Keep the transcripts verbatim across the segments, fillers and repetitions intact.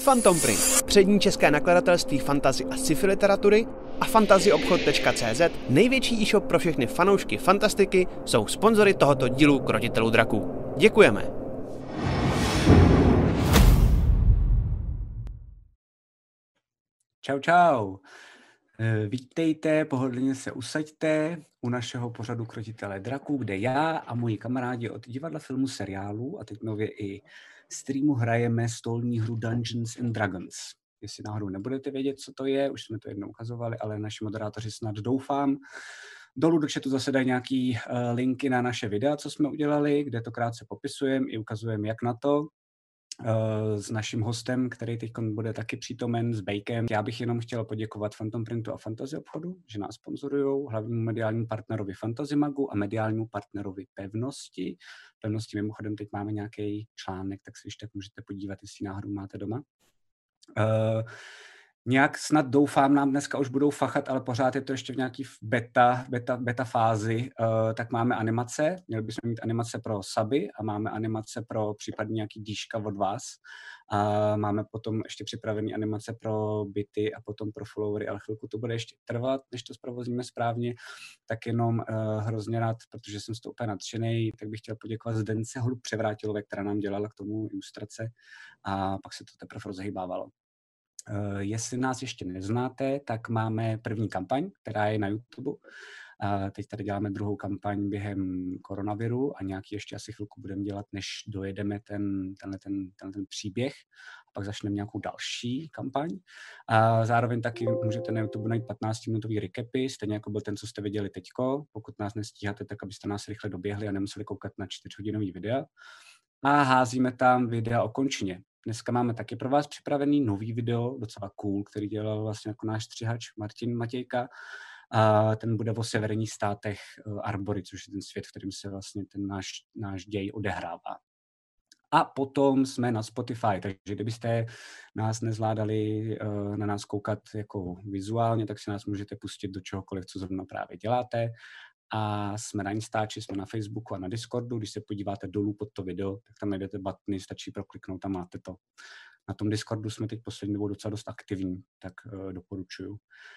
Phantom Print, přední české nakladatelství fantasy a sci-fi literatury, a fantasyobchod tečka cé zet, největší e-shop pro všechny fanoušky fantastiky, jsou sponzory tohoto dílu Krotitelů draků. Děkujeme! Čau, čau. Vítejte, pohodlně se usaďte u našeho pořadu Krotitelé draků, kde já a moji kamarádi od divadla, filmu, seriálu a teď nově i streamu hrajeme stolní hru Dungeons and Dragons. Jestli náhodou nebudete vědět, co to je, už jsme to jednou ukazovali, ale naši moderátoři snad doufám. Dolů do chatu zase dají nějaký uh, linky na naše videa, co jsme udělali, kde to krátce popisujeme i ukazujeme, jak na to. Uh, s naším hostem, který teď bude taky přítomen, s Bejkem. Já bych jenom chtěl poděkovat Phantom Printu a Fantasy obchodu, že nás sponzorujou, hlavnímu mediálnímu partnerovi Fantasy Magu a mediálnímu partnerovi Pevnosti. Pevnosti mimochodem teď máme nějaký článek, tak si když tak můžete podívat, jestli náhodou máte doma. Uh, Nějak snad doufám, nám dneska už budou fachat, ale pořád je to ještě v nějaký beta, beta, beta fázi, uh, tak máme animace, měli bychom mít animace pro suby a máme animace pro případně nějaký díška od vás. A máme potom ještě připravené animace pro byty a potom pro followery, ale chvilku to bude ještě trvat, než to zprovozíme správně, tak jenom uh, hrozně rád, protože jsem z toho úplně nadšenej, tak bych chtěl poděkovat Zdence Holub Převrátilové, která nám dělala k tomu ilustrace a pak se to teprve rozhýbávalo. Uh, jestli nás ještě neznáte, tak máme první kampaň, která je na YouTube. Uh, teď tady děláme druhou kampaň během koronaviru a nějaký ještě asi chvilku budeme dělat, než dojedeme ten, tenhle, ten, tenhle ten příběh. A pak začneme nějakou další kampaň. Uh, zároveň taky můžete na YouTube najít patnáctiminutový recapy, stejně jako byl ten, co jste viděli teďko. Pokud nás nestíháte, tak abyste nás rychle doběhli a nemuseli koukat na čtyřhodinový videa. A házíme tam videa o končině. Dneska máme taky pro vás připravený nový video, docela cool, který dělal vlastně jako náš střihač Martin Matějka. A ten bude o severních státech Arbory, což je ten svět, v kterém se vlastně ten náš, náš děj odehrává. A potom jsme na Spotify, takže kdybyste nás nezvládali uh, na nás koukat jako vizuálně, tak si nás můžete pustit do čehokoliv, co zrovna právě děláte. A jsme na Instači, jsme na Facebooku a na Discordu. Když se podíváte dolů pod to video, tak tam najdete buttony, stačí prokliknout a máte to. Na tom Discordu jsme teď poslední dobou docela dost aktivní, tak uh, doporučuju.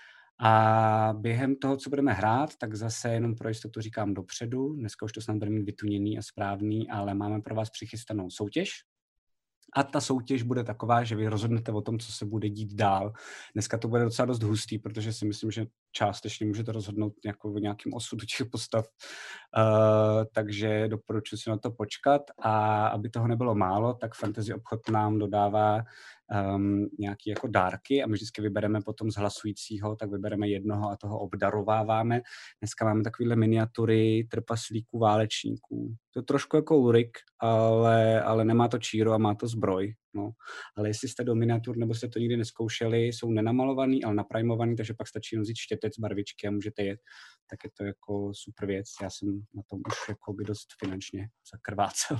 A během toho, co budeme hrát, tak zase jenom pro jistotu říkám dopředu. Dneska už to snad bude mít vytuněný a správný, ale máme pro vás přichystanou soutěž. A ta soutěž bude taková, že vy rozhodnete o tom, co se bude dít dál. Dneska to bude docela dost hustý, protože si myslím, že částečně můžete rozhodnout o nějakým osudu těch postav. Uh, takže doporučuji si na to počkat. A aby toho nebylo málo, tak Fantasy obchod nám dodává um, nějaké jako dárky a my vždycky vybereme potom z hlasujícího, tak vybereme jednoho a toho obdarováváme. Dneska máme takovéhle miniatury trpaslíků, válečníků. To je trošku jako Ulrik, ale, ale nemá to číru a má to zbroj. No. Ale jestli jste do miniatur nebo jste to nikdy neskoušeli, jsou nenamalovaný, ale naprajmovaný, takže pak stačí nozit štětec, barvičky a můžete jet. Tak je to jako super věc. Já jsem na tom už jako by dost finančně zakrvácel.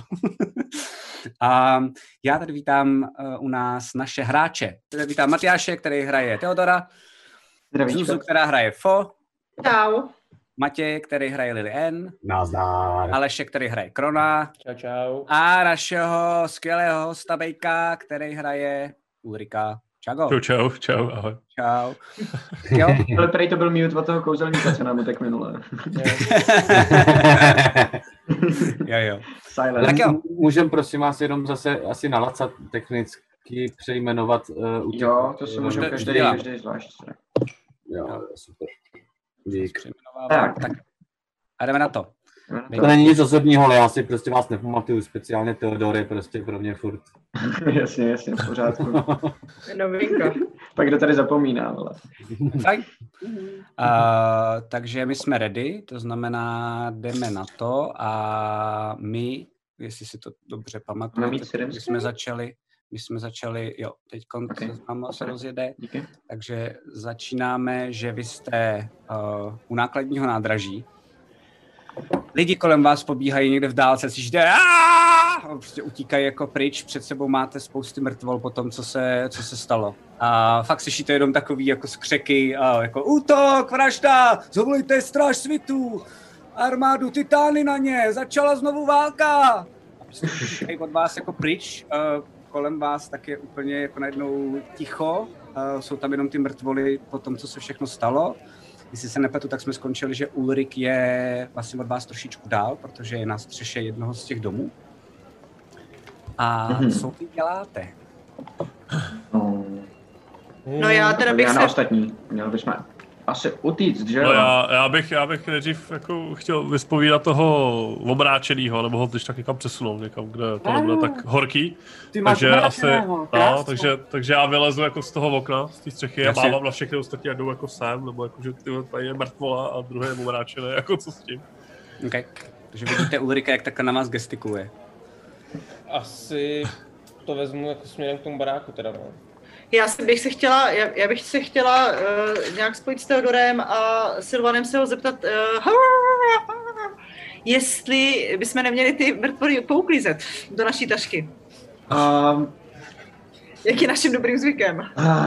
A já tady vítám uh, u nás naše hráče. Tady vítám Matyáše, který hraje Teodora. Zuzu, která hraje Fo. Čau. Matěj, který hraje Lily N. Nazdar. Aleše, který hraje Krona. Čau, čau. A našeho skvělého hosta Bejka, který hraje Ulrika. Čago. Čau, čau, čau, ahoj. Čau. Jo? Ale prej to byl mute od toho kouzelníka, co nám utek minule. jo, jo. Silent. Tak jo. Můžem prosím vás jenom zase asi nalacat technicky přejmenovat. Uh, u těch, jo, to si uh, můžeme každý, každý zvlášť. Jo, super. Dík. Tak. tak. A jdeme na to. To není nic osobního, ale já si prostě vás nepamatuju, speciálně Teodor je prostě pro mě furt. jasně, jasně, v pořádku. Novinka. Pak kdo tady zapomíná, ale. Tak. Uh, takže my jsme ready, to znamená, jdeme na to a my, jestli si to dobře pamatujete, my jsme začali, my jsme začali, jo, teď okay. se rozjede, díky. Takže začínáme, že vy jste uh, u nákladního nádraží. Lidi kolem vás pobíhají někde v dálce, slyšíte a prostě utíkají jako pryč, před sebou máte spousty mrtvol po tom, co se, co se stalo. A fakt slyšíte jenom takový jako skřeky, a jako útok, vražda, zavolejte stráž svitu, armádu, titány na ně, začala znovu válka. A prostě utíkají od vás jako pryč, uh, kolem vás tak je úplně jako najednou ticho. Uh, jsou tam jenom ty mrtvoly po tom, co se všechno stalo. Jestli se nepletu, tak jsme skončili, že Ulrik je vlastně od vás trošičku dál, protože je na střeše jednoho z těch domů. A mm-hmm. co vy děláte? No, No já teda bych já se... na ostatní. Měli bychom asi utíct, že jo? No já, já, bych, já bych nejdřív jako chtěl vyspovídat toho omráčenýho, nebo ho když tak někam přesunout, někam, kde to nebude tak horký. Ty máš takže asi, krásno. no, takže, takže já vylezu jako z toho okna, z té střechy a mávám na všechny ostatní a jdou jako sem, nebo jako, že ty tady je mrtvola a druhý je omráčený, jako co s tím. Okay. Takže vidíte Ulrika, jak takhle na vás gestikuluje. Asi to vezmu jako směrem k tomu baráku teda, no. Já si bych se chtěla, já, já bych se chtěla uh, nějak spojit s Theodorem a Silvanem se ho zeptat, uh, jestli bychom neměli ty mrtvoly pouklízet do naší tašky. Um, Jak je naším dobrým zvykem.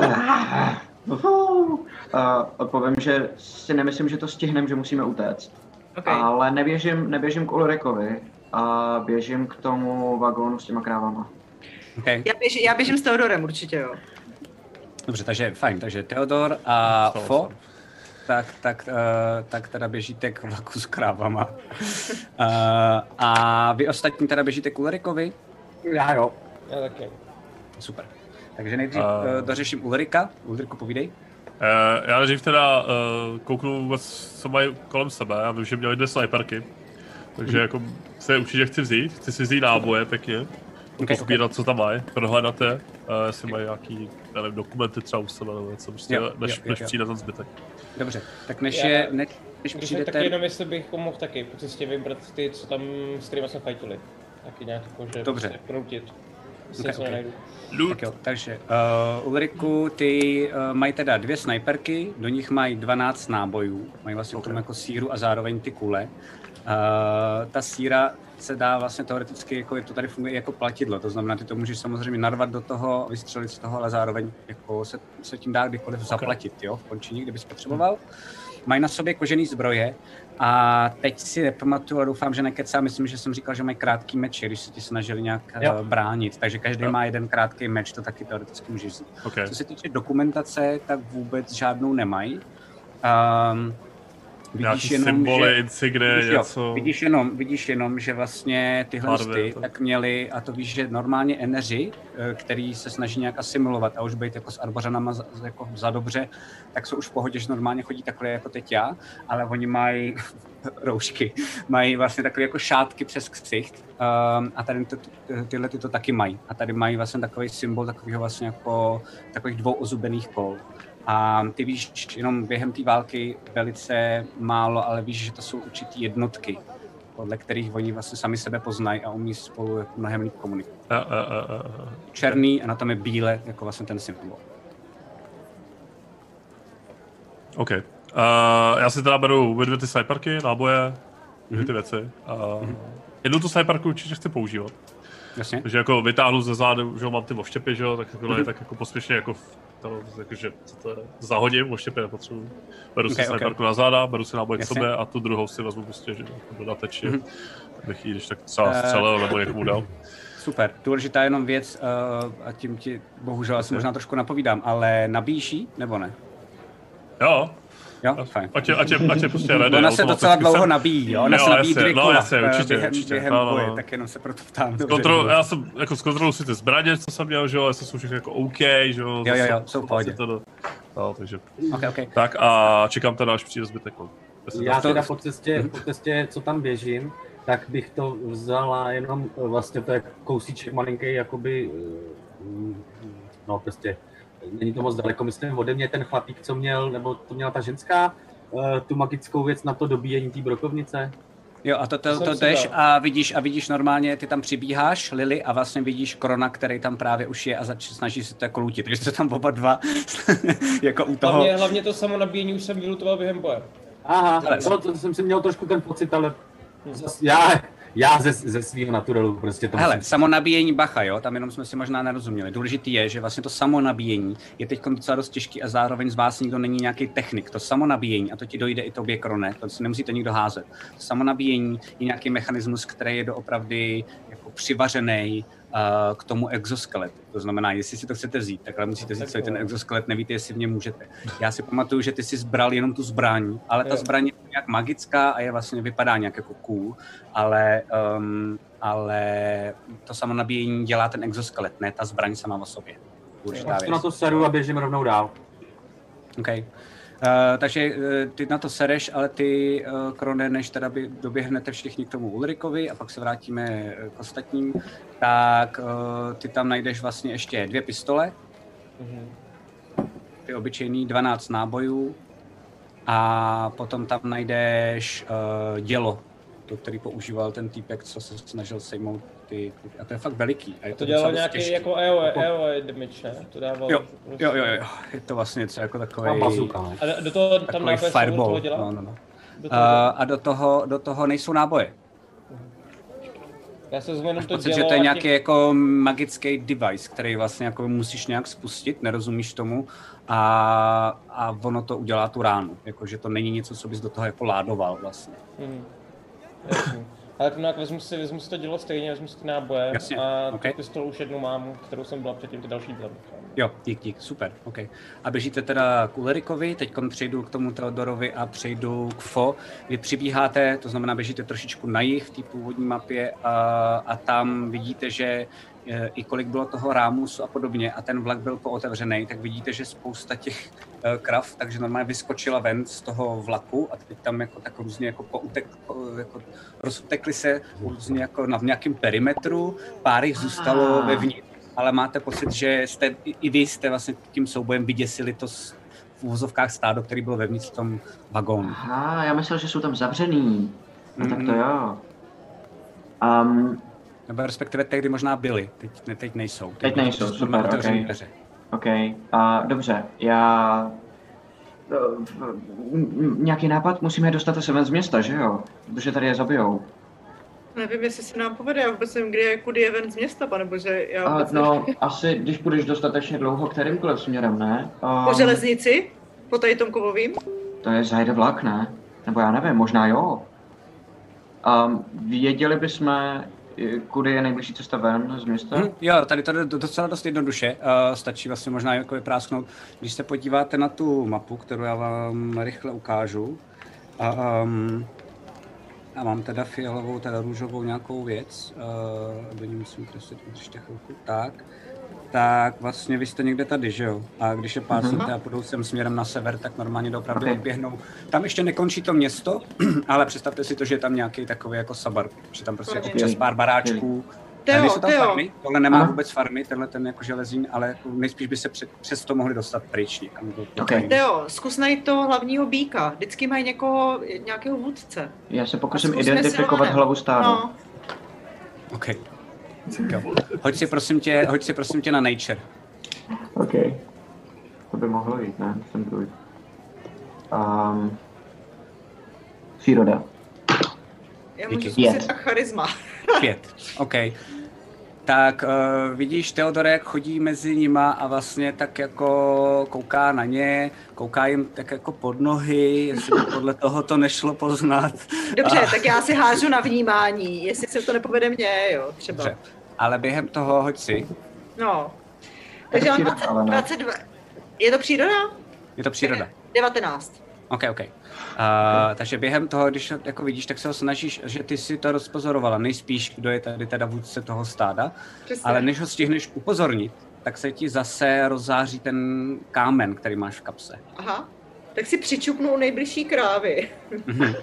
uh, uh, odpovím, že si nemyslím, že to stihneme, že musíme utéct. Okay. Ale neběžím, neběžím k Ulrikovi a běžím k tomu vagónu s těma krávama. Okay. Já, běž, já běžím s Theodorem určitě, jo. Dobře, takže fajn, takže Theodor a Fo, tak, tak, uh, tak teda běžíte k vlaku s krávama. Uh, a vy ostatní teda běžíte k Ulrikovi? Já jo. Já taky. Super. Takže nejdřív uh, Uh. dořeším Ulrika. Ulriku, povídej. Uh, já nejdřív teda uh, kouknu vůbec, co mají kolem sebe, já vím, že měli dvě sniperky, takže mm. jako se určitě chci vzít, chci si vzít náboje pěkně. Okay, pozbírat, okay. co tam mají, prohledat je, uh, jestli mají nějaký, nevím, dokumenty třeba u sebe nebo něco, prostě, jo, než, jo, než jo. přijde ten zbytek. Dobře, tak než, Já, je, než, než přijdete... Tak jenom jestli bych mohl taky po cestě vybrat ty, co tam, s kterými jsme fajtili. Taky nějak jako, že dobře. Prostě proutit. Okay, okay. Tak jo, takže uh, Ulriku, ty uh, mají teda dvě snajperky, do nich mají dvanáct nábojů, mají vlastně okay. k tomu jako síru a zároveň ty kule. Uh, ta síra se dá vlastně teoreticky, jako to tady funguje jako platidlo, to znamená, ty to můžeš samozřejmě narvat do toho, vystřelit z toho, ale zároveň jako se, se tím dá kdykoliv okay. zaplatit, jo, v končiní, kdybys potřeboval. Mají na sobě kožený zbroje a teď si nepamatuju, ale doufám, že nekecám, myslím, že jsem říkal, že mají krátký meč, když se ti snažili nějak jo. bránit, takže každý jo. má jeden krátký meč, to taky teoreticky můžeš vzít. Okay. Co se týče dokumentace, tak vůbec žádnou nemají. Um, Vidíš jenom, symboly, že, insigny, vidíš, něco... Jo, vidíš, jenom, vidíš jenom, že vlastně tyhle ty to... tak měli, a to víš, že normálně eneři, který se snaží nějak asimilovat a už být jako s arbořanama za, jako za dobře, tak jsou už v pohodě, že normálně chodí takhle jako teď já, ale oni mají roušky, mají vlastně takové jako šátky přes ksicht um, a tady to, tyhle ty to taky mají. A tady mají vlastně takový symbol takového vlastně jako takových dvou ozubených kol. A ty víš jenom během té války velice málo, ale víš, že to jsou určitý jednotky, podle kterých oni vlastně sami sebe poznají a umí spolu jako mnohem líp komunikovat. A, a, a, a. Černý a na tom je bíle, jako vlastně ten symbol. OK. Uh, já si teda beru obě dvě ty sniperky, náboje, mm-hmm. ty věci. A mm-hmm. jednu tu sniperku určitě chci používat. Jasně. Takže jako vytáhnu ze zádu, že mám ty oštěpy, že jo, tak takhle mm-hmm. tak jako pospěšně jako to, takže co to je, zahodím, oštěpy nepotřebuji. Beru okay, si sniperku okay. na záda, beru si náboj k sobě a tu druhou si vezmu prostě, že dodatečně, mm-hmm. abych ji když tak třeba střelil nebo někomu dal. Super, důležitá jenom věc, uh, a tím ti bohužel asi možná trošku napovídám, ale nabíjíš jí, nebo ne? Jo. Jo, fajn. Ať je, ať je, ať je prostě ready. Ona se docela dlouho jsem... nabíjí, jo? Ona jo, se nabíjí dvě no, kola jasně, určitě, během, určitě. během no, boje, no. tak jenom se proto ptám. Zkontrol, já jsem jako zkontroluji si ty zbraně, co jsem měl, že jo, jestli jsou všechny jako OK, že jo. Jo, jo, jo, jsou v pohodě. Do... No, takže. Okay, okay. Tak a čekám teda, až přijde zbytek. Já teda po cestě, po cestě, co tam běžím, tak bych to vzala jenom vlastně to je kousíček malinký, jakoby, no prostě, není to moc daleko, myslím ode mě ten chlapík, co měl, nebo to měla ta ženská, tu magickou věc na to dobíjení té brokovnice. Jo, a to, to, to, to jdeš a vidíš, a vidíš normálně, ty tam přibíháš, Lily, a vlastně vidíš Krona, který tam právě už je a zač, snaží se to jako lutit, takže to tam oba dva, jako u toho. Hlavně, hlavně to samo nabíjení už jsem vylutoval během boje. Aha, to, to jsem si měl trošku ten pocit, ale zas, já, já ze, ze svého naturelu prostě to hele, musím... samo nabíjení bacha, jo, tam jenom jsme si možná nerozuměli. Důležitý je, že vlastně to samo nabíjení je teď docela dost těžký a zároveň z vás nikdo není nějaký technik. To samo nabíjení, a to ti dojde i tobě, Krone, to si nemusíte nikdo házet. To samo nabíjení je nějaký mechanismus, který je doopravdy jako přivařený k tomu exoskeletu. To znamená, jestli si to chcete vzít, takhle musíte vzít celý ten exoskelet, nevíte, jestli v něm můžete. Já si pamatuju, že ty jsi zbral jenom tu zbraň, ale ta zbraň je nějak magická a je vlastně vypadá nějak jako cool, ale, um, ale to samonabíjení dělá ten exoskelet, ne ta zbraň sama o sobě. Já na to seru a běžím rovnou dál. Okay. Uh, takže uh, ty na to sereš, ale ty, uh, Krone, než teda by doběhnete všichni k tomu Ulrikovi a pak se vrátíme k ostatním, tak uh, ty tam najdeš vlastně ještě dvě pistole, mm-hmm. ty obyčejný dvanáct nábojů a potom tam najdeš uh, dělo, to, který používal ten týpek, co se snažil sejmout ty, a to je fakt veliký. A je to, to dělalo nějaký těžký. Jako E O E damage, ne? To dávalo... Jo, jo, jo, jo, je to vlastně něco jako takový... Bazuka, ne? A do toho tam náboje fireball. dělá? No, no, no. Do toho uh, a do toho, do toho nejsou náboje. Já se změním to pocit, dělo že to je nějaký těch... jako magický device, který vlastně jako musíš nějak spustit, nerozumíš tomu a, a ono to udělá tu ránu. Jako, že to není něco, co bys do toho jako ládoval vlastně. Hmm. Jasně. Ale no, jak vezmu si, vezmu si to dělo stejně, vezmu si ty náboje. Jasně. A okay. tu pistolu už jednu mám, kterou jsem byla předtím, ty další dva. Jo, dík, dík, super, ok. A běžíte teda k Ulrikovi, teď přejdu k tomu Theodorovi a přejdu k Fo. Vy přibíháte, to znamená běžíte trošičku na jih v té původní mapě a, a tam vidíte, že i kolik bylo toho rámusu a podobně a ten vlak byl pootevřený, tak vidíte, že spousta těch uh, krav, takže normálně vyskočila ven z toho vlaku a teď tam jako tak různě jako poutek, jako rozutekli se různě jako na v nějakém perimetru, pár jich zůstalo ah. vevnitř, ale máte pocit, že jste, i, i vy jste vlastně tím soubojem vyděsili to v uvozovkách stádo, který byl vevnitř v tom vagónu. Aha, já myslel, že jsou tam zavřený. No mm. tak to jo. Um, Nebo respektive tehdy možná byli, teď, ne, teď nejsou. Teď, teď nejsou, super, okej. Okay. Okay. Uh, dobře, já... Uh, nějaký nápad? Musíme je dostat se ven z města, že jo? Protože tady je zabijou. Nevím, jestli se nám povede, já vůbec nevím, kde je, kudy je ven z města, panebože, já vůbec uh, No, asi, když půjdeš dostatečně dlouho kterýmkoliv směrem, ne? Um, po železnici? Po tady tom kovovým? To je zajde vlak, ne? Nebo já nevím, možná jo. Um, věděli bychom, kudy je nejbližší cesta ven z města? Hmm, jo, tady to jde docela dost jednoduše. Uh, stačí vlastně možná jako vyprásknout. Když se podíváte na tu mapu, kterou já vám rychle ukážu, a, um, a mám teda fialovou, teda růžovou nějakou věc, uh, do ní musím kreslit, ještě chvilku, tak, tak vlastně vy jste někde tady, že jo? A když je pár uh-huh. a půjdou sem směrem na sever, tak normálně doopravdy okay. odběhnou. Tam ještě nekončí to město, ale představte si to, že je tam nějaký takový jako suburb, že tam prostě okay. občas pár baráčků. Teo, nejsou tam Teo. farmy, tohle nemá Aha. vůbec farmy, tenhle ten jako železín, ale nejspíš by se před, přes to mohli dostat pryč někam. Okay. Teo, zkus najít toho hlavního býka, vždycky mají někoho, nějakého vůdce. Já se pokusím identifikovat hlavu stádu. No. OK. Hoď si prosím tě, hoď si prosím tě na nature. OK. To by mohlo jít, ne? Jsem druid. Um, příroda. Já můžu zkusit tak charisma. Pět, OK. Tak uh, vidíš Theodore, jak chodí mezi nima a vlastně tak jako kouká na ně, kouká jim tak jako pod nohy, jestli podle toho to nešlo poznat. Dobře, a... tak já si hážu na vnímání, jestli se to nepovede mně, jo, třeba. Dobře. Ale během toho hoď si. No. Takže mám dvacet, dvacet dva. Je to příroda? Je to příroda. devatenáct. OK, OK. Uh, takže během toho, když to jako vidíš, tak se ho snažíš, že ty si to rozpozorovala, nejspíš, kdo je tady teda vůdce toho stáda, Přesně. ale než ho stihneš upozornit, tak se ti zase rozzáří ten kámen, který máš v kapse. Aha, tak si přičupnu u nejbližší krávy. Mm-hmm.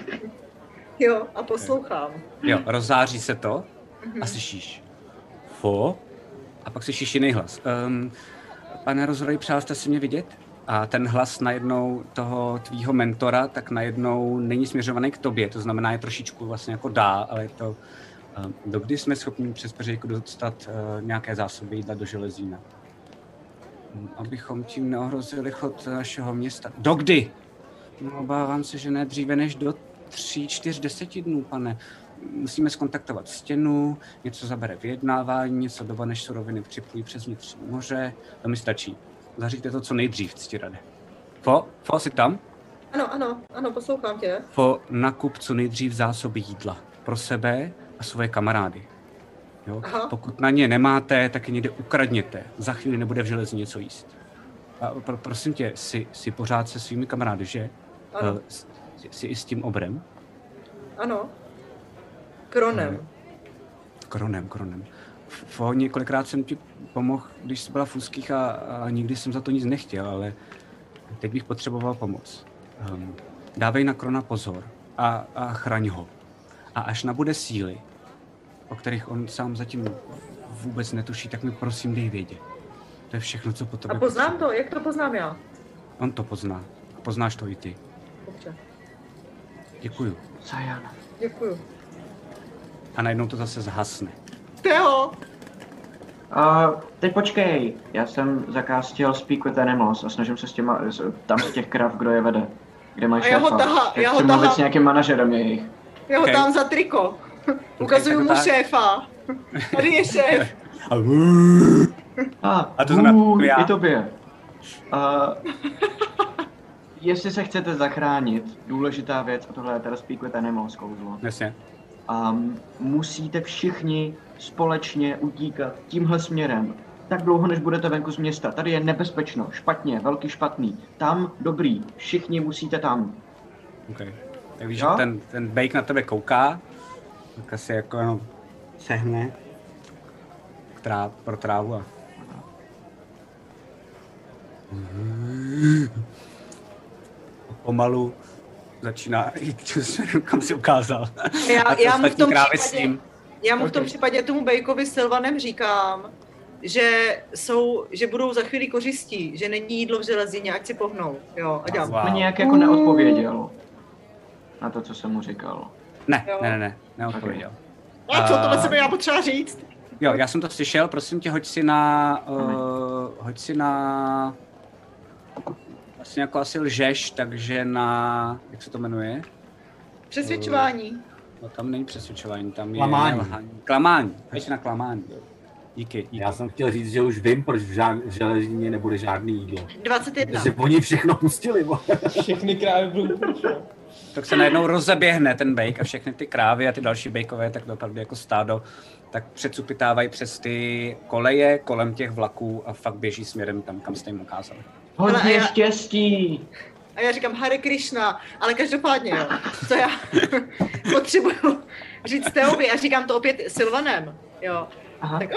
Jo, a poslouchám. Jo, rozzáří se to mm-hmm. a slyšíš Fo, a pak slyšíš jiný hlas. Um, pane Rozroj, přál jste si mě vidět? A ten hlas najednou toho tvýho mentora, tak najednou není směřovaný k tobě, to znamená je trošičku vlastně jako dál, ale je to, uh, dokdy jsme schopni přes peřejku dostat uh, nějaké zásoby jídla do železína. Um, abychom tím neohrozili chod našeho města. Dokdy? No, obávám se, že ne dříve než do tří, čtyř, deseti dnů, pane. Musíme zkontaktovat stěnu, něco zabere vyjednávání, něco doba, než suroviny připlují přes vnitřní moře, to mi stačí. Zaříďte to co nejdřív, ctirade. Fo, Fo, jsi tam? Ano, ano, ano, poslouchám tě. Fo, nakup co nejdřív zásoby jídla. Pro sebe a svoje kamarády. Jo? Pokud na ně nemáte, tak je někde ukradněte. Za chvíli nebude v železnici něco jíst. A pro, prosím tě, jsi, jsi pořád se svými kamarády, že? Ano. Uh, jsi, jsi i s tím obrem? Ano. Kronem. Uh, kronem, kronem. Fo, několikrát jsem ti pomohl, když jsi byla v úzkých a, a nikdy jsem za to nic nechtěl, ale teď bych potřeboval pomoc. Um, dávej na Krona pozor a, a chraň ho. A až nabude síly, o kterých on sám zatím vůbec netuší, tak mi prosím dej vědět. To je všechno, co po tobě. A poznám to? Jak to poznám já? On to pozná. A poznáš to i ty. Dobře. Děkuju. Sajana. Děkuju. A najednou to zase zhasne. Teho! Uh, teď počkej, já jsem zakástil Speak with Animals a snažím se s těma, tam z těch krav, kdo je vede. Kde mají šéfa. Já ho tahám, já ho Chci mluvit tahám. s nějakým manažerem jejich. Já ho dám za triko. Ukazuju mu tak. šéfa. Tady je šéf. A, A to znamená, já. I tobě. Uh, jestli se chcete zachránit, důležitá věc, a tohle je teda Speak with Animals kouzlo. Jasně. Um, musíte všichni společně utíkat tímhle směrem. Tak dlouho, než budete venku z města. Tady je nebezpečno, špatně, velký špatný. Tam dobrý, všichni musíte tam. Okay. Tak víš, že ten, ten bejk na tebe kouká, tak asi jako jenom sehne trá, pro trávu a... Pomalu začíná jít směrem, kam si ukázal. Já, já mu v tom případě, s tím. já mu v tom případě tomu bejkovi Sylvanem říkám, že jsou, že budou za chvíli kořistí, že není jídlo v železině, ať si pohnou. Jo, a dělám. Wow. To nějak jako neodpověděl na to, co jsem mu říkal. Ne, jo. ne, ne, ne, neodpověděl. Okay. A co, tohle se mi já potřeba říct? Jo, já jsem to slyšel, prosím tě, hoď si na, uh, hoď si na, vlastně jako asi lžeš, takže na, jak se to jmenuje? Přesvědčování. Uh, no tam není přesvědčování, tam je klamání. Nelhání. Klamání, hoď si na klamání. Díky, díky. Já jsem chtěl říct, že už vím, proč v, žád, v železině nebude žádný jídlo. dvacet jedna. Protože oni všechno pustili. Všechny krávy budou pryč. Tak se najednou rozeběhne ten bejk a všechny ty krávy a ty další bejkové, tak opravdu jako stádo, tak předsupitávají přes ty koleje kolem těch vlaků a fakt běží směrem tam, kam jste jim ukázali. Hodně já... štěstí! A já říkám Hare Krishna, ale každopádně jo, co já potřebuju říct Teovi a říkám to opět Sylvanem, jo. Aha. Tak,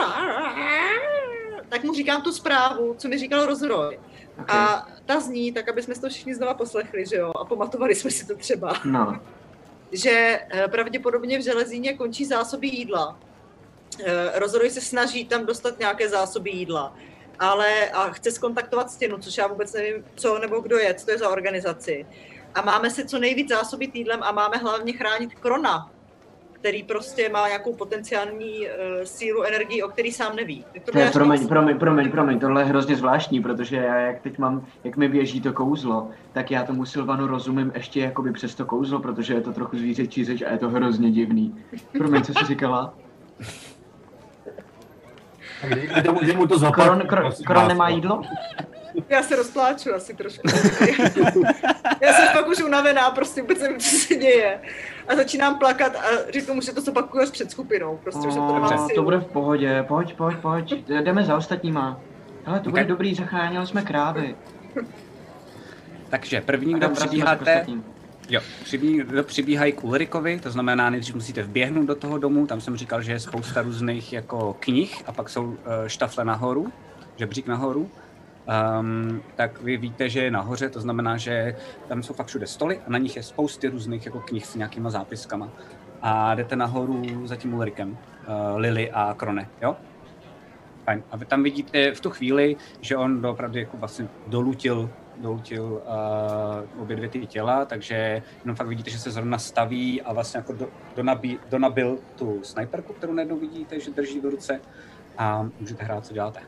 tak mu říkám tu zprávu, co mi říkal Rozroj. Okay. A ta zní, tak aby jsme si to všichni znova poslechli, že jo, a pamatovali jsme si to třeba. No. Že pravděpodobně v železíně končí zásoby jídla. Rozroj se snaží tam dostat nějaké zásoby jídla, ale a chce skontaktovat stěnu, což já vůbec nevím, co nebo kdo je, co to je za organizaci. A máme se co nejvíc zásobit jídlem a máme hlavně chránit Krona, který prostě má nějakou potenciální uh, sílu, energii, o který sám neví. To je, promiň, promiň, promiň, promiň, tohle je hrozně zvláštní, protože já jak teď mám, jak mi běží to kouzlo, tak já tomu Sylvanu rozumím ještě jakoby přes to kouzlo, protože je to trochu zvířečí řeč a je to hrozně divný. Promiň, co jsi říkala? Může mu to zopat. Kron, kron, kron nemá jídlo? Já se rozpláču asi trošku. Já jsem fakt už unavená, prostě vůbec nevím, co se děje. A začínám plakat a říkám mu, že to zopakuje s předskupinou, prostě, o, že to nemá sílu. To bude v pohodě, pojď, pojď, pojď, jdeme za ostatníma. Hele, to bude okay. Dobrý, zachránili jsme krávy. Takže první, kdo přibíháte, jo, první, kdo přibíhají k Ulrikovi, to znamená, nejdřív musíte vběhnout do toho domu, tam jsem říkal, že je spousta různých jako knih a pak jsou uh, štafle nahoru, žebřík nahoru. Um, tak vy víte, že je nahoře, to znamená, že tam jsou fakt všude stoly a na nich je spousty různých jako knih s nějakýma zápiskama. A jdete nahoru za tím Ulrikem, uh, Lily a Krone, jo? Fajn. A vy tam vidíte v tu chvíli, že on opravdu jako vlastně dolutil, dolutil uh, obě dvě ty těla, takže jenom fakt vidíte, že se zrovna staví a vlastně jako do, donabí, donabil tu snajperku, kterou najednou vidíte, že drží v ruce a můžete hrát, co děláte.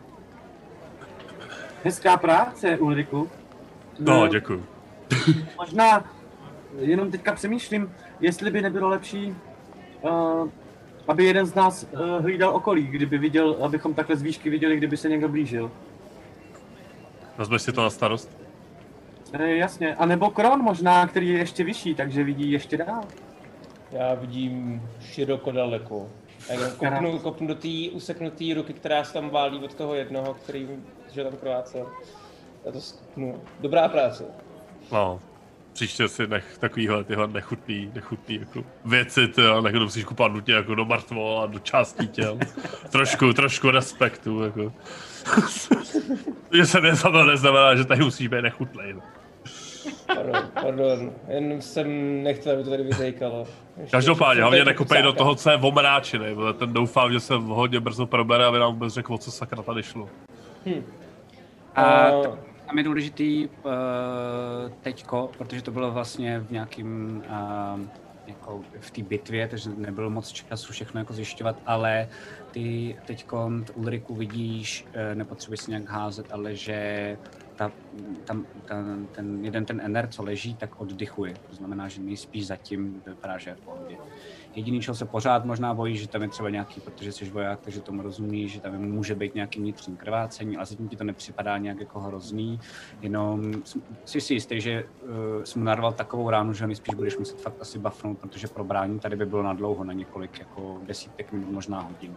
Hezká práce, Ulriku. No, děkuju. Možná jenom teďka přemýšlím, jestli by nebylo lepší, uh, aby jeden z nás uh, hlídal okolí, kdyby viděl, abychom takhle z výšky viděli, kdyby se někdo blížil. Vezmeš si to na starost? E, jasně, a nebo Kron možná, který je ještě vyšší, takže vidí ještě dál. Já vidím široko daleko. A jenom kopnu, kopnu do té useknuté ruky, která se tam válí od toho jednoho, který že tam krvácel. Já to skopnu. Dobrá práce. No, příště si nech takovýhle tyhle nechutný, nechutný jako věci, tyhle, nech to musíš kupat nutně jako do mrtvol a do částí těl. trošku, trošku respektu, jako. Že se mě za to neznamená, že tady musíš být nechutnej. Pardon, pardon, jen jsem nechtěl, aby to tady vytejkalo. Každopádně, hlavně nekopej do toho, co je omráčený, protože ten doufám, že se hodně brzo probere, aby nám vůbec řekl, o co sakra tady šlo. Hm. A to, tam je důležitý uh, teďko, protože to bylo vlastně v nějakým, uh, jako v té bitvě, takže nebylo moc času všechno jako zjišťovat, ale ty teďko Ulriku vidíš, uh, nepotřebuješ si nějak házet, ale že ta, tam, ten, ten jeden ten ener, co leží, tak oddychuje. To znamená, že nejspíš zatím vypadá, že je v pohodě. Jediný, čeho se pořád možná bojí, že tam je třeba nějaký, protože jsi voják, takže tomu rozumíš, že tam může být nějaký vnitřní krvácení, ale zatím ti to nepřipadá nějak jako hrozný, jenom jsi si jistý, že uh, jsi mu narval takovou ránu, že ho nejspíš budeš muset fakt asi buffnout, protože pro brání tady by bylo na dlouho, na několik jako desítek minut, možná hodin.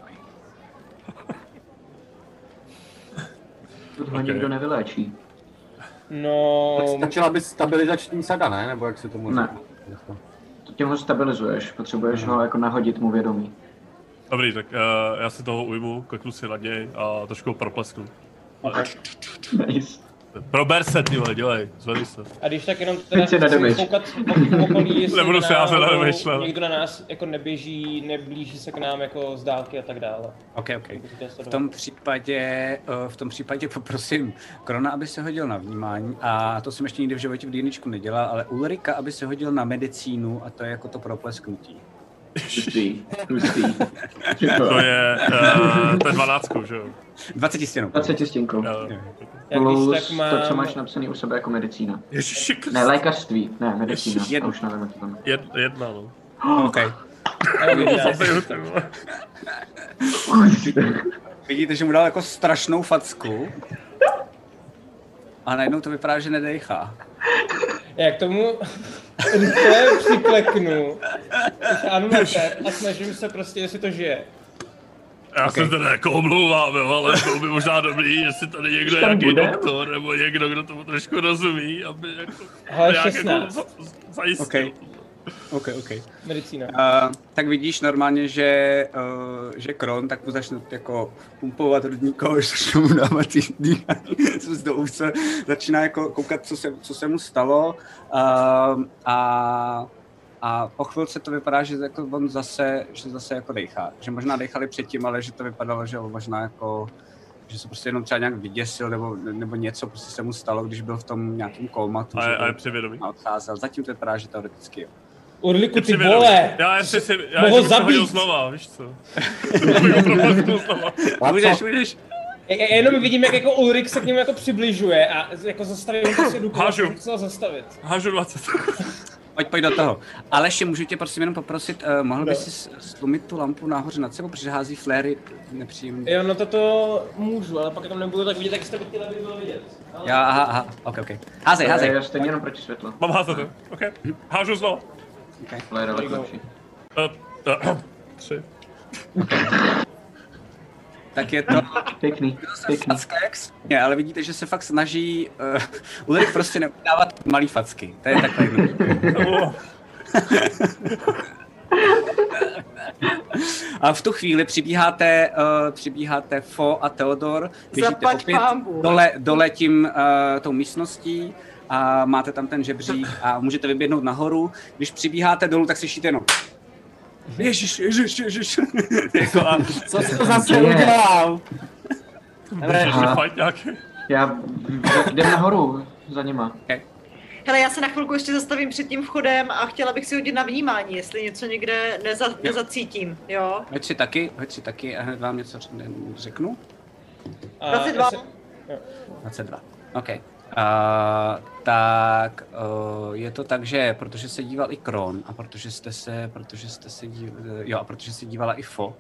To okay. Nikdo nevyléčí. No... Tak stačila by stabilizační sada, ne? Nebo jak se tomu ne. To tím ho stabilizuješ, potřebuješ hmm. ho jako nahodit mu vědomí. Dobrý, tak uh, já si toho ujmu, kliknu si na něj a trošku ho proplesknu. Okay. Nice. Prober se, ty vole, dělej, zvedni se. A když tak jenom teda chci koukat v okolí, jestli nebudu se já se někdo na nás jako neběží, neblíží se k nám jako z dálky a tak dále. Ok, ok. V tom případě, v tom případě poprosím Krona, aby se hodil na vnímání, a to jsem ještě nikdy v životě v D and Dčku nedělal, ale Ulrika, aby se hodil na medicínu, a to je jako to proplesknutí. Hustý, hustý. To je, uh, to je dvanáctkou, že jo? dvacet stěnou. dvacet stěnkou. Plus mám... to, co máš napsaný u sebe jako medicína. Ježiši, ne, lékařství, ne, medicína. Jedna. Už nevím, jak to tam je. Jed, jedna, no. Ok. Vidíte, že mu dal jako strašnou facku. A najednou to vypadá, že nedejchá. Já k tomu rychle přikleknu, šáhnu na pep a snažím se prostě, jestli to žije. Já okay. se teda jako omlouvám, jo, ale bylo by možná dobrý, jestli tady někdo nějaký doktor, nebo někdo, kdo tomu trošku rozumí, aby jako nějak jako zajistil. Okay. Ok, ok. Medicína. Uh, tak vidíš normálně, že, uh, že Kron tak mu začne jako pumpovat rudníko, že začne mu dávat dýchání, co z do úse, začíná jako koukat, co se, co se mu stalo, uh, a, a po chvilce to vypadá, že jako on zase, že zase jako dejchá. Že možná dejchali předtím, ale že to vypadalo, že on možná jako, že se prostě jenom třeba nějak vyděsil, nebo, nebo něco prostě se mu stalo, když byl v tom nějakém kómatu. A je, a je převědomý. A odcházel. Zatím to vypadá, že teoreticky jo. Urliku, ty vole! Já ještě si, já ještě jsem hodil znova, víš co? Můžeš, můžeš. Já jenom vidím, jak jako Ulrik se k němu jako přibližuje a jako zastavím si ruku a chci zastavit. Hážu dvacet. Pojď, pojď do toho. Aleši, můžu tě prosím jenom poprosit, uh, mohl bys si slumit tu lampu nahoře nad sebou, protože hází fléry nepříjemně. Jo, no to to můžu, ale pak tam nebudu tak vidět, jak jste chtěli, aby bylo vidět. Ale... Já, aha, aha, ok, ok. Házej, házej. Já stejně jenom proti světlu. Mám házet, ok. Hážu znovu. Okay. Flérovat lepší. Uh, uh, tři. Okay. Tak je to... Pěkný, pěkný. Ne, ale vidíte, že se fakt snaží uh, Ulrik prostě neudávat malý facky. To je takhle jednoduché. A v tu chvíli přibíháte, uh, přibíháte Fo a Theodor, běžíte opět dole, dole tím, uh, tou místností a máte tam ten žebřík a můžete vyběhnout nahoru. Když přibíháte dolů, tak slyšíte jenom Ježiš, ježiš, ježiš. Co jsi to zase udělal? Já jdem nahoru za nima. Okay. Hele, já se na chvilku ještě zastavím před tím vchodem a chtěla bych si hodit na vnímání, jestli něco někde neza, nezacítím, jo? Hoď si taky, hoď si taky a hned vám něco řeknu. dvacet dva. dvacet dva, ok. Uh, tak uh, je to tak, že protože se díval i Kron a protože jste se, protože jste se dívali, jo, a protože se dívala i Fo,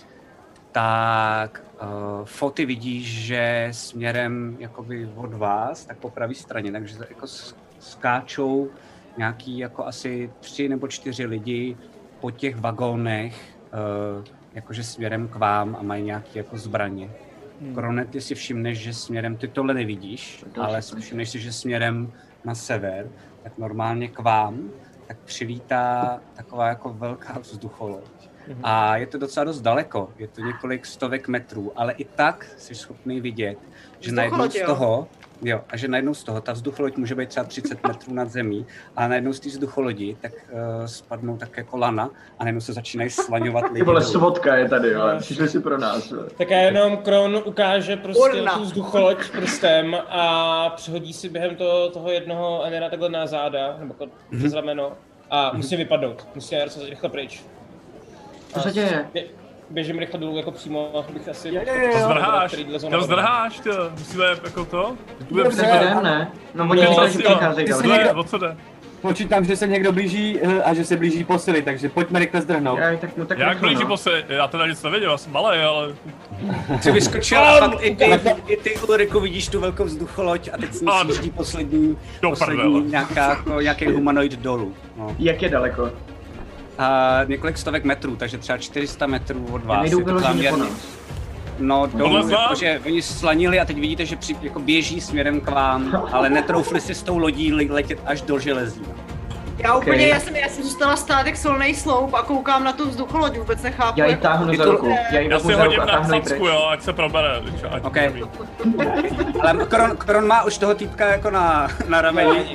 tak uh, Fo ty vidíš, že směrem jakoby od vás, tak po pravé straně, takže jako skáčou nějaký jako asi tři nebo čtyři lidi po těch vagónech uh, jakože směrem k vám a mají nějaké jako zbraně. Hmm. Korone, ty si všimneš, že směrem, ty tohle nevidíš, to ale všimneš si, že směrem na sever, tak normálně k vám, tak přilítá taková jako velká vzducholoď. Hmm. A je to docela dost daleko, je to několik stovek metrů, ale i tak jsi schopný vidět, že najednou z toho, jo, a že najednou z toho ta vzducholoď může být třeba třicet metrů nad zemí a najednou z té vzducholodi tak uh, spadnou tak jako lana a najednou se začínají slaňovat lidi. Ty vole, svodka je tady, jo, přišli si pro nás. Jo. Tak já jenom Kron ukáže prostě Urna. tu vzducholoď prstem a přehodí si během toho, toho jednoho Enera takhle na záda, nebo jako mm-hmm. přes rameno a musí vypadnout, musí se rychle pryč. Co se děje? Běžím rychle dolů jako přímo, abych asi... Je, je, je, to zdrháš, to zdrháš, to musíme jako to? Dobře, jdem, ne? No, oni no, že přicházejí další. O co jde? Počítám, že se někdo blíží a že se blíží posily, takže pojďme rychle zdrhnout. Já, tak, no, tak Jak blíží posily? Já teda nic nevěděl, já jsem malej, ale... Jsi vyskočil, fakt i ty, i ty Ulriku vidíš tu velkou vzducholoď a teď s ní sjíždí poslední, poslední nějaká, jako, nějaký humanoid dolů. No. Jak je daleko? A několik stovek metrů, takže třeba čtyři sta metrů od vás. Nejdou vyloženě po nás. No, dolů, jakože oni slanili a teď vidíte, že při, jako běží směrem k vám, ale netroufli si s tou lodí letět až do železí. Já úplně, okay. já jsem, já jsem zůstala stát jak solnej sloup a koukám na tu vzducholoď, vůbec nechápu. Já ji táhnu za ruku, já ji já si hodím na psacku, jo, ať se probere. Ať okay. Ale Kron, Kron má už toho týpka jako na, na rameni.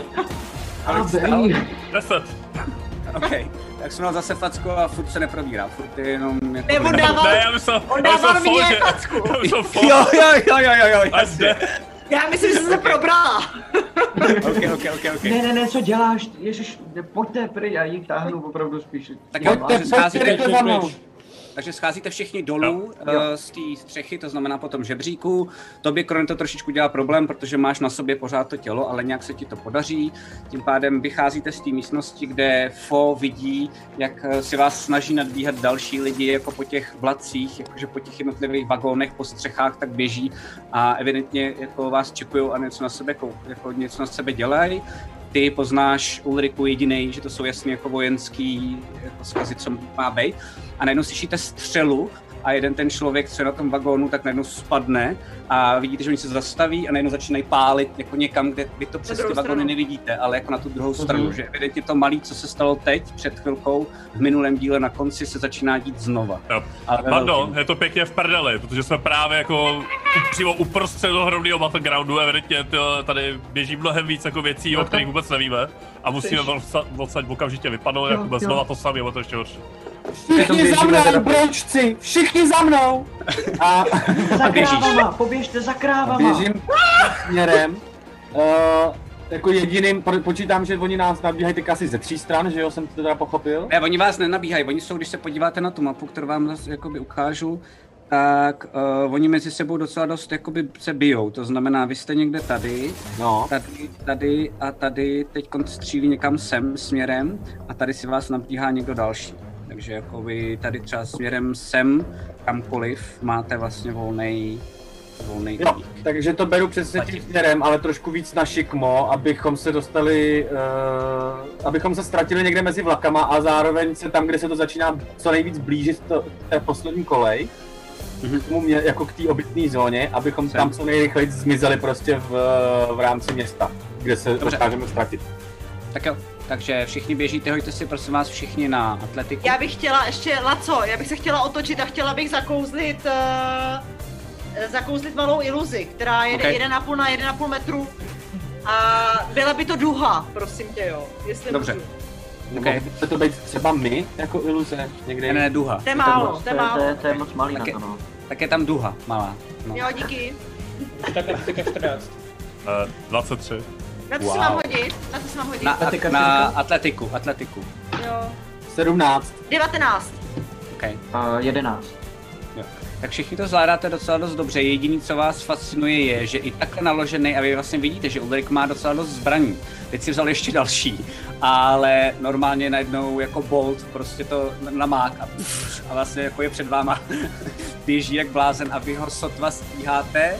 Deset. Okay. Tak jsem měl zase facku a furt se neprobírá, furt je jenom jako... Nebo dával, ne, já myslel, on dával mě facku. Jo, jo, jo, jo, jo, jo, jasně. Já myslím, že jsem se probrala. Ok, ok, ok, ok. Ne, ne, ne, co děláš? Ježiš, pojďte pryč, já ji táhnu opravdu spíš. Tak jo, takže scházíte pryč. Takže scházíte všichni dolů no. uh, z té střechy, to znamená po tom žebříku. Tobě, Kron, to trošičku dělá problém, protože máš na sobě pořád to tělo, ale nějak se ti to podaří. Tím pádem vycházíte z té místnosti, kde Fo vidí, jak si vás snaží nadbíhat další lidi jako po těch vlacích, jakože po těch jednotlivých vagónech, po střechách tak běží a evidentně jako vás čekují a něco na sebe, jako něco na sebe dělají. Ty poznáš Ulriku jedinej, že to jsou jasně jako vojenský jako zkazy, co má být. A najednou slyšíte střelu a jeden ten člověk, co je na tom vagónu, tak najednou spadne a vidíte, že oni se zastaví a najednou začínají pálit jako někam, kde vy to přes ty vagóny nevidíte, ale jako na tu druhou stranu, že evidentně to malý, co se stalo teď, před chvilkou, v minulém díle na konci se začíná dít znova. Mando, je to pěkně v prdeli, protože jsme právě jako přímo uprostřed ohromného battlegroundu, evidentně tady běží mnohem víc jako věcí, o kterých vůbec nevíme a musíme odsaď okamžitě vypadnout, jako vůbec znova to samé, o to ještě horší. Všichni za mnou, bročci! Všichni za mnou! A, za krávama, poběžte za krávama! Běžím směrem. Uh, jako jediným, počítám, že oni nás nabíhají teď asi ze tří stran, že jo, jsem to teda pochopil? Ne, oni vás nenabíhají, oni jsou, když se podíváte na tu mapu, kterou vám zase jakoby ukážu, tak uh, oni mezi sebou docela dost jakoby se bijou, to znamená, vy jste někde tady, no. tady, tady a tady teď střílí někam sem směrem a tady si vás nabíhá někdo další. Takže jako vy tady třeba směrem sem, kamkoliv, máte vlastně volnej, volnej jo, takže to beru přesně tím směrem, ale trošku víc na šikmo, abychom se dostali, uh, abychom se ztratili někde mezi vlakama a zároveň se tam, kde se to začíná co nejvíc blížit to, té poslední kolej, mm-hmm. jako k té obytné zóně, abychom sem. tam co nejrychleji zmizeli prostě v, v rámci města, kde se Dobře. dokážeme ztratit. Tak jo. Takže všichni běžíte, hoďte si prosím vás všichni na atletiku. Já bych chtěla ještě, Laco, já bych se chtěla otočit a chtěla bych zakouzlit, uh, zakouzlit malou iluzi, která jede okay. jeden a půl na jeden a půl metru. A byla by to duha, prosím tě, jo, jestli Dobře. můžu. Okay. Může to být třeba my, jako iluze, někde? Ne, ne, duha. To je málo, to je málo. To je moc malý na to, no. Tak je tam duha, malá. No. Jo, díky. Tak je čtrnáct. Uh, dvacet tři. Na to wow. si mám hodit, na to si mám hodit. Na, a, na atletiku, atletiku. Jo. sedmnáct. devatenáct. Okay. Uh, jedenáct. Jo. Tak všichni to zvládáte docela dost dobře. Jediný, co vás fascinuje, je, že i takhle naložený, a vy vlastně vidíte, že Ulrik má docela dost zbraní. Teď si vzal ještě další, ale normálně najednou jako bolt prostě to namák a, a vlastně jako je před váma běží jak blázen a vy ho sotva stíháte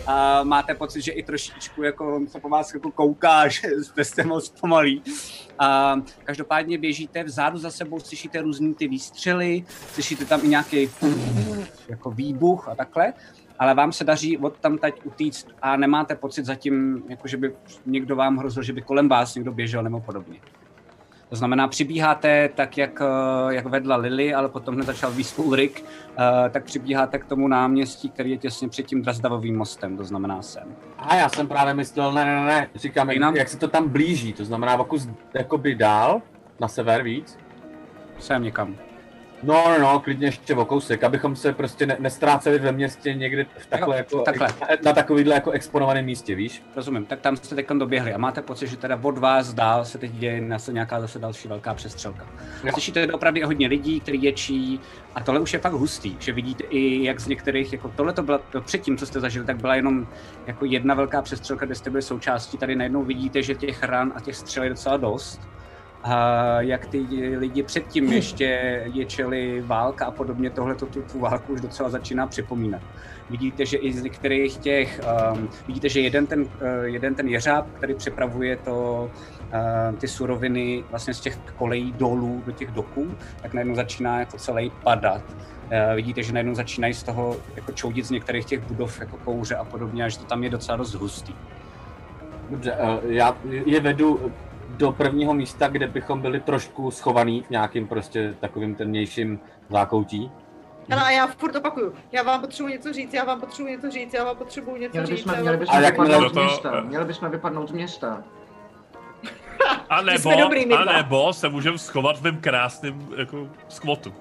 a máte pocit, že i trošičku jako se po vás jako kouká, že jste moc pomalí. A každopádně běžíte vzadu za sebou, slyšíte různý ty výstřely, slyšíte tam i nějaký jako výbuch a takhle, ale vám se daří od tam teď utíct a nemáte pocit zatím, jako že by někdo vám hrozil, že by kolem vás někdo běžel nebo podobně. To znamená, přibíháte tak, jak, jak vedla Lily, ale potom hned začal výst Ulrik, tak přibíháte k tomu náměstí, který je těsně před tím Drazdavovým mostem, to znamená sem. A já jsem právě myslel, ne, ne, ne, říkám, jak, jak se to tam blíží, to znamená o kus jakoby dál, na sever víc. Sem někam. No, no, no, klidně ještě o kousek, abychom se prostě ne, nestráceli ve městě někde v takhle, jo, jako, takhle. Na, na takovýhle jako exponovaném místě, víš? Rozumím, tak tam jste teď doběhli a máte pocit, že teda od vás dál se teď děje nějaká zase další velká přestřelka. Slyšíte opravdu hodně lidí, kteří ječí a tohle už je fakt hustý, že vidíte i jak z některých, jako tohle to bylo to předtím, co jste zažili, tak byla jenom jako jedna velká přestřelka, kde jste byli součástí, tady najednou vidíte, že těch ran a těch střel je docela dost. A jak ty lidi předtím ještě ječeli válka a podobně, tohle tu, tu válku už docela začíná připomínat. Vidíte, že i z některých těch, um, vidíte, že jeden ten, uh, jeden ten jeřáb, který přepravuje to, uh, ty suroviny vlastně z těch kolejí dolů do těch doků, tak najednou začíná jako celý padat. Uh, vidíte, že najednou začínají z toho jako čoudit z některých těch budov jako kouře a podobně, a že to tam je docela dost hustý. Dobře, uh, já je vedu do prvního místa, kde bychom byli trošku schovaný v nějakým prostě takovým temnějším zákoutí. Ale a já furt opakuju, já vám potřebuji něco říct, já vám potřebuji něco říct, já vám potřebuji něco měli říct. Bychom, měli bychom vypadnout z města, měli bychom vypadnout z města. A nebo, a nebo se můžeme schovat v mém krásném jako skvotu.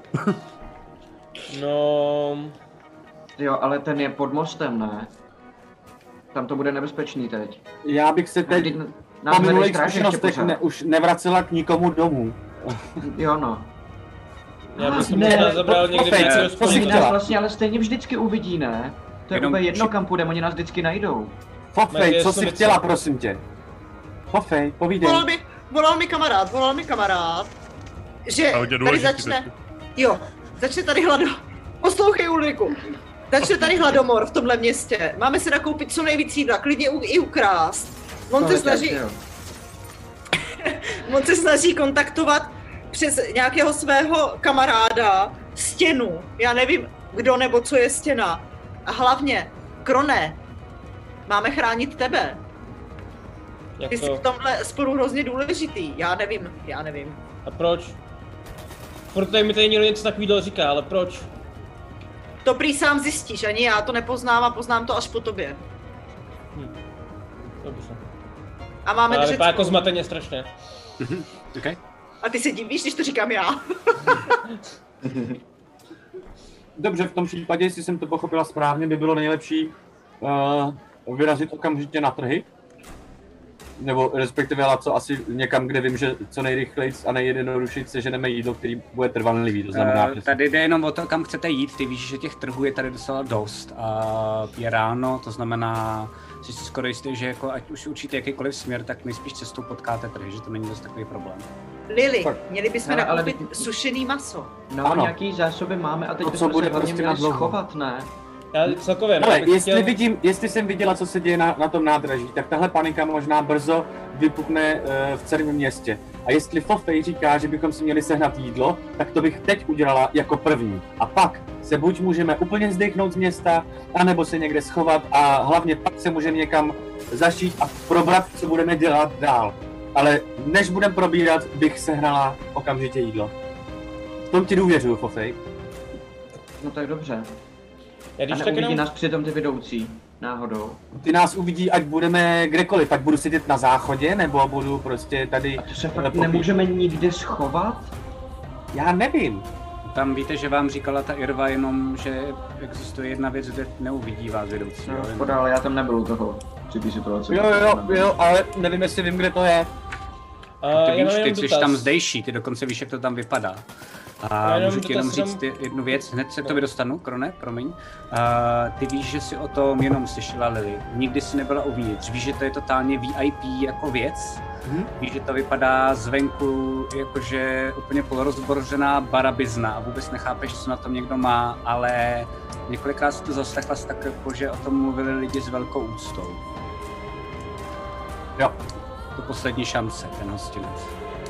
No... Jo, ale ten je pod mostem, ne? Tam to bude nebezpečný teď. Já bych se teď po minulých zkušenostech ne, už nevracela k nikomu domů. Jo no. Já bych ne, možná zabral někde víc nás vlastně ale stejně vždycky uvidí, ne? To je úplně jedno, kam půjdeme, oni nás vždycky najdou. Fofej, co jsi chtěla, prosím tě? Fofej, povídej. Volal mi, volal mi kamarád, volal mi kamarád, že tady začne, jo, začne tady hlado, poslouchej Ulriku, začne tady hladomor v tomhle městě, máme si nakoupit co nejvíc jídla, klidně i ukrást. On se snaží, on se snaží kontaktovat přes nějakého svého kamaráda stěnu, já nevím kdo nebo co je stěna. A hlavně, Krone, máme chránit tebe. Jak Ty to? Jsi v tomhle sporu hrozně důležitý, já nevím, já nevím. A proč? Furt tady mi tady někdo něco takového říká, ale proč? To prý sám zjistíš, ani já to nepoznám a poznám to až po tobě. Hm. Dobře. A máme ale držet vypadá jako zmateně strašně. Okay. A ty se divíš, když to říkám já. Dobře, v tom případě, jestli jsem to pochopila správně, by bylo nejlepší uh, vyrazit okamžitě na trhy. Nebo respektive co asi někam, kde vím, že co nejrychleji a nejjednodušeji seženeme jídlo, který bude trvanlivý, to znamená... Uh, tady jde jenom o to, kam chcete jít, ty víš, že těch trhů je tady docela dost a je ráno, to znamená, že si skoro jistý, že jako ať už učíte jakýkoliv směr, tak nejspíš cestou potkáte trhy, že to není dost takový problém. Lily, měli bychom no, nakoupit ale... sušený maso. No, ano. Nějaký zásoby máme a teď to, bychom se hlavně měli schovat, ne? Já celkově, ale jestli, chtěl... vidím, jestli jsem viděla, co se děje na, na tom nádraží, tak tahle panika možná brzo vypukne uh, v celém městě. A jestli Fofej říká, že bychom si měli sehnat jídlo, tak to bych teď udělala jako první. A pak se buď můžeme úplně zdechnout z města, anebo se někde schovat a hlavně pak se můžeme někam zašít a probrat, co budeme dělat dál. Ale než budeme probírat, bych sehnala okamžitě jídlo. V tom ti důvěřuju, Fofej. No tak dobře. Já když a tak neuvidí jenom... nás přitom ty vedoucí, náhodou. Ty nás uvidí, ať budeme kdekoliv, ať budu sedět na záchodě, nebo budu prostě tady... A to se fakt nemůžeme nikde schovat? Já nevím. Tam víte, že vám říkala ta Irva jenom, že existuje jedna věc, kde neuvidí vás vedoucí. No, škoda, ale já tam nebyl u toho, při té situaci. Jo, jo, jo, ale nevím, jestli vím, kde to je. Uh, ty víš, ty jsi tam zdejší, ty dokonce víš, jak to tam vypadá. A jenom můžu ti jenom říct jenom... jednu věc, hned se k tobě dostanu, Krone, promiň. Uh, ty víš, že jsi o tom jenom slyšela, Lily. Nikdy jsi nebyla uvnitř. Víš, že to je totálně V I P jako věc. Mm-hmm. Víš, že to vypadá zvenku jakože úplně polorozbořená barabizna a vůbec nechápeš, co na tom někdo má, ale několikrát jsi to zaslechla tak jako, že o tom mluvili lidi s velkou úctou. Jo. To poslední šance, ten hostinec.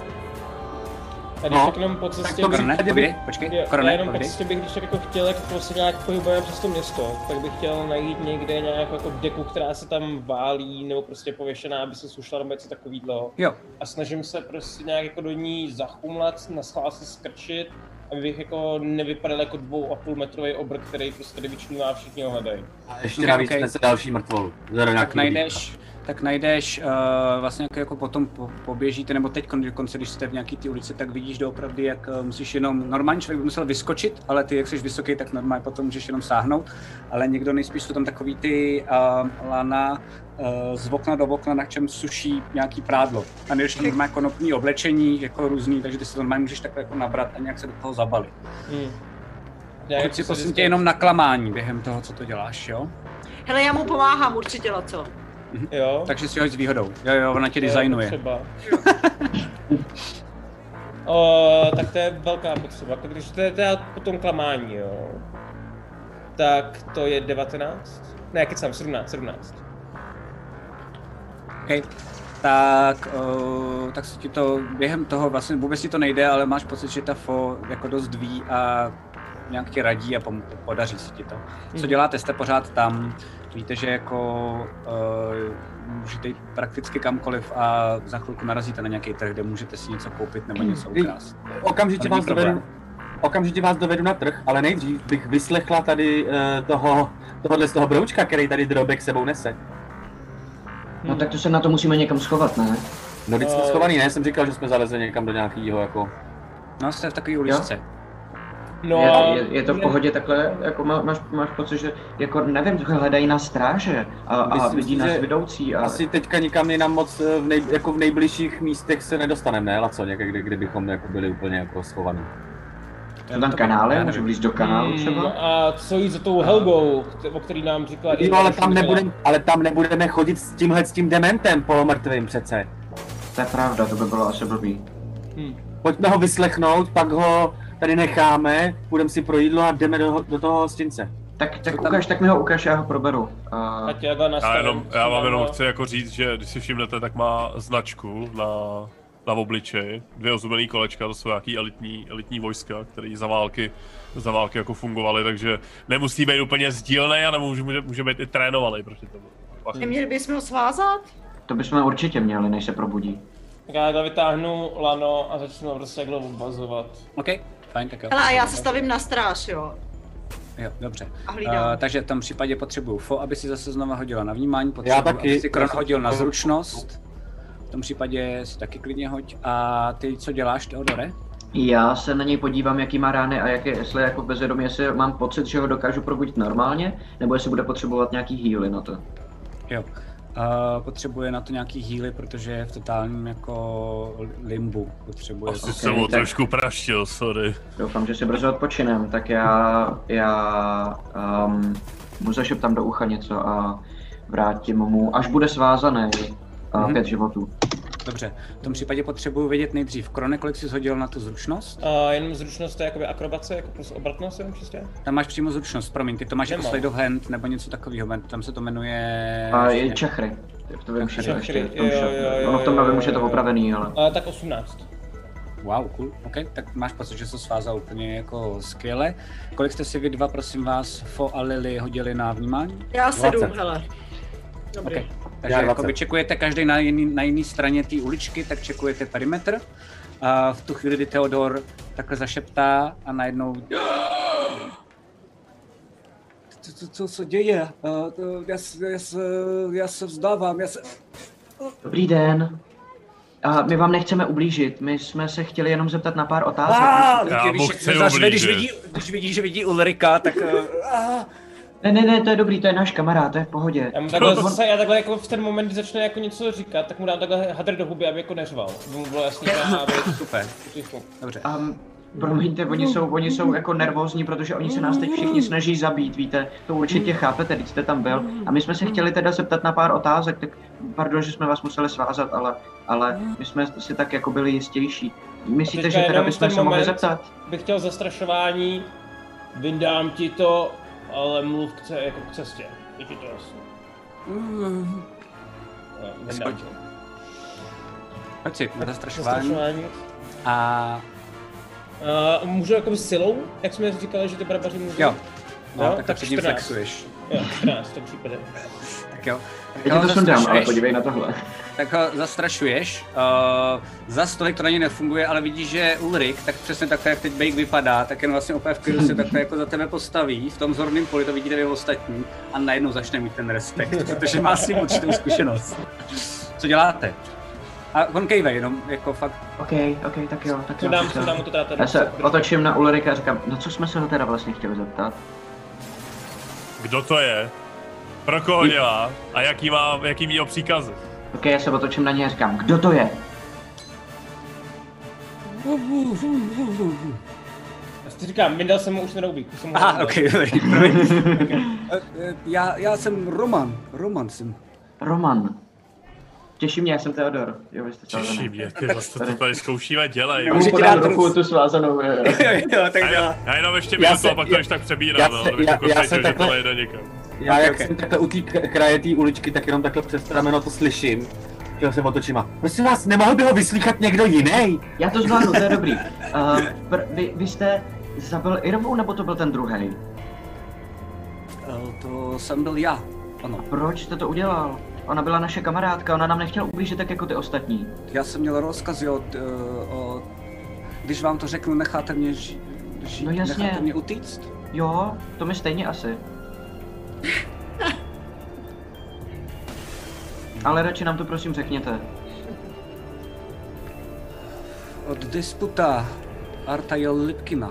A když no, tak jenom po cestě... Tak Krone, povídej, počkej, jo, Krone, jenom povídej. po cestě bych, když tak jako chtěl, jak prostě nějak pohybujeme přes to město, tak bych chtěl najít někde nějakou jako deku, která se tam válí, nebo prostě pověšená, aby se sušla nebo něco takovýhle. Jo. A snažím se prostě nějak jako do ní zachumlat, na schvál se skrčit, abych jako nevypadal jako dvou a půl metrový obr, který prostě tady vyčnívá, všichni ho hledají. A ještě navíc okay. se další mrtvolu. Tak najdeš, tak najdeš uh, vlastně jako potom po, poběžíte, nebo teď dokonce, když jste v nějaký ty ulici, tak vidíš doopravdy, jak uh, musíš jenom, normální člověk by musel vyskočit, ale ty, jak jsi vysoký, tak normálně potom můžeš jenom sáhnout, ale někdo nejspíš jsou tam takový ty uh, lana uh, z okna do okna, na čem suší nějaký prádlo. A než normálně konopní oblečení, jako různý, takže ty se normálně můžeš takhle jako nabrat a nějak se do toho zabalit. Hmm. Pojď si prosím tě jenom na klamání během toho, co to děláš, jo? Hele, já mu pomáhám určitě, Laco. Mhm. Jo. Takže si hoď s výhodou. Jo, jo, ona tě designuje. Třeba. o, tak to je velká potřeba. Když to je teda potom klamání, jo. Tak to je devatenáct. Ne, kecám, sedmnáct, sedmnáct. OK. Tak, uh, tak se ti to během toho vlastně vůbec ti to nejde, ale máš pocit, že ta Fo jako dost ví a nějak ti radí a pom- podaří se ti to. Co děláte? Jste pořád tam, víte, že jako uh, můžete jít prakticky kamkoliv a za chvilku narazíte na nějaký trh, kde můžete si něco koupit nebo něco ukrást. Okamžitě vás dovedu, okamžitě vás dovedu na trh, ale nejdřív bych vyslechla tady uh, toho, tohohle z toho broučka, který tady Drobek sebou nese. No tak to se na to musíme někam schovat, ne? No teď jsme schovaný, ne? Jsem říkal, že jsme zalezli někam do nějakýho jako... No jste v takový uličce. No, je, je, je to v pohodě takhle, jako má, máš, máš pocit, že jako nevím, hledají nás stráže a, a vidí nás vedoucí a... Asi teďka nikam jinam moc v, nej, jako v nejbližších místech se nedostaneme, ne? Laco, někde, kdybychom jako byli úplně jako schovaní. Jsou tam kanály, můžu blíž do kanálu třeba? Hmm, a co jít za tou Helgou, o který nám říkala... Jo, ale tam, nebudem, ale tam nebudeme chodit s tímhle s tím dementem polomrtvým přece. To je pravda, to by bylo asi blbý. Hmm. Pojďme ho vyslechnout, pak ho tady necháme, půjdeme si pro jídlo a jdeme do, do toho hostince. Tak, tak ukaž, tak mi ho ukaž, já ho proberu. Uh... Já, jenom, já vám jenom chci jako říct, že když si všimnete, tak má značku na, na obličeji. Dvě ozubený kolečka, to jsou nějaký elitní, elitní vojska, které za války, za války jako fungovaly, takže nemusí být úplně sdílnej a nemůže, může, může být i trénovaný proti tomu. Neměli bychom ho svázat? To bychom určitě měli, než se probudí. Tak já takhle vytáhnu lano a začnu prostě takhle obvazovat. OK, fajn, tak jo. Hele, a já se stavím na stráž, jo. Jo, dobře. A hlídám. Uh, takže v tom případě potřebuju Fo, aby si zase znova hodila na vnímání, já potřebuju, taky. aby si Kron hodil na zručnost. V tom případě si taky klidně hoď. A ty co děláš, Teodore? Já se na něj podívám, jaký má rány a jak je, jestli jako bezvědomí, jestli mám pocit, že ho dokážu probudit normálně, nebo jestli bude potřebovat nějaký healy na to. Jo. Uh, potřebuje na to nějaký healy, protože je v totálním jako limbu. Potřebuje. Asi okay, jsem ho tak... trošku praštil, sorry. Doufám, že si brzo odpočinem, tak já, já um, mu zašeptám do ucha něco a vrátím mu, až bude svázaný, uh, mm-hmm. pět životů. Dobře, v tom případě potřebuju vědět nejdřív. Krone, kolik jsi hodil na tu zručnost? Uh, jenom zručnost, to je jakoby akrobace, jako plus obratnost jenom čistě? Tam máš přímo zručnost, promiň, ty to máš Nemám. jako slide of hand nebo něco takového, tam se to jmenuje... A je čachry, to vím, že ještě v tom jo, jo, jo, ono v tom novém už je to opravený, ale... Uh, tak osmnáct. Wow, cool, ok, tak máš pocit, že se svázal úplně jako skvěle. Kolik jste si vy dva, prosím vás, Fo a Lily hodili na vnímání? Já sedm, hele. Dobrý. Okay. Takže jako vy čekujete každý na jiný, na jiný straně té uličky, tak čekujete perimetr. A v tu chvíli, kdy Theodor takhle zašeptá a najednou... Co, co, co se děje? Uh, já, já, se, já se vzdávám, já se... Dobrý den. A my vám nechceme ublížit, my jsme se chtěli jenom zeptat na pár otázek. Ah, já mu chci ublížit. Když vidí, když vidí, že vidí Ulrika, tak... Uh, Ne, ne, ne, to je dobrý, to je náš kamarád, to je v pohodě. Já, takhle zase, já takhle jako v ten moment, kdy začne jako něco říkat, tak mu dám takhle hadr do huby, aby jako neřval. Aby mu bylo jasný, že má být super. Dobře. Um, Promiňte, oni jsou, oni jsou jako nervózní, protože oni se nás teď všichni snaží zabít, víte, to určitě chápete, když jste tam byl. A my jsme se chtěli teda zeptat na pár otázek, tak pardon, že jsme vás museli svázat, ale, ale my jsme si tak jako byli jistější. Myslíte, že teda bychom se mohli zeptat? Bych chtěl zastrašování, vyndám ti to, ale mluv k, ce, jako k cestě, je ti to jasné. Mm. No, vyndám ti. Pojď si, na zastrašování. A... Uh, můžu jakoby silou, jak jsme říkali, že ty barbaři můžou? Jo, no, no tak, tak před ním flexuješ. Jo, čtrnáct v tom případě. Tak jo. Tak Já ti to sundám, ale podívej na tohle. Tak ho zastrašuješ, uh, zas tolik to na něj nefunguje, ale vidíš, že Ulrik, tak přesně takhle, jak teď Bake vypadá, tak jen vlastně opět v klidu se takhle jako za tebe postaví, v tom zorném poli to vidíte vy ostatní a najednou začne mít ten respekt, protože má si určitou zkušenost. Co děláte? A on kejve jenom, jako fakt. OK, OK, tak jo, tak jo. Dám, dám mu to teda Já se otočím na Ulrika a říkám, na co jsme se ho teda vlastně chtěli zeptat? Kdo to je? Pro koho dělá? A jaký má, jaký měl příkazy? OK, já se otočím na něj a říkám, kdo to je? Já si říkám, vyndal jsem mu už neroubík. Aha, OK, já, já jsem Roman, Roman jsem. Roman. Těší mě, já jsem Theodor. Jo, vy jste Těší mě, ty vlastně to tady zkoušíme, dělej. Můžu ti dát ruku tu svázanou. Jo, jo, tak dělá. Já jenom ještě minutu a pak to když tak přebírám, no, abych to končil, že to nejde nikam. Já jak jsem takhle u té kraje té uličky, tak jenom takhle přes rameno to slyším. Já jsem otočím a prosím vás, nemohl by ho vyslýchat někdo jiný? Já to zvládnu, to je dobrý. Uh, pr- vy, vy jste zabil Irvu, nebo to byl ten druhý? Uh, to jsem byl já, ano. A proč jste to udělal? Ona byla naše kamarádka, ona nám nechtěla ublížit tak jako ty ostatní. Já jsem měl rozkazy od, uh, od... Když vám to řeknu, necháte mě žít, ži- no jasně. Necháte mě utíct? Jo, to mi stejně asi. Ale radši nám to prosím řekněte. Od disputa Artaje Lipkina.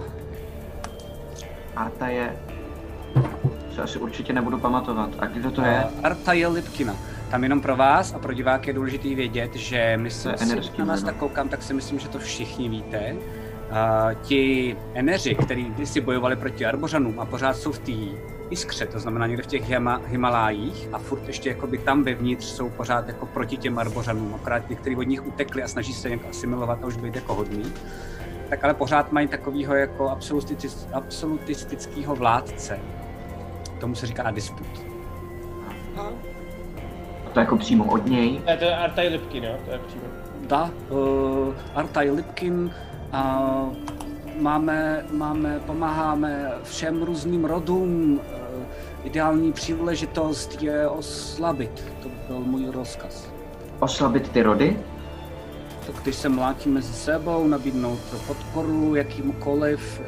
Artaje... Se asi určitě nebudu pamatovat. A kdo to je? Uh, Artaje Lipkina. Tam jenom pro vás a pro diváky je důležitý vědět, že myslím si, na nás tak koukám, tak si myslím, že to všichni víte. Uh, ti eneři, kteří kdysi bojovali proti Arbořanům a pořád jsou v té iskře, to znamená někde v těch Hima, Himalájích a furt ještě jakoby tam vevnitř jsou pořád jako proti těm Arbořanům, akorát některý od nich utekli a snaží se nějak asimilovat a už být jako hodný. Tak ale pořád mají takovýho jako absolutistic, absolutistického vládce. Tomu se říká disput. Aha. A to jako přímo od něj? Ne, to je Artaj Lipkin, jo? To je přímo. Da, uh, Artaj Lipkin a máme, máme, pomáháme všem různým rodům. Uh, ideální příležitost je oslabit, to byl můj rozkaz. Oslabit ty rody? Tak když se mlátí mezi sebou, nabídnout podporu jakýmkoliv.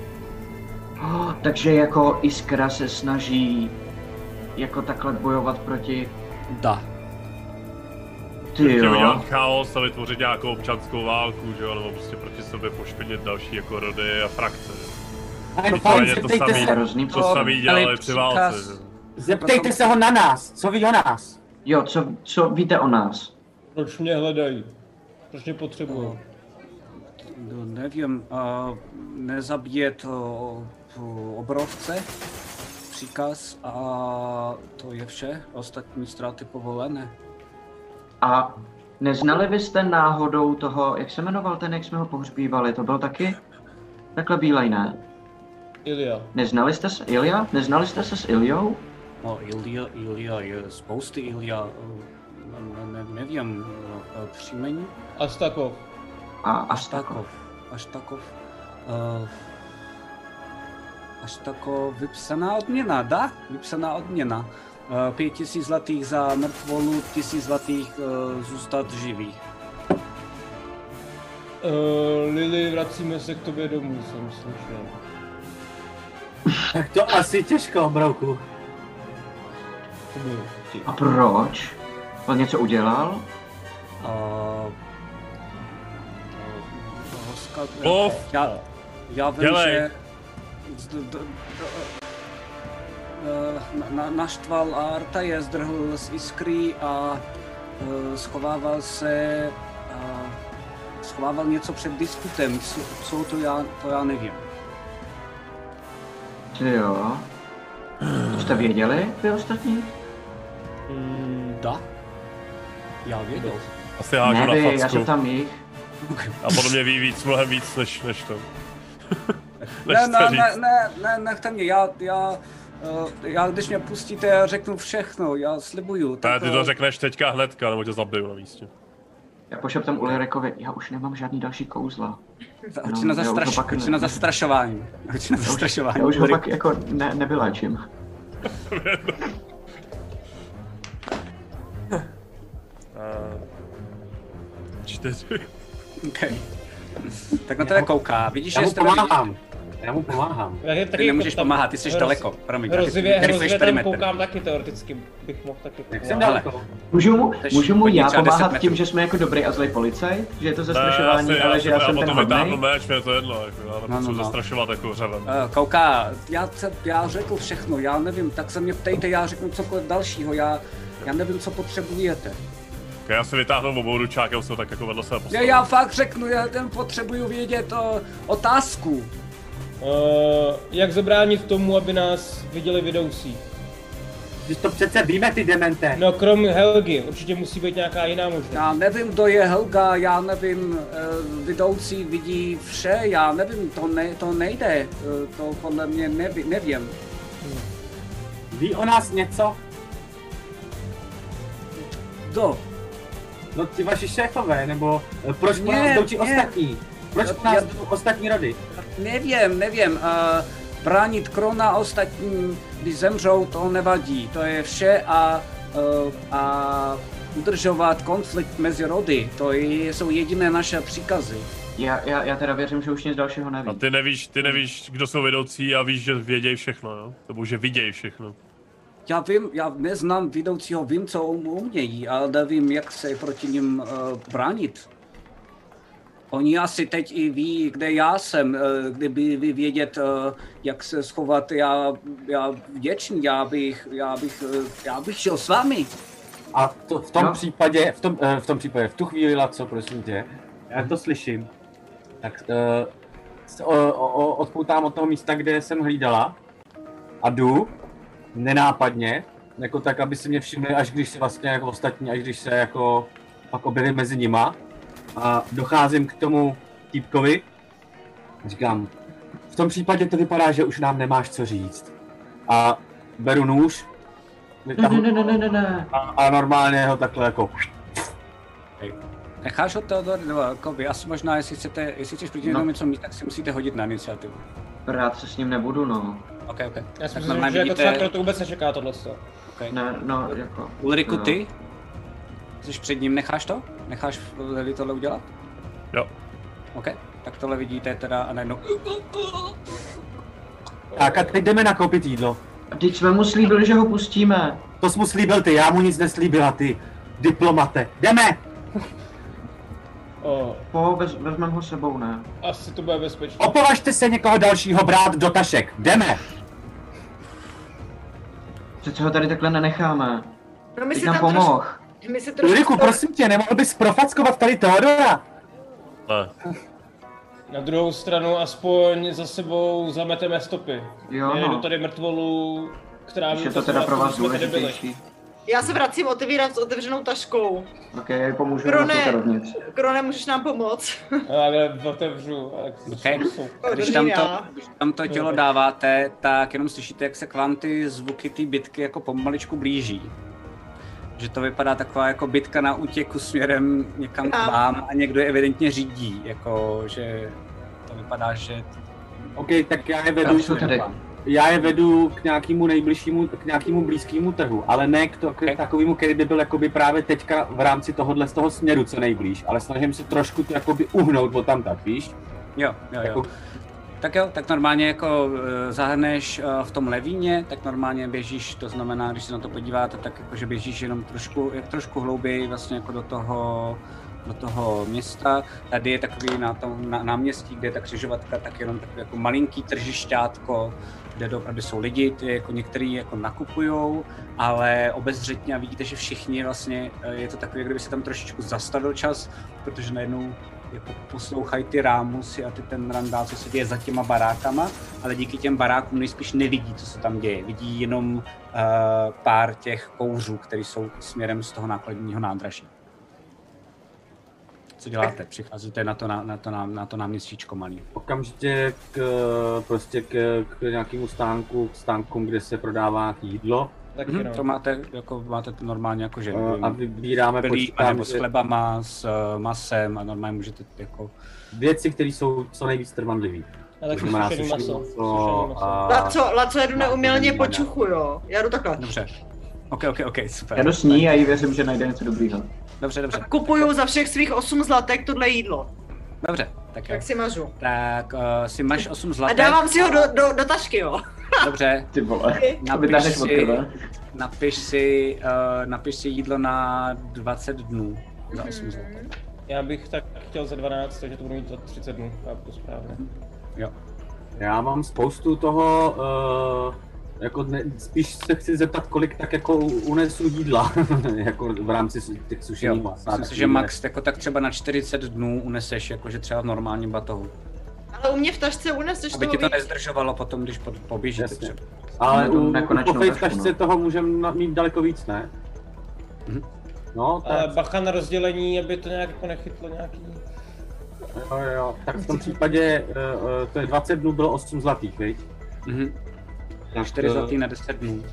Oh, takže jako Iskra se snaží jako takhle bojovat proti... Da. Ty jo. Chtěl udělat chaos a vytvořit nějakou občanskou válku, že jo, nebo prostě proti sobě poškodit další jako rody a frakce. Ale fajn, to samý, se, to samý dělali při válce. Zeptejte se ho na nás, co ví o nás? Jo, co, co víte o nás? Proč mě hledají? Proč mě potřebují? No, nevím, uh, nezabíjet uh, obrovce, příkaz a to je vše, ostatní ztráty povolené. A neznali vy jste náhodou toho, jak se jmenoval ten, jak jsme ho pohřbívali, to byl taky takhle bílej, ne? Ilja. Neznali jste se Ilja? Neznali jste se s Iljou? No, Ilja, Ilja je spousty Ilja, ne, ne, nevím, příjmení? A Astakov. Astakov. Astakov. Uh, Astakov, vypsaná odměna, da? Vypsaná odměna. Uh, pět tisíc zlatých za mrtvolu, tisíc zlatých uh, zůstat živý. Uh, Lily, vracíme se k tobě domů, jsem slyšel. Tak to asi těžko, brouku. A proč? On něco udělal? Uh, Off! Já, já vím, Dělej. že d, d, d, na, na, naštval Artaje, zdrhl z iskry a uh, schovával se a schovával něco před disputem, co, co to já, to já nevím. Ty jo. To jste věděli, vy ostatní? Mm, da. Já věděl. Asi hážu na Nevy, facku. já jsem tam jich. A podle mě ví víc, mnohem víc než, než to. než Ne, ne, ne, ne, ne, nechte mě, já, já, uh, já když mě pustíte, já řeknu všechno, já slibuju. Ne, ty to řekneš teďka hnedka, nebo tě zabiju na místě. Já pošeptám Ulrikovi, já už nemám žádný další kouzla. Hoď na, zastraš, hoď na zastrašování. Hoď na zastrašování. Já už ho pak jako ne, nevyléčím. Čtyři. Okay. Tak na tebe kouká, vidíš, já že mu pomáhám. Já mu pomáhám. Já ty nemůžeš pomáhat, ty jsi hroz, daleko, promiň. Hrozivě, hrozivě tam koukám taky teoreticky, bych mohl taky Jak jsem daleko? Můžu mu, můžu mu já pomáhat tím, že jsme jako dobrý a zlej policaj? Že je to zastrašování, ne, já ale já že já jsem ten hodnej? Já hodnej? potom meč, mě je to jedno, jako, já nepotřebuji no, no, no. zastrašovat jako řevem. Uh, kouká, já, se, já řekl všechno, já nevím, tak se mě ptejte, já řeknu cokoliv dalšího, já, já nevím, co potřebujete. Okay, já si vytáhnu obou ručákem, jsou tak jako vedle sebe postavit. Já, já fakt řeknu, já ten potřebuju vědět o, otázku. Uh, jak zabránit tomu, aby nás viděli vidoucí? Když to přece víme, ty demente. No krom Helgy, určitě musí být nějaká jiná možnost. Já nevím, kdo je Helga, já nevím, uh, vidoucí vidí vše, já nevím, to, ne, to nejde, uh, to podle mě neví, nevím. Hmm. Ví o nás něco? Kdo? No ty vaši šéfové, nebo proč po nás jdou ti ostatní? Proč po nás jdou ostatní rody? Nevím, nevím, uh, bránit Krona a ostatní, když zemřou, to nevadí, to je vše a, uh, a udržovat konflikt mezi rody, to je, jsou jediné naše příkazy. Já, já, já teda věřím, že už nic dalšího neví. A ty nevíš, ty nevíš, kdo jsou vedoucí a víš, že vědějí všechno, jo? Nebo že vidějí všechno. Já vím, já neznám vidoucího, vím, co umějí, ale nevím, jak se proti nim uh, bránit. Oni asi teď i ví, kde já jsem, uh, kdyby vy vědět, uh, jak se schovat, já, já vděčný, já bych, já bych, uh, já bych šel s vámi. A to, v tom no. případě, v tom, uh, v tom případě, v tu chvíli, Laco, prosím tě, já to slyším, tak uh, o, o, odpoutám od toho místa, kde jsem hlídala a jdu. Nenápadně, jako tak, aby si mě všimli, až když se vlastně jako ostatní, až když se jako pak objevím mezi nima a docházím k tomu týpkovi a říkám, v tom případě to vypadá, že už nám nemáš co říct a beru nůž vytahu, ne, ne, ne, ne, ne. A, a normálně ho takhle jako Hej. Necháš ho to, nebo jako vy asi možná, jestli chcete, jestli chceš proti němu něco mít, tak si musíte hodit na iniciativu. Rád se s ním nebudu, no. Ok, ok. Já si myslím, že vidíte... jako celá to vůbec nečeká tohle. Okay. Ne, no, jako... Ulriku, ty? Jsi před ním, necháš to? Necháš Lily tohle udělat? Jo. Ok, tak tohle vidíte teda a najednou... Tak a teď jdeme nakoupit jídlo. Teď jsme mu slíbili, že ho pustíme. To jsi mu slíbil ty, já mu nic neslíbila ty, diplomate. Jdeme! Oh. Po, vez, vezmeme ho sebou, ne? Asi to bude bezpečné. Opovažte se někoho dalšího brát do tašek. Jdeme! Přece ho tady takhle nenecháme. No my Teď si nám tam pomoh. Troši, my si trošku... Ulriku, prosím tě, nemohl bys profackovat tady Teodora? Ne. Na druhou stranu aspoň za sebou zameteme stopy. Jo, je no. do tady mrtvolu, která by je to teda pro vás důležitější. Já se vracím otevírat s otevřenou taškou. Ok, pomůžu Krone, na to dovnitř. Krone, můžeš nám pomoct? Já otevřu. Okay. Když, tam to, když tam to tělo dáváte, tak jenom slyšíte, jak se k vám ty zvuky té bitky jako pomaličku blíží. Že to vypadá taková jako bitka na útěku směrem někam k vám a někdo je evidentně řídí, jako že to vypadá, že... Ok, tak já je vedu, já je vedu k nějakému nejbližšímu, k nějakému blízkému trhu, ale ne k, to, k okay. takovému, který by byl jakoby právě teďka v rámci tohohle z toho směru co nejblíž, ale snažím se trošku to jakoby uhnout od tam tak, víš? Jo, jo, jo. Jako... Tak jo, tak normálně jako uh, zahrneš uh, v tom levíně, tak normálně běžíš, to znamená, když se na to podíváte, tak jako, že běžíš jenom trošku, jak trošku hlouběji vlastně jako do toho, do toho města. Tady je takový na tom na, náměstí, kde je ta křižovatka, tak jenom takový jako malinký tržišťátko, kde opravdu jsou lidi, ty jako některý jako nakupujou, ale obezřetně a vidíte, že všichni vlastně, je to takový, kdyby se tam trošičku zastavil čas, protože najednou jako poslouchají ty rámusy a ty ten randál, co se děje za těma barákama, ale díky těm barákům nejspíš nevidí, co se tam děje. Vidí jenom uh, pár těch kouřů, které jsou směrem z toho nákladního nádraží. Co děláte? Přicházíte na to, na, na to, na, na to náměstíčko malý. Okamžitě k, prostě k, k nějakému stánku, k stánkům, kde se prodává jídlo. Tak mm, to máte, jako, máte to normálně jako že a vybíráme počítáme, nebo s chlebama, s uh, masem a normálně můžete jako... Věci, které jsou co nejvíc trvanlivý. A tak sušený maso. maso. A... Laco, Laco, jedu neumělně počuchu, jo. Já jdu takhle. Dobře. Ok, ok, ok, super. Já jdu s ní a jí věřím, že najde něco dobrýho. Dobře, dobře. A kupuju za všech svých osm zlatek tohle jídlo. Dobře, tak jo. Tak si mažu. Tak uh, si máš osm zlatek. A dávám si ho do, do, do tašky, jo. Dobře. Ty vole. Napiš si, napiš si, uh, napiš si jídlo na dvacet dnů za osm zlatek. Já bych tak chtěl za dvanáct, takže to budu mít za třicet dnů, chápu to správně. Jo. Já mám spoustu toho, uh, jako ne, spíš se chci zeptat, kolik tak jako unesu jídla, jako v rámci těch sušených mas. Myslím si, že max jako tak třeba na čtyřicet dnů uneseš, jakože třeba v normálním batohu. Ale u mě v tašce uneseš aby toho ti to víc. nezdržovalo potom, když poběžíte třeba. Ale no, u, u v tašce no. toho můžeme mít daleko víc, ne? Mhm. No, tak... Ale bacha na rozdělení, aby to nějak jako nechytlo nějaký... Jo, jo, tak v tom případě uh, uh, to je dvacet dnů, bylo osm zlatých, viď? Mhm. Na čtyři to... zlatý na deset dnů.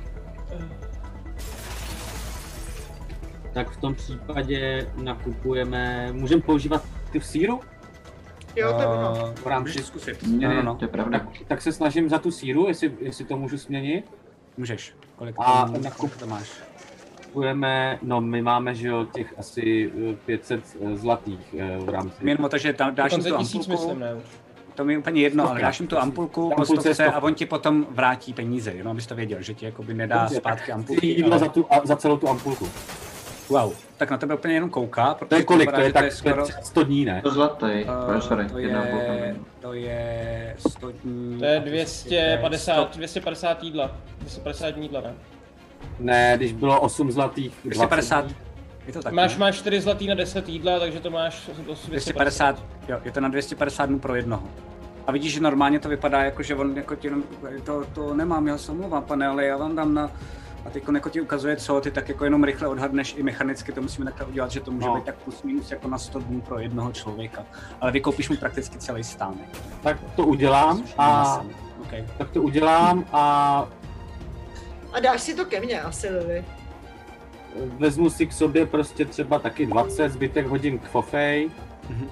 Tak v tom případě nakupujeme, můžeme používat ty v síru? Jo, to je ono. V rámci zkusit. Ne, no, no. to je pravda. Tak, tak se snažím za tu síru, jestli, jestli to můžu směnit. Můžeš. Kolik a to, nakup... to máš? Kupujeme, no my máme, že jo, těch asi pět set zlatých v rámci. Mimo to, že tam dáš jim tu ampulku, myslím, ne? To mi je úplně jedno, okay, ale dáš jim tu ampulku po stovce a on ti potom vrátí peníze, jenom abys to věděl, že ti jakoby nedá dobře, zpátky ampulky. Jídlo ale... za, tu, za celou tu ampulku. Wow, tak na tebe úplně jenom kouká, protože to je kolik, to je, tak to je skoro... sto dní, ne? To zlatý, uh, sorry, to je, to je sto dní... To je dvě stě padesát, dvě stě padesát jídla, dvě stě padesát dní jídla, ne? Ne, když bylo osm zlatých, dvě stě padesát, je to tak, máš, ne? máš čtyři zlatý na deset jídla, takže to máš dvě stě padesát, jo, je to na dvě stě padesát dnů pro jednoho. A vidíš, že normálně to vypadá jako, že on jako ti, to, to nemám, já se omlouvám, pane, ale já vám dám na... A teď jako ti ukazuje co, ty tak jako jenom rychle odhadneš i mechanicky, to musíme takhle udělat, že to může no. být tak plus minus jako na sto dnů pro jednoho člověka. Ale vykoupíš mu prakticky celý stánek. Tak to udělám a... Okay. Tak to udělám a... A dáš si to ke mně asi, Lili. Vezmu si k sobě prostě třeba taky dvacet, zbytek hodím k Fofej. Mm-hmm.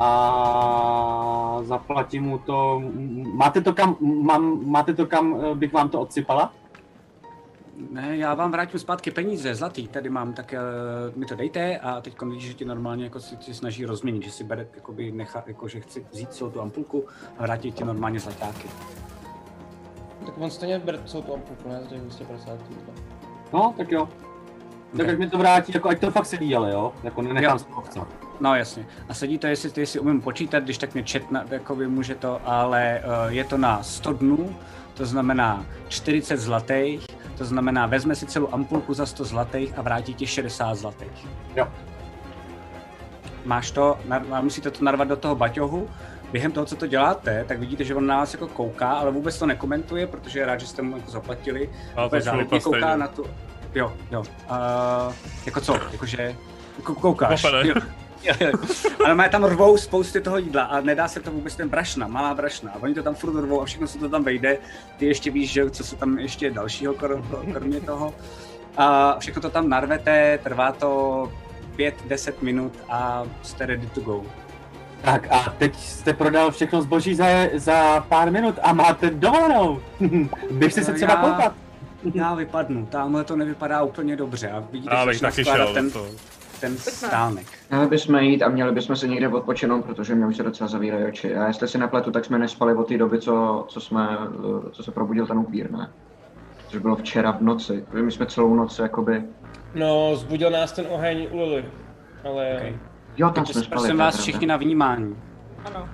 A zaplatím mu to... Máte to kam, mám, máte to kam bych vám to odsypala? Ne, já vám vrátím zpátky peníze, zlatý, tady mám, tak uh, mi to dejte a teď vidíš, že ti normálně jako si, si snaží rozměnit, že si bere, jakoby nechá, jako že chci vzít celou tu ampulku a vrátit ti normálně zlatáky. Tak on stejně bere celou tu ampulku, ne? Zdě dvě stě padesát. No, tak jo. Okay. Tak ať mi to vrátí, jako ať to fakt sedí, ale jo, jako nenechám se No jasně. A sedí to, jestli, jestli umím počítat, když tak mě četna, jako by může to, ale uh, je to na sto dnů, to znamená čtyřicet zlatých, to znamená vezme si celou ampulku za sto zlatých a vrátí ti šedesát zlatých. Jo. Máš to, nar, musíte to narvat do toho baťohu. Během toho, co to děláte, tak vidíte, že on na vás jako kouká, ale vůbec to nekomentuje, protože je rád, že jste mu jako zaplatili. A záležitě kouká na tu... Jo, jo. Uh, jako co? Jakože... Koukáš. Jo. Ale má tam rvou spousty toho jídla a nedá se to vůbec ten brašna, malá brašna. A oni to tam furt rvou a všechno se to tam vejde. Ty ještě víš, že co se tam ještě dalšího kromě toho. A všechno to tam narvete, trvá to pět deset minut a jste ready to go. Tak a teď jste prodal všechno zboží za, za pár minut a máte dovolenou. Běž si se třeba já, koukat. Já vypadnu, tamhle to nevypadá úplně dobře a vidíte, já že taky šel, ten, to. ten stánek. Měli bychom jít a měli bychom se někde odpočinout, protože mě už se docela zavírají oči. A jestli si nepletu, tak jsme nespali od té doby, co, co, jsme, co se probudil ten upír, ne? Což bylo včera v noci. My jsme celou noc jakoby... No, zbudil nás ten oheň u Lily, ale... Okay. Jo, tam jsme spali. Prosím vás všichni na vnímání. Ano.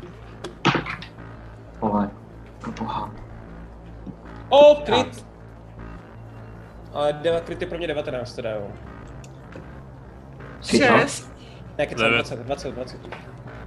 Vole, pro boha. O, kryt! Ale kryt je pro mě devatenáct teda, jo. šest. Ne, kecám, dvacet, dvacet, dvacet.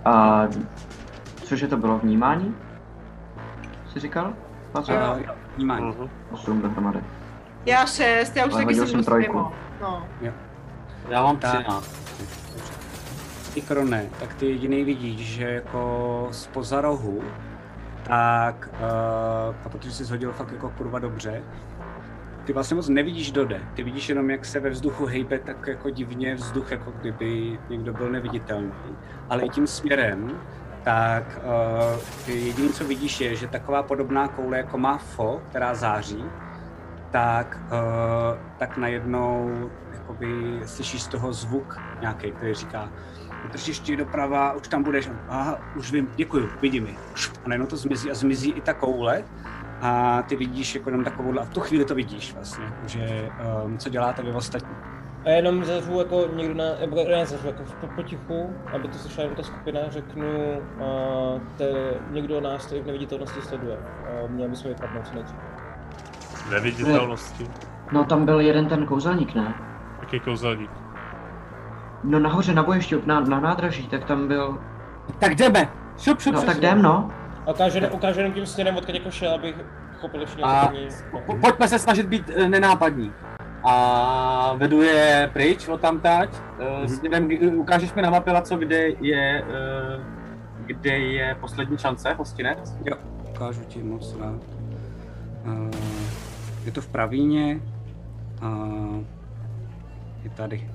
A cože to bylo, vnímání? Jsi říkal? Jo, vnímání. osm dohromady. Já šest, já už Ale taky hodil jsem jsem trojku. mimo. No. Jo. Já mám Tak. třináct. Ty Krone, tak ty jediný vidíš, že jako zpoza rohu, tak, uh, a protože jsi shodil fakt jako kurva dobře, ty vlastně moc nevidíš dode, ty vidíš jenom, jak se ve vzduchu hejbe tak jako divně vzduch, jako kdyby někdo byl neviditelný, ale i tím směrem, tak uh, ty jediné, co vidíš, je, že taková podobná koule, jako má Fo, která září, tak, uh, tak najednou jakoby slyšíš z toho zvuk nějaký, který říká drž ještě doprava, už tam budeš. Aha, už vím, děkuju, vidím ji. A najednou to zmizí a zmizí i ta koule a ty vidíš jako jenom takovouhle, a v tu chvíli to vidíš vlastně, že um, co děláte vy ostatní. A jenom zařvu jako někdo na, nebo ne zařvu, jako po, potichu, aby to slyšela jenom ta skupina, řeknu, uh, te, někdo nás tady v neviditelnosti sleduje. Uh, měl bychom vypadnout co nejdřív. Neviditelnosti. No tam byl jeden ten kouzelník, ne? Jaký kouzelník? No nahoře na bojišti, na, na nádraží, tak tam byl... Tak jdeme! Šup, šup, No šup, tak šup. jdem, no. A ukáže, ukáže jenom tím směrem, odkud jako šel, abych pochopil všichni A ostatní. po- pojďme se snažit být eh, nenápadní. A vedu je pryč od tamtať. Mm-hmm. Směrem, k- ukážeš mi na mapě, co kde je, eh, kde je poslední šance, hostinec? Jo, ukážu ti moc rád. Uh, je to v Pravíně a je tady.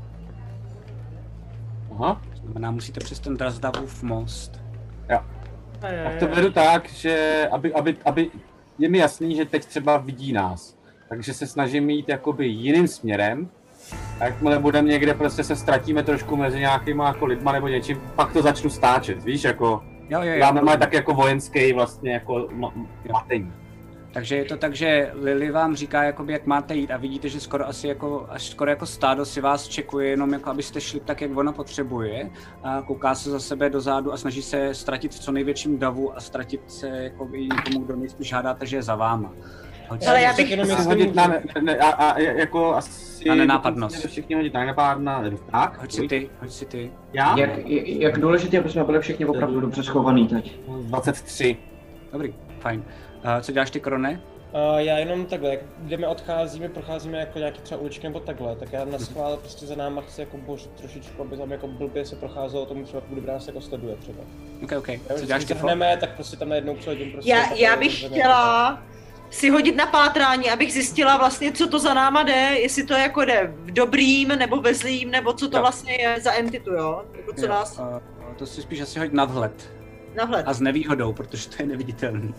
Aha. To znamená, musíte přes ten Drazdavův most. Jo. Tak to vedu tak, že aby, aby, aby je mi jasný, že teď třeba vidí nás. Takže se snažím jít jakoby jiným směrem. A jakmile budeme někde, prostě se ztratíme trošku mezi nějakýma jako lidma nebo něčím, pak to začnu stáčet, víš, jako... Jo, jo, jo. Já mám tak jako vojenský vlastně jako ma- matení. Takže je to tak, že Lily vám říká, jakoby, jak máte jít a vidíte, že skoro asi jako, až skoro jako stádo si vás čekuje, jenom jako abyste šli tak, jak ona potřebuje. A kouká se za sebe dozadu a snaží se ztratit v co největším davu a ztratit se jako i někomu, kdo nejspíš hádáte, že je za váma. Hoď Ale si- já bych- jenom Chci jestli hodit můžu. na, ne, ne, a, a jako asi... Na nenápadnost. musíte Všichni hodit na nenápadnost. Tak, Hoď si ty, hoď si ty. Já? Jak, jak důležité, aby jsme byli všichni opravdu dobře schovaný teď. dvacet tři. Dobrý, fajn. Uh, co děláš ty, Krone? Uh, já jenom takhle, jak jdeme, odcházíme, procházíme jako nějaký třeba uličky nebo takhle, tak já na schvál prostě za náma chci jako božit trošičku, aby tam jako blbě se procházelo tomu třeba, kdo nás jako sleduje třeba. Ok, ok. Jo, Co když děláš se ty, Fo? zahneme, tak prostě tam najednou přihodím prostě... Já, takovou já bych zemi- chtěla si hodit na pátrání, abych zjistila vlastně, co to za náma jde, jestli to jako jde v dobrým nebo ve zlým, nebo co to Jo. vlastně je za entitu, jo? Jako co Jo, nás uh, to si spíš asi hoď na vhled. nahled. A s nevýhodou, protože to je neviditelný.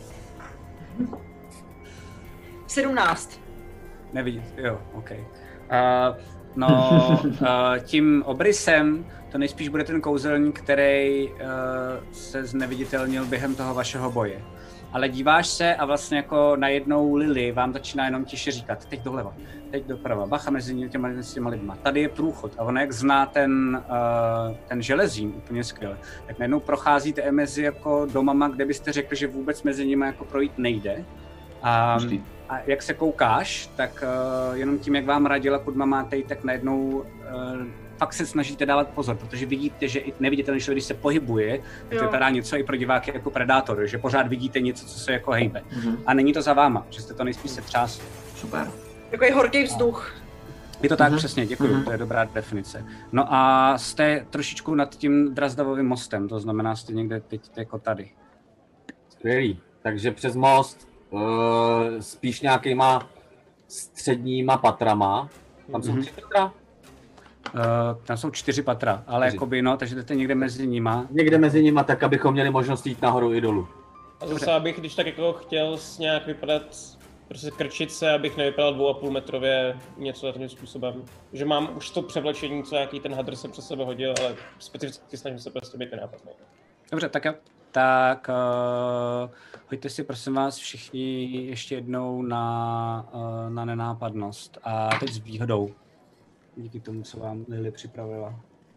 sedmnáct. Nevidíte, jo, ok. Uh, no, uh, tím obrysem to nejspíš bude ten kouzelník, který uh, se zneviditelnil během toho vašeho boje. Ale díváš se a vlastně jako najednou Lily vám začíná jenom tiše říkat, teď doleva, teď doprava, bacha mezi těma, mezi těma lidma, tady je průchod. A ona jak zná ten, uh, ten železín úplně skvěle, tak najednou procházíte mezi jako domama, kde byste řekli, že vůbec mezi nimi jako projít nejde. Um, a jak se koukáš, tak uh, jenom tím, jak vám radila, kudma máte jít, tak najednou uh, fakt se snažíte dávat pozor, protože vidíte, že i neviditelný člověk, když se pohybuje, tak to Jo. vypadá něco i pro diváky jako predátor, že pořád vidíte něco, co se jako hejbe. Mhm. A není to za váma, že jste to nejspíš se třásli. Super. Takový horký vzduch. Je to tak, Mhm. přesně, děkuji, Mhm. to je dobrá definice. No a jste trošičku nad tím Drazdavovým mostem, to znamená, jste někde teď jako tady. Skvělý. Takže přes most, uh, spíš nějakýma středníma patrama. Tam jsou Mhm. tři patra? Uh, tam jsou čtyři patra, ale Čtyři. jakoby no, takže jdete někde mezi nima. Někde mezi nimi, tak abychom měli možnost jít nahoru i dolů. A zase abych, když tak jako chtěl s nějak vypadat, prostě krčit se, abych nevypadal dvou a půl metrově něco takovým způsobem. Že mám už to převlečení, co jaký ten hadr jsem přes sebe hodil, ale specificky snažím se prostě být nenápadný. Dobře, tak jo. Tak uh, hoďte si prosím vás všichni ještě jednou na, uh, na nenápadnost. A teď s výhodou. Díky tomu, co vám Lily připravila.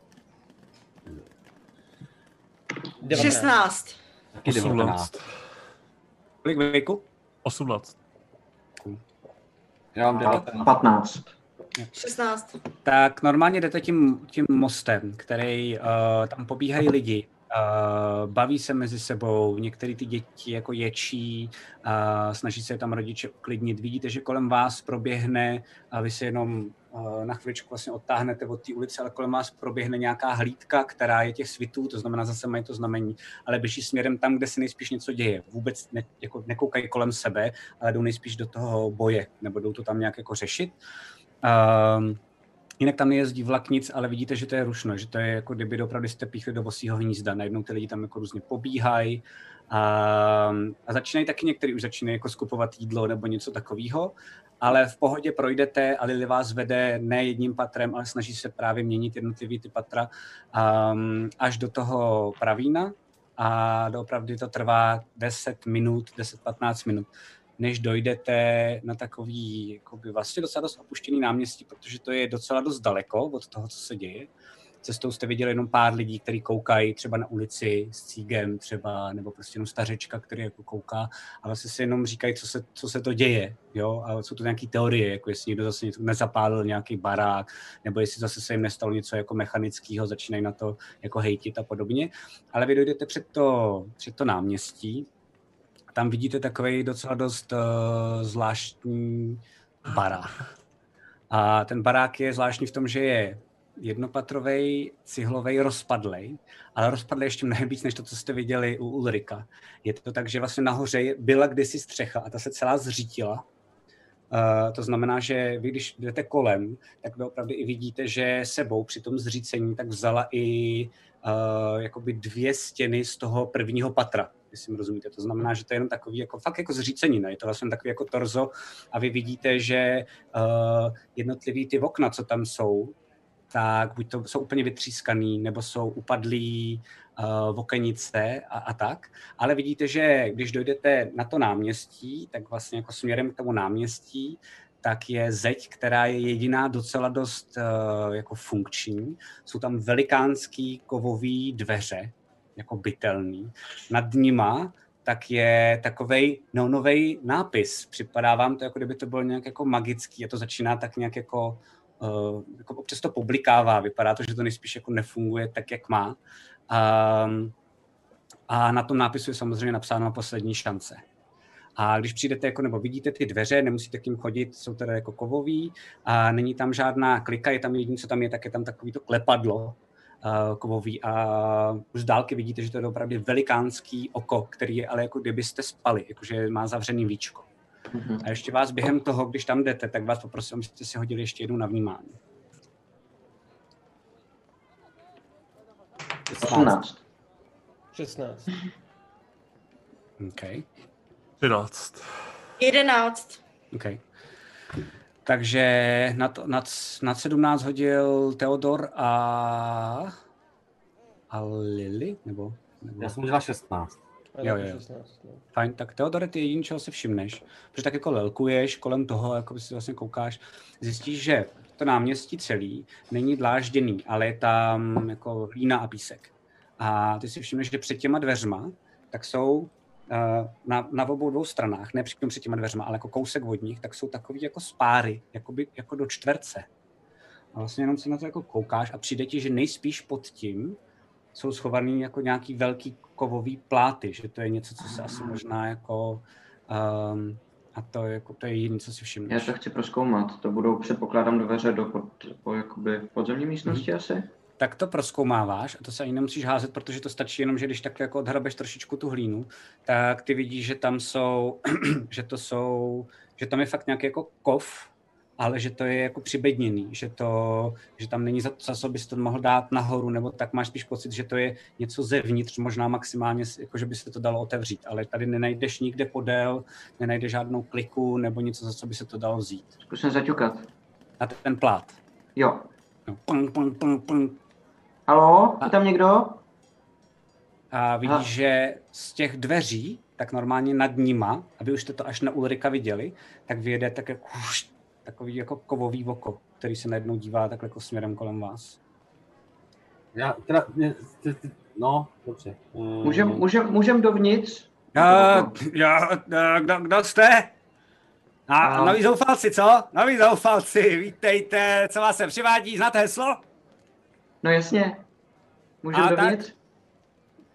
devatenáct. šestnáct. Taky devatenáct. osmnáct. Kolik věku? osmnáct. Já mám devatenáct. patnáct. šestnáct. Tak normálně jdete tím, tím mostem, který uh, tam pobíhají lidi. baví se mezi sebou, některé ty děti jako ječí, uh, snaží se tam rodiče uklidnit. Vidíte, že kolem vás proběhne, a vy se jenom uh, na chviličku vlastně odtáhnete od té ulice, ale kolem vás proběhne nějaká hlídka, která je těch svitů, to znamená zase mají to znamení, ale běží směrem tam, kde se nejspíš něco děje. Vůbec ne, jako nekoukají kolem sebe, ale jdou nejspíš do toho boje, nebo jdou to tam nějak jako řešit. Um, Jinak tam nejezdí vlak nic, ale vidíte, že to je rušno, že to je jako kdyby opravdu jste píchli do bosího hnízda. Najednou ty lidi tam jako různě pobíhají a, a začínají taky některý už začínají jako skupovat jídlo nebo něco takového, ale v pohodě projdete a Lily vás vede ne jedním patrem, ale snaží se právě měnit jednotlivý ty patra um, až do toho pravína a doopravdy to trvá deset minut, deset patnáct minut, než dojdete na takový jakoby vlastně docela dost opuštěný náměstí, protože to je docela dost daleko od toho, co se děje. Cestou jste viděli jenom pár lidí, kteří koukají třeba na ulici s cígem třeba, nebo prostě jenom stařečka, který jako kouká a vlastně si jenom říkají, co se, co se to děje, jo, a jsou to nějaké teorie, jako jestli někdo zase něco nezapálil nějaký barák, nebo jestli zase se jim nestalo něco jako mechanického, začínají na to jako hejtit a podobně, ale vy dojdete před to, před to náměstí. Tam vidíte takový docela dost uh, zvláštní barák. A ten barák je zvláštní v tom, že je jednopatrovej, cihlovej, rozpadlej, ale rozpadlej ještě mnohem víc, než to, co jste viděli u Ulrika. Je to tak, že vlastně nahoře byla kdysi střecha a ta se celá zřítila. Uh, to znamená, že vy, když jdete kolem, tak vy opravdu i vidíte, že sebou při tom zřícení tak vzala i uh, jakoby dvě stěny z toho prvního patra. Jestli mi rozumíte. To znamená, že to je jenom takový jako, fakt jako zřícenina, je to vlastně takový jako torzo a vy vidíte, že uh, jednotlivý ty okna, co tam jsou, tak buď to jsou úplně vytřískaný, nebo jsou upadlý uh, okenice a, a tak. Ale vidíte, že když dojdete na to náměstí, tak vlastně jako směrem k tomu náměstí, tak je zeď, která je jediná docela dost uh, jako funkční. Jsou tam velikánský kovový dveře, jako bytelný. Nad nima tak je takovej neonovej nápis. Připadá vám to, jako kdyby to bylo nějak jako magický a to začíná tak nějak jako, uh, jako občas to publikává. Vypadá to, že to nejspíš jako nefunguje tak, jak má. Um, a na tom nápisu je samozřejmě napsáno poslední šance. A když přijdete, jako, nebo vidíte ty dveře, nemusíte k ním chodit, jsou teda jako kovový a není tam žádná klika, je tam jediné, co tam je, tak je tam takový to klepadlo, Uh, kovový a z dálky vidíte, že to je opravdu velikánský oko, který je ale jako kdybyste spali, jakože má zavřený víčko. Mm-hmm. A ještě vás během toho, když tam jdete, tak vás poprosím, abyste si hodili ještě jednou na vnímání. osmnáct. šestnáct. OK. třináct. jedenáct. OK. Takže nad, nad, nad sedmnáct hodil Theodor a, a Lily, nebo, nebo... Já jsem udělal šestnáct. Jo, jo, jo. Fajn, tak Theodore, ty jediný, čeho si všimneš, protože tak jako lelkuješ kolem toho, jako by si vlastně koukáš, zjistíš, že to náměstí celý není dlážděný, ale je tam jako hlína a písek. A ty si všimneš, že před těma dveřma tak jsou Na, na obou dvou stranách, ne přímo před těma dveřma, ale jako kousek od nich, tak jsou takový jako spáry, jakoby, jako do čtverce. A vlastně jenom se na to jako koukáš a přijde ti, že nejspíš pod tím jsou schovaný jako nějaký velký kovový pláty, že to je něco, co se asi možná jako um, a to je, jako, to je jediné, co si všimneš. Já to chci prozkoumat, to budou, předpokládám, dveře do pod, po, jakoby, podzemní místnosti mm-hmm. asi? Tak to prozkoumáváš a to se ani nemusíš házet, protože to stačí jenom, že když takhle jako odhrabeš trošičku tu hlínu, tak ty vidíš, že tam jsou, že to jsou, že tam je fakt nějaký jako kov, ale že to je jako přibedněný, že to, že tam není za, za co bys to mohl dát nahoru, nebo tak máš spíš pocit, že to je něco zevnitř, možná maximálně, jako že by se to dalo otevřít, ale tady nenajdeš nikde podél, nenajdeš žádnou kliku nebo něco, za co by se to dalo vzít. Zkusím zaťukat. A ten plát. Jo. No, pung, pung, pung, pung. Haló, je tam někdo? A vidíš, Aha. že z těch dveří, tak normálně nad nima, aby už jste to až na Ulrika viděli, tak vyjede tak jako, takový jako kovový oko, který se najednou dívá takhle jako směrem kolem vás. Já teda, no, dobře. Můžem, můžem, můžem dovnitř? Já, já, kdo, kdo jste? A, a noví zoufalci, co? Noví zoufalci, vítejte, co vás se přivádí, znáte heslo? No jasně. Můžeme dovnitř?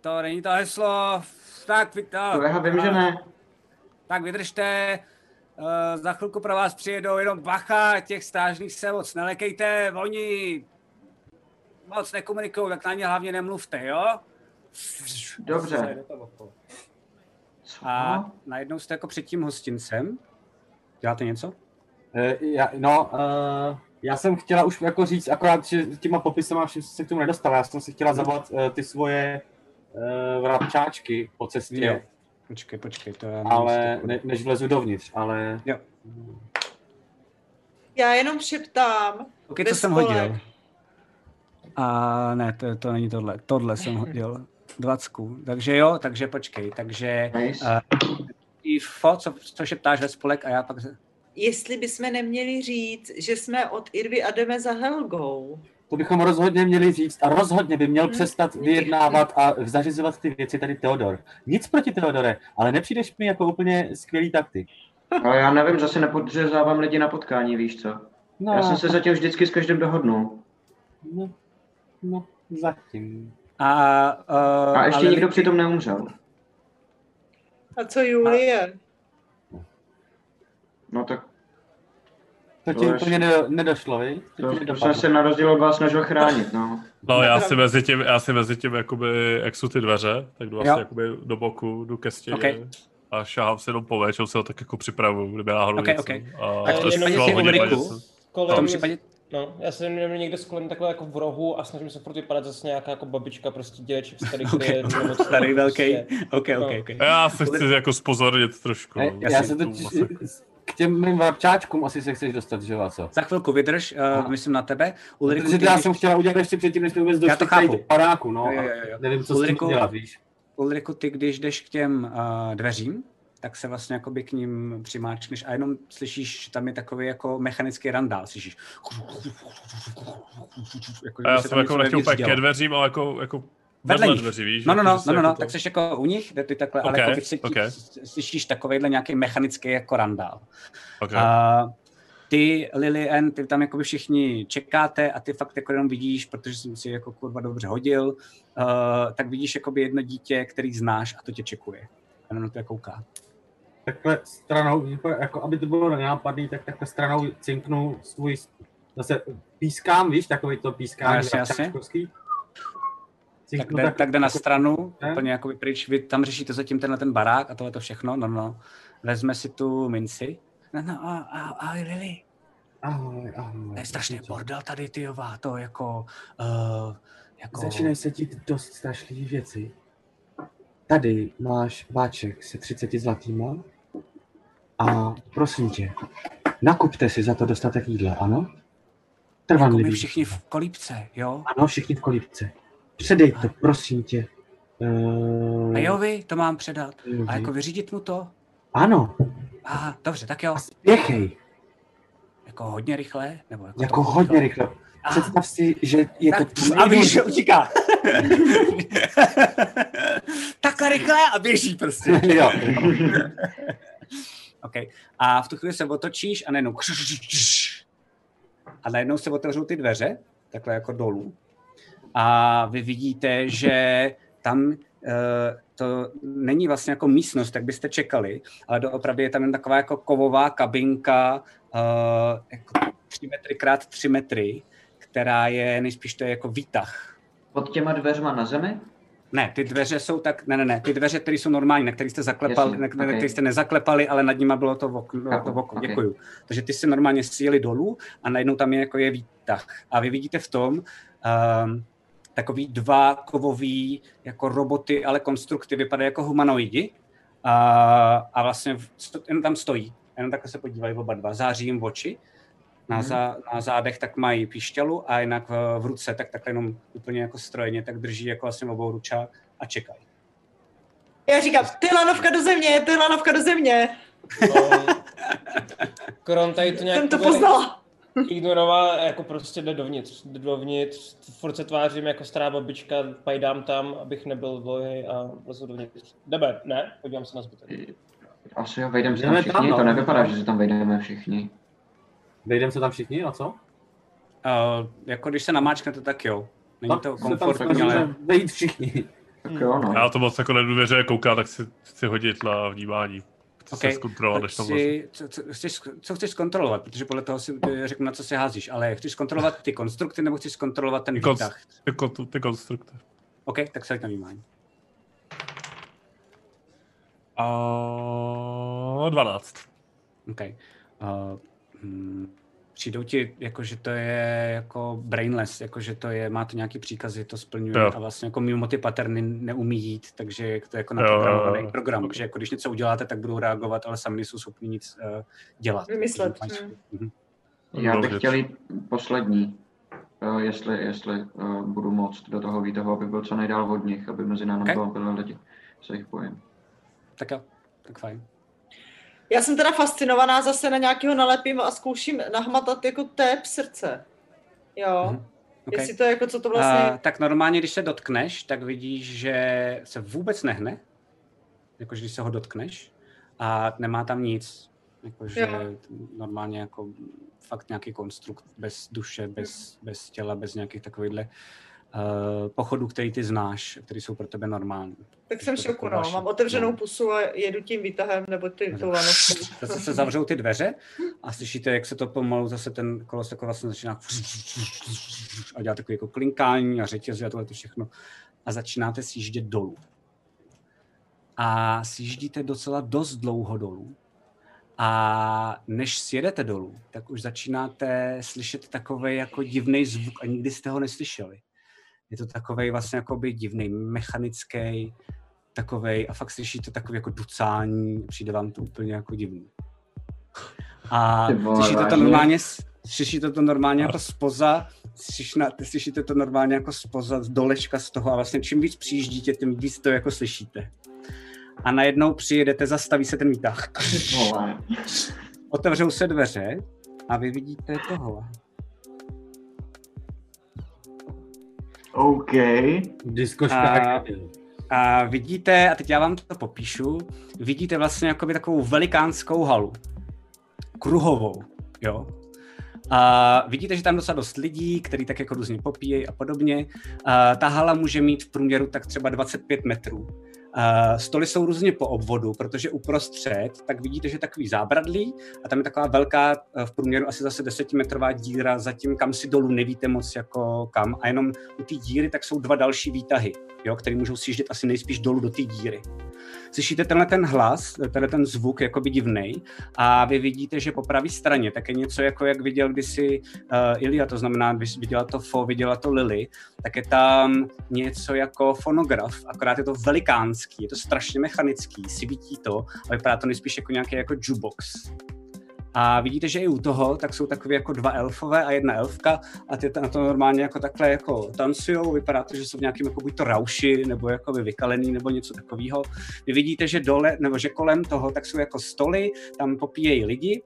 to není to heslo. Tak, Viktor. To já vím, že ne. Tak vydržte. Uh, za chvilku pro vás přijedou, jenom bacha, těch strážných se moc nelekejte, oni moc nekomunikují, tak na ně hlavně nemluvte, jo? Dobře. A najednou jste jako před tím hostincem. Děláte něco? Uh, já, no, uh, já jsem chtěla už jako říct, akorát, že těma popisama všem se k tomu nedostala. Já jsem si chtěla zavolat uh, ty svoje uh, vrabčáčky po cestě. Jo. Počkej, počkej, to já ale ne, než vlezu dovnitř, ale... Jo. Já jenom šeptám. Ok, co jsem hodil? A ne, to, to není tohle. Tohle jsem hodil. Dvacku. Takže jo, takže počkej, takže... Nice. Uh, Ifo, co, co šeptáš ve spolek a já pak... Jestli bychom neměli říct, že jsme od Irvy a jdeme za Helgou. To bychom rozhodně měli říct a rozhodně by měl přestat vyjednávat a zařizovat ty věci tady Theodor. Nic proti Theodore, ale nepřijdeš mi jako úplně skvělý taktik. Ale já nevím, zase nepodřezávám lidi na potkání, víš co? No. Já jsem se zatím vždycky s každým dohodnul. No, no zatím. A, uh, a ještě nikdo přitom neumřel. A co Julie? No tak... To ti úplně ne, nedošlo, víš? To, to, to jsem se na rozdíl od vás snažil chránit, no. No, já si mezi tím, já si mezi tím, jakoby, jak jsou ty dveře, tak jdu vlastně jakoby do boku, jdu ke stěně. Okay. A šahám se jenom po většinou se ho tak jako připravuju, kdyby náhodou okay, něco. Okay. A tak to jenom je si Ulriku. V tom případě... No, já jsem měl někde s kolem takhle jako v rohu a snažím se furt vypadat zase nějaká jako babička, prostě dědeček starý, okay. který je moc starý, velký. Ok, ok, ok. Já se chci jako zpozornit trošku. Ne, já, já se to k těm mým vrabčáčkům asi se chceš dostat, že jo, co? Za chvilku vydrž, uh, myslím na tebe. Ulriku, Protože já když... jsem chtěla udělat ještě předtím, než jsme vůbec došli k paráku, no. Jo, jo, jo. Nevím, co Ulriku, s tím dělat, víš. Ulriku, ty když jdeš k těm uh, dveřím, tak se vlastně jakoby k ním přimáčkneš a jenom slyšíš, že tam je takový jako mechanický randál, slyšíš. Jako, a já jsem jako nechtěl úplně ke dveřím, ale jako, jako vedle dveří, víš? No, no, no, no, no, no, tak jsi jako u nich, jde ty takhle, okay, ale jako okay. slyšíš takovejhle nějaký mechanický jako randál. Okay. A ty, Lillian, ty tam jakoby všichni čekáte a ty fakt jako jenom vidíš, protože jsem si jako kurva dobře hodil, uh, tak vidíš jakoby jedno dítě, který znáš a to tě čekuje. A na to kouká. Takhle stranou, jako aby to bylo nenápadný, tak takhle stranou cinknu svůj, zase pískám, víš, takový to pískání. Jasně, jasně. Tak jde, tak, tak jde na stranu, ne? Úplně jako pryč, vy tam řešíte zatím tenhle ten barák a tohle to všechno, no no. Vezme si tu minci. No no, ahoj Lily. Ahoj, ahoj. To je strašný bordel tady, tyjová, to jako... Uh, jako... Začínají se dít dost strašlivý věci. Tady máš báček se třiceti zlatýma a prosím tě, nakupte si za to dostatek jídla, ano? Trvanlivý. Jako my všichni v kolípce, jo? Ano, všichni v kolípce. Předej to, prosím tě. Uh... A jo, vy to mám předat. Jovi. A jako vyřídit mu to? Ano. Aha, dobře, tak jo. A spěchej. Jako hodně rychle? Nebo jako jako hodně rychle. rychle. Představ si, že je tak, to... A víš, že utíká. Takhle rychle a běží prostě. Jo. Okay. A v tu chvíli se otočíš a najednou... A najednou se otevřou ty dveře, takhle jako dolů. A vy vidíte, že tam uh, to není vlastně jako místnost, tak byste čekali, ale doopravdy je tam jen taková jako kovová kabinka, uh, jako tři metry krát tři metry, která je, nejspíš to je jako výtah. Pod těma dveřma na zemi? Ne, ty dveře jsou tak, ne, ne, ne, ty dveře, které jsou normální, na které jste zaklepali, Jasně, na které okay. jste nezaklepali, ale nad nima bylo to okno, bylo to okno, okay. Děkuju. Takže ty se normálně sjeli dolů a najednou tam je jako je výtah. A vy vidíte v tom um, takový dva kovový jako roboty, ale konstrukty, vypadají jako humanoidi a, a vlastně jen tam stojí, jenom takhle se podívají oba dva, září jim oči. Na, zá, na zádech tak mají píšťalu a jinak v, v ruce tak takhle jenom úplně jako strojně, tak drží jako vlastně obou ručák a čekají. Já říkám, ty lanovka do země, ty lanovka do země. Um, Kron tady to nějak... Jsem to poznala. Ignoroval, jako prostě jde dovnitř, jde dovnitř, furt se tvářím jako stará babička, pajdám tam, abych nebyl dlouhý a lezu dovnitř. Jdeme, ne? Podívám se na zbytek. Asi jo, vejdeme se tam všichni, tam, no. To nevypadá, že se tam vejdeme všichni. Vejdeme se tam všichni, a co? Uh, jako když se namáčknete, tak jo. Není to komfortní, ale... Vejít všichni. Tak jo, no. Já to moc jako nedůvěře kouká, tak si chci hodit na vnímání. Chci okay. se zkontrolovat, než tam si, co, co, chceš, co chceš zkontrolovat? Protože podle toho si řeknu, na co se házíš, ale chceš zkontrolovat ty konstrukty nebo chceš zkontrolovat ten výtah? Ty, ty, ty konstrukty. OK, tak se na vnímání. Uh, dvanáct. OK. Uh, hmm. Přijdou ti, jako, že to je jako brainless, jako, že to je, má to nějaký příkazy, to splňuje jo. A vlastně jako mimo ty patterny neumí jít, takže to je jako naprogramovaný program, že jako když něco uděláte, tak budou reagovat, ale sami nejsou schopni nic uh, dělat. Vymyslet. Mhm. Já bych chtěl jít poslední, uh, jestli, jestli uh, budu moct do toho výtahu, aby byl co nejdál od nich, aby mezi námi okay. byli lidi, se jich bojím. Tak jo, tak fajn. Já jsem teda fascinovaná, zase na nějakého nalepím a zkouším nahmatat jako tép srdce. Jo, mm-hmm. okay. Jestli to je jako, co to vlastně... Uh, tak normálně, když se dotkneš, tak vidíš, že se vůbec nehne, jakože když se ho dotkneš a nemá tam nic, jakože normálně jako fakt nějaký konstrukt bez duše, bez, bez těla, bez nějakých takovýchhle uh, pochodů, který ty znáš, který jsou pro tebe normální. Tak jsem v šoku, no. Mám otevřenou no. pusu a jedu tím výtahem, nebo ty, tou lanovkou. Zase se zavřou ty dveře a slyšíte, jak se to pomalu zase ten kolos jako vlastně začíná a dělá takový jako klinkání a řetězy a tohle to všechno. A začínáte sjíždět dolů. A sjíždíte docela dost dlouho dolů. A než sjedete dolů, tak už začínáte slyšet takový jako divný zvuk a nikdy jste ho neslyšeli. Je to takovej vlastně jakoby divný, mechanický, takovej a fakt slyšíte takový jako ducání, přijde vám to úplně jako divný. A slyšíte to normálně, slyšíte to normálně jako spoza, slyšíte to normálně jako spoza, dolečka z toho a vlastně čím víc přijíždíte, tím víc to jako slyšíte. A najednou přijedete, zastaví se ten výtah. Otevřou se dveře a vy vidíte tohle. OK. A, a vidíte, a teď já vám to popíšu, vidíte vlastně jakoby takovou velikánskou halu. Kruhovou, jo. A vidíte, že tam docela dost lidí, kteří tak jako různě popíjejí a podobně. A ta hala může mít v průměru tak třeba dvacet pět metrů. Uh, stoly jsou různě po obvodu, protože uprostřed, tak vidíte, že je takový zábradlí a tam je taková velká, v průměru asi zase desetimetrová díra zatím, kam si dolů nevíte moc jako kam a jenom u té díry tak jsou dva další výtahy, jo, které můžou sjíždět asi nejspíš dolů do té díry. Slyšíte tenhle ten hlas, tenhle ten zvuk jakoby divnej a vy vidíte, že po pravé straně tak je něco jako jak viděl kdysi uh, Ilja, to znamená, když viděla to Fo, viděla to Lily, tak je tam něco jako fonograf, akorát je to velikánský, je to strašně mechanický, svítí to a vypadá to nejspíš jako nějaký jako jukebox. A vidíte, že i u toho tak jsou takové jako dva elfové a jedna elfka a ty na to normálně jako takhle jako tancujou, vypadá to, že jsou v nějakým jako buď to rauši nebo jako vykalený nebo něco takového. Vy vidíte, že dole, nebo že kolem toho tak jsou jako stoly, tam popíjejí lidi.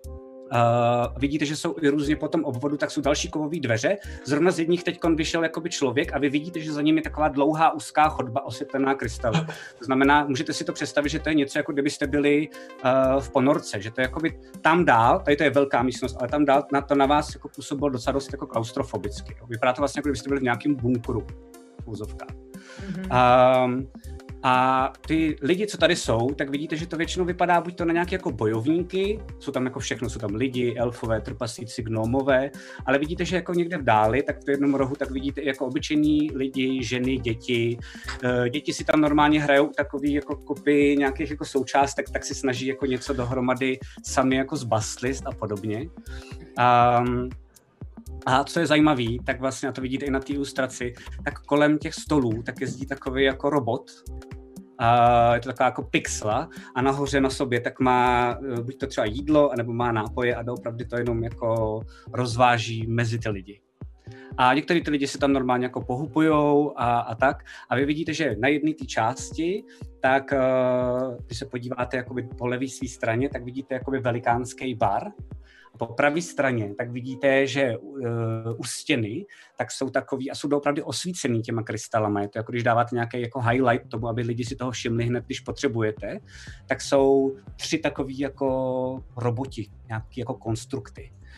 Uh, vidíte, že jsou i různě po tom obvodu, tak jsou další kovové dveře. Zrovna z jedních teď vyšel jakoby člověk a vy vidíte, že za ním je taková dlouhá úzká chodba osvětlená krystalem. To znamená, můžete si to představit, že to je něco, jako kdybyste byli uh, v ponorce, že to je jakoby tam dál, tady to je velká místnost, ale tam dál na to na vás jako působilo docela dost jako klaustrofobicky. Jo. Vypadá to vlastně, jako kdybyste byli v nějakém bunkru v úzovkách. Mm-hmm. Um, A ty lidi, co tady jsou, tak vidíte, že to většinou vypadá buď to na nějaké jako bojovníky, jsou tam jako všechno, jsou tam lidi, elfové, trpaslíci, gnomové, ale vidíte, že jako někde v dáli, tak v jednom rohu, tak vidíte i jako obyčejní lidi, ženy, děti. Děti si tam normálně hrajou takový jako kopy nějakých jako součástek, tak si snaží jako něco dohromady sami jako zbastlit a podobně. Um, A co je zajímavý, tak vlastně, a to vidíte i na té ilustraci, tak kolem těch stolů tak jezdí takový jako robot. A je to taková jako pixla a nahoře na sobě tak má buď to třeba jídlo, anebo má nápoje a doopravdy to jenom jako rozváží mezi ty lidi. A některý ty lidi se tam normálně jako pohupujou a, a tak. A vy vidíte, že na jedné té části, tak uh, když se podíváte jakoby po levé své straně, tak vidíte jakoby velikánský bar. Po pravé straně tak vidíte, že uh, u stěny tak jsou takový a jsou opravdu osvícený těma krystalama. Je to jako když dáváte nějaký jako highlight tomu, aby lidi si toho všimli hned, když potřebujete, tak jsou tři takový jako roboti, nějaký jako konstrukty.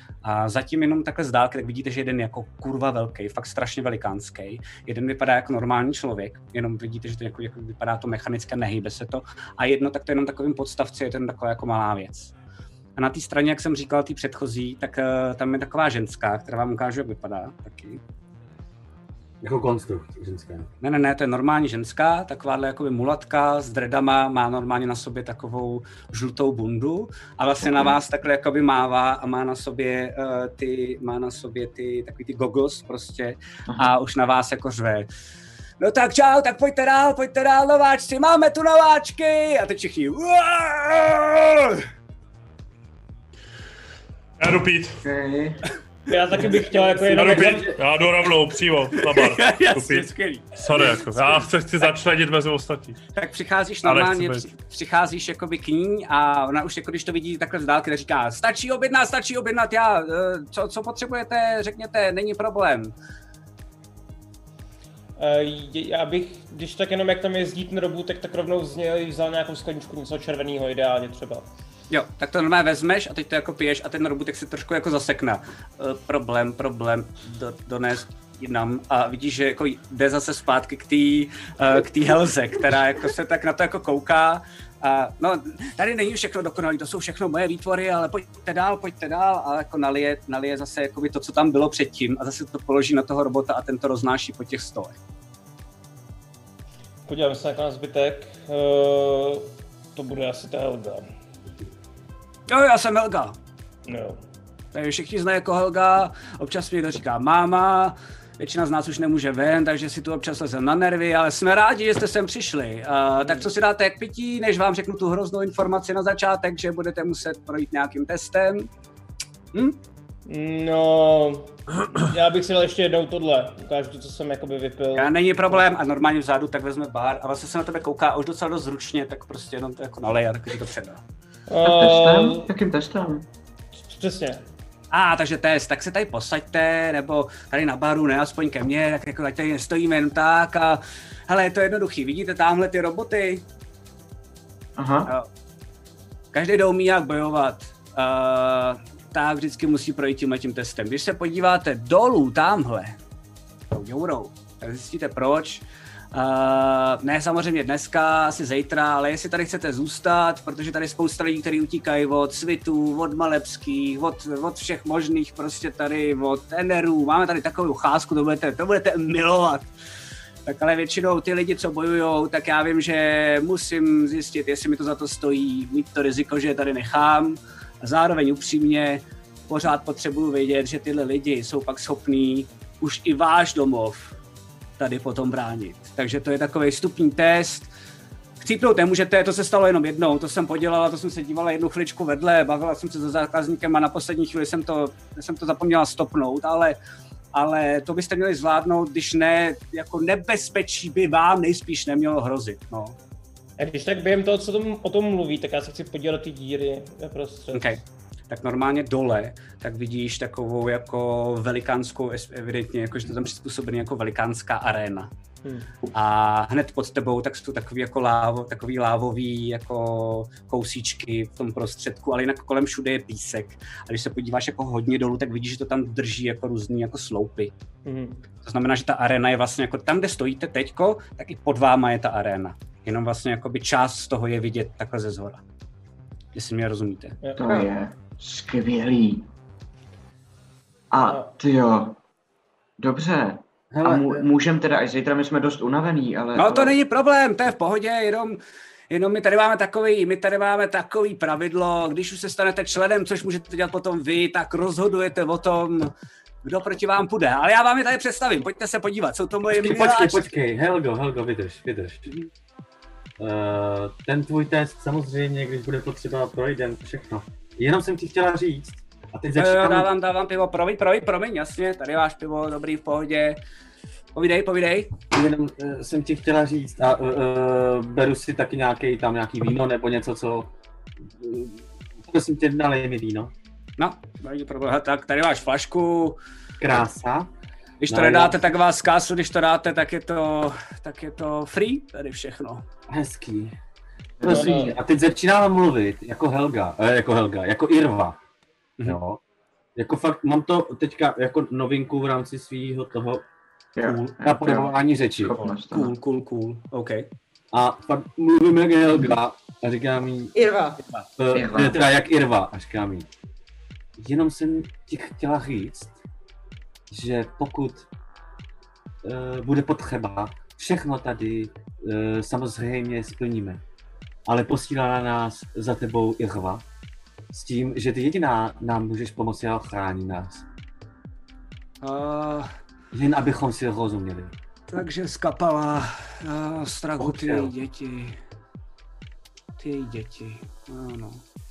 A zatím jenom takhle z dálky, tak vidíte, že jeden je jako kurva velký, fakt strašně velikánský. Jeden vypadá jako normální člověk, jenom vidíte, že to jako, jako vypadá to mechanicky, nehýbe se to. A jedno, tak to je jenom takovým podstavci, je to jenom taková jako malá věc. A na té straně, jak jsem říkal, té předchozí, tak uh, tam je taková ženská, která vám ukážu, jak vypadá taky. Jako konstrukt ženská. Ne, ne, ne, to je normální ženská, takováhle jakoby mulatka s dreadama, má normálně na sobě takovou žlutou bundu a vlastně na vás takhle jakoby mává a má na sobě uh, ty, má na sobě ty takový ty goggles prostě. Aha. A už na vás jako řve. No tak čau, tak pojďte dál, pojďte dál, nováčci, máme tu nováčky! A teď všichni. Já jdu pít. Okay. Já taky bych chtěl jako jenom... Já jdu pít, já jdu rovnou, přímo, na bar. Jasně, skvělý. Sorry, jako, já chci, chci začlenit mezi ostatní. Tak přicházíš normálně, při, přicházíš jakoby k ní a ona už jako když to vidí takhle z dálky, tak říká stačí objednat, stačí objednat, já, co, co potřebujete, řekněte, není problém. Já bych, když tak jenom jak tam jezdí ten robůtek, tak rovnou z něj vzal nějakou skleničku, něco červeného ideálně třeba. Jo, tak to normálně vezmeš a teď to jako piješ a ten robůtek se trošku jako zasekne. Uh, problém, problém, do, donést jinam a vidíš, že jako jde zase zpátky k té uh, k té Helze, která jako se tak na to jako kouká. A no, tady není všechno dokonalé, to jsou všechno moje výtvory, ale pojďte dál, pojďte dál a jako nalije, nalije zase jakoby to, co tam bylo předtím a zase to položí na toho robota a ten to roznáší po těch stolech. Podívám se na zbytek, uh, to bude asi ta Helga. Jo, já jsem Helga. No. Takže všichni znají jako Helga, občas mi to říká máma, většina z nás už nemůže ven, takže si tu občas lezem na nervy, ale jsme rádi, že jste sem přišli. Uh, tak co si dáte k pití, než vám řeknu tu hroznou informaci na začátek, že budete muset projít nějakým testem? Hm? No, já bych si dal ještě jednou tohle, ukážu to, co jsem jakoby vypil. Já, není problém a normálně vzadu tak vezme bar a vlastně se na tebe kouká už docela dost zručně, tak prostě jenom to jako nalej a taky ti to předá. Uh, testem? Jakým testem? Přesně. A ah, takže test, tak se tady posaďte, nebo tady na baru, ne aspoň ke mně, tak jako tady nestojíme jen tak a hele, je to jednoduchý, vidíte tamhle ty roboty? Aha. Jo. Každý umí jak bojovat, uh, tak vždycky musí projít tímhletím testem. Když se podíváte dolů tamhle, tou děurou, tak zjistíte proč. Uh, ne samozřejmě dneska, asi zítra, ale jestli tady chcete zůstat, protože tady spousta lidí, kteří utíkají od svitů, od malebských, od, od všech možných, prostě tady od enerů, máme tady takovou cházku, to budete, to budete milovat. Tak ale většinou ty lidi, co bojujou, tak já vím, že musím zjistit, jestli mi to za to stojí, mít to riziko, že je tady nechám. A zároveň upřímně pořád potřebuju vědět, že tyhle lidi jsou pak schopní už i váš domov tady potom bránit. Takže to je takový vstupní test. Chcípnout nemůžete, to se stalo jenom jednou, to jsem podělala, to jsem se dívala jednu chviličku vedle, bavila jsem se se zákazníkem a na poslední chvíli jsem to, jsem to zapomněla stopnout, ale, ale to byste měli zvládnout, když ne, jako nebezpečí by vám nejspíš nemělo hrozit. No. A když tak během toho, co tom, o tom mluví, tak já se chci podívat do ty díry prostřed. Okay. Tak normálně dole, tak vidíš takovou jako velikánskou, evidentně, jakože to tam přizpůsobený jako velikánská aréna. Hmm. A hned pod tebou tak jsou takový jako lávo, takový lávový jako kousíčky v tom prostředku, ale jinak kolem všude je písek. A když se podíváš jako hodně dolů, tak vidíš, že to tam drží jako různý jako sloupy. Hmm. To znamená, že ta aréna je vlastně jako tam, kde stojíte teďko, tak i pod váma je ta aréna. Jenom vlastně jakoby část z toho je vidět takhle ze zhora. Jestli mě rozumíte. To je skvělý. A tyjo, dobře. Hele, a mů, můžem teda, až zítra my jsme dost unavený, ale... No to ale... není problém, to je v pohodě, jenom, jenom my tady máme takový, my tady máme takový pravidlo, když už se stanete členem, což můžete dělat potom vy, tak rozhodujete o tom, kdo proti vám půjde. Ale já vám je tady představím, pojďte se podívat, jsou to moje miláčky. Počkej, počkej, Helgo, Helgo, vydrž, vydrž. Uh, ten tvůj test samozřejmě, když bude potřeba, projdem všechno. Jenom jsem ti chtěla říct. A teď začínám... Jo, dávám, dávám pivo, promiň, promiň, promiň, jasně, tady máš pivo, dobrý, v pohodě. Povídej, povídej. Jenom uh, jsem ti chtěla říct a uh, uh, beru si taky nějaký, tam nějaký víno nebo něco, co... Uh, prosím tě, nalej mi víno. No, není problém, tak tady máš flašku. Krása. Když to no, nedáte, tak vás zkásu, když to dáte, tak je to, tak je to free, tady všechno. Hezký. Prosím, a teď začínám mluvit jako Helga, eh, jako Helga, jako Irva, mm-hmm. jo. Jako fakt, mám to teďka jako novinku v rámci svýho toho cool, napodobování řeči. Cool, cool, cool, OK. A pak mluvím jak Helga a říkám jí... Irva. Uh, Irva. Teda jak Irva a říkám jí. Jenom jsem ti chtěla říct, že pokud uh, bude potřeba, všechno tady uh, samozřejmě splníme. Ale posílala nás za tebou Irva s tím, že ty jediná nám můžeš pomoci a ochránit nás. Uh, Jen abychom si rozuměli. Takže skapala uh, strachu ty její děti. Ty její děti, ano.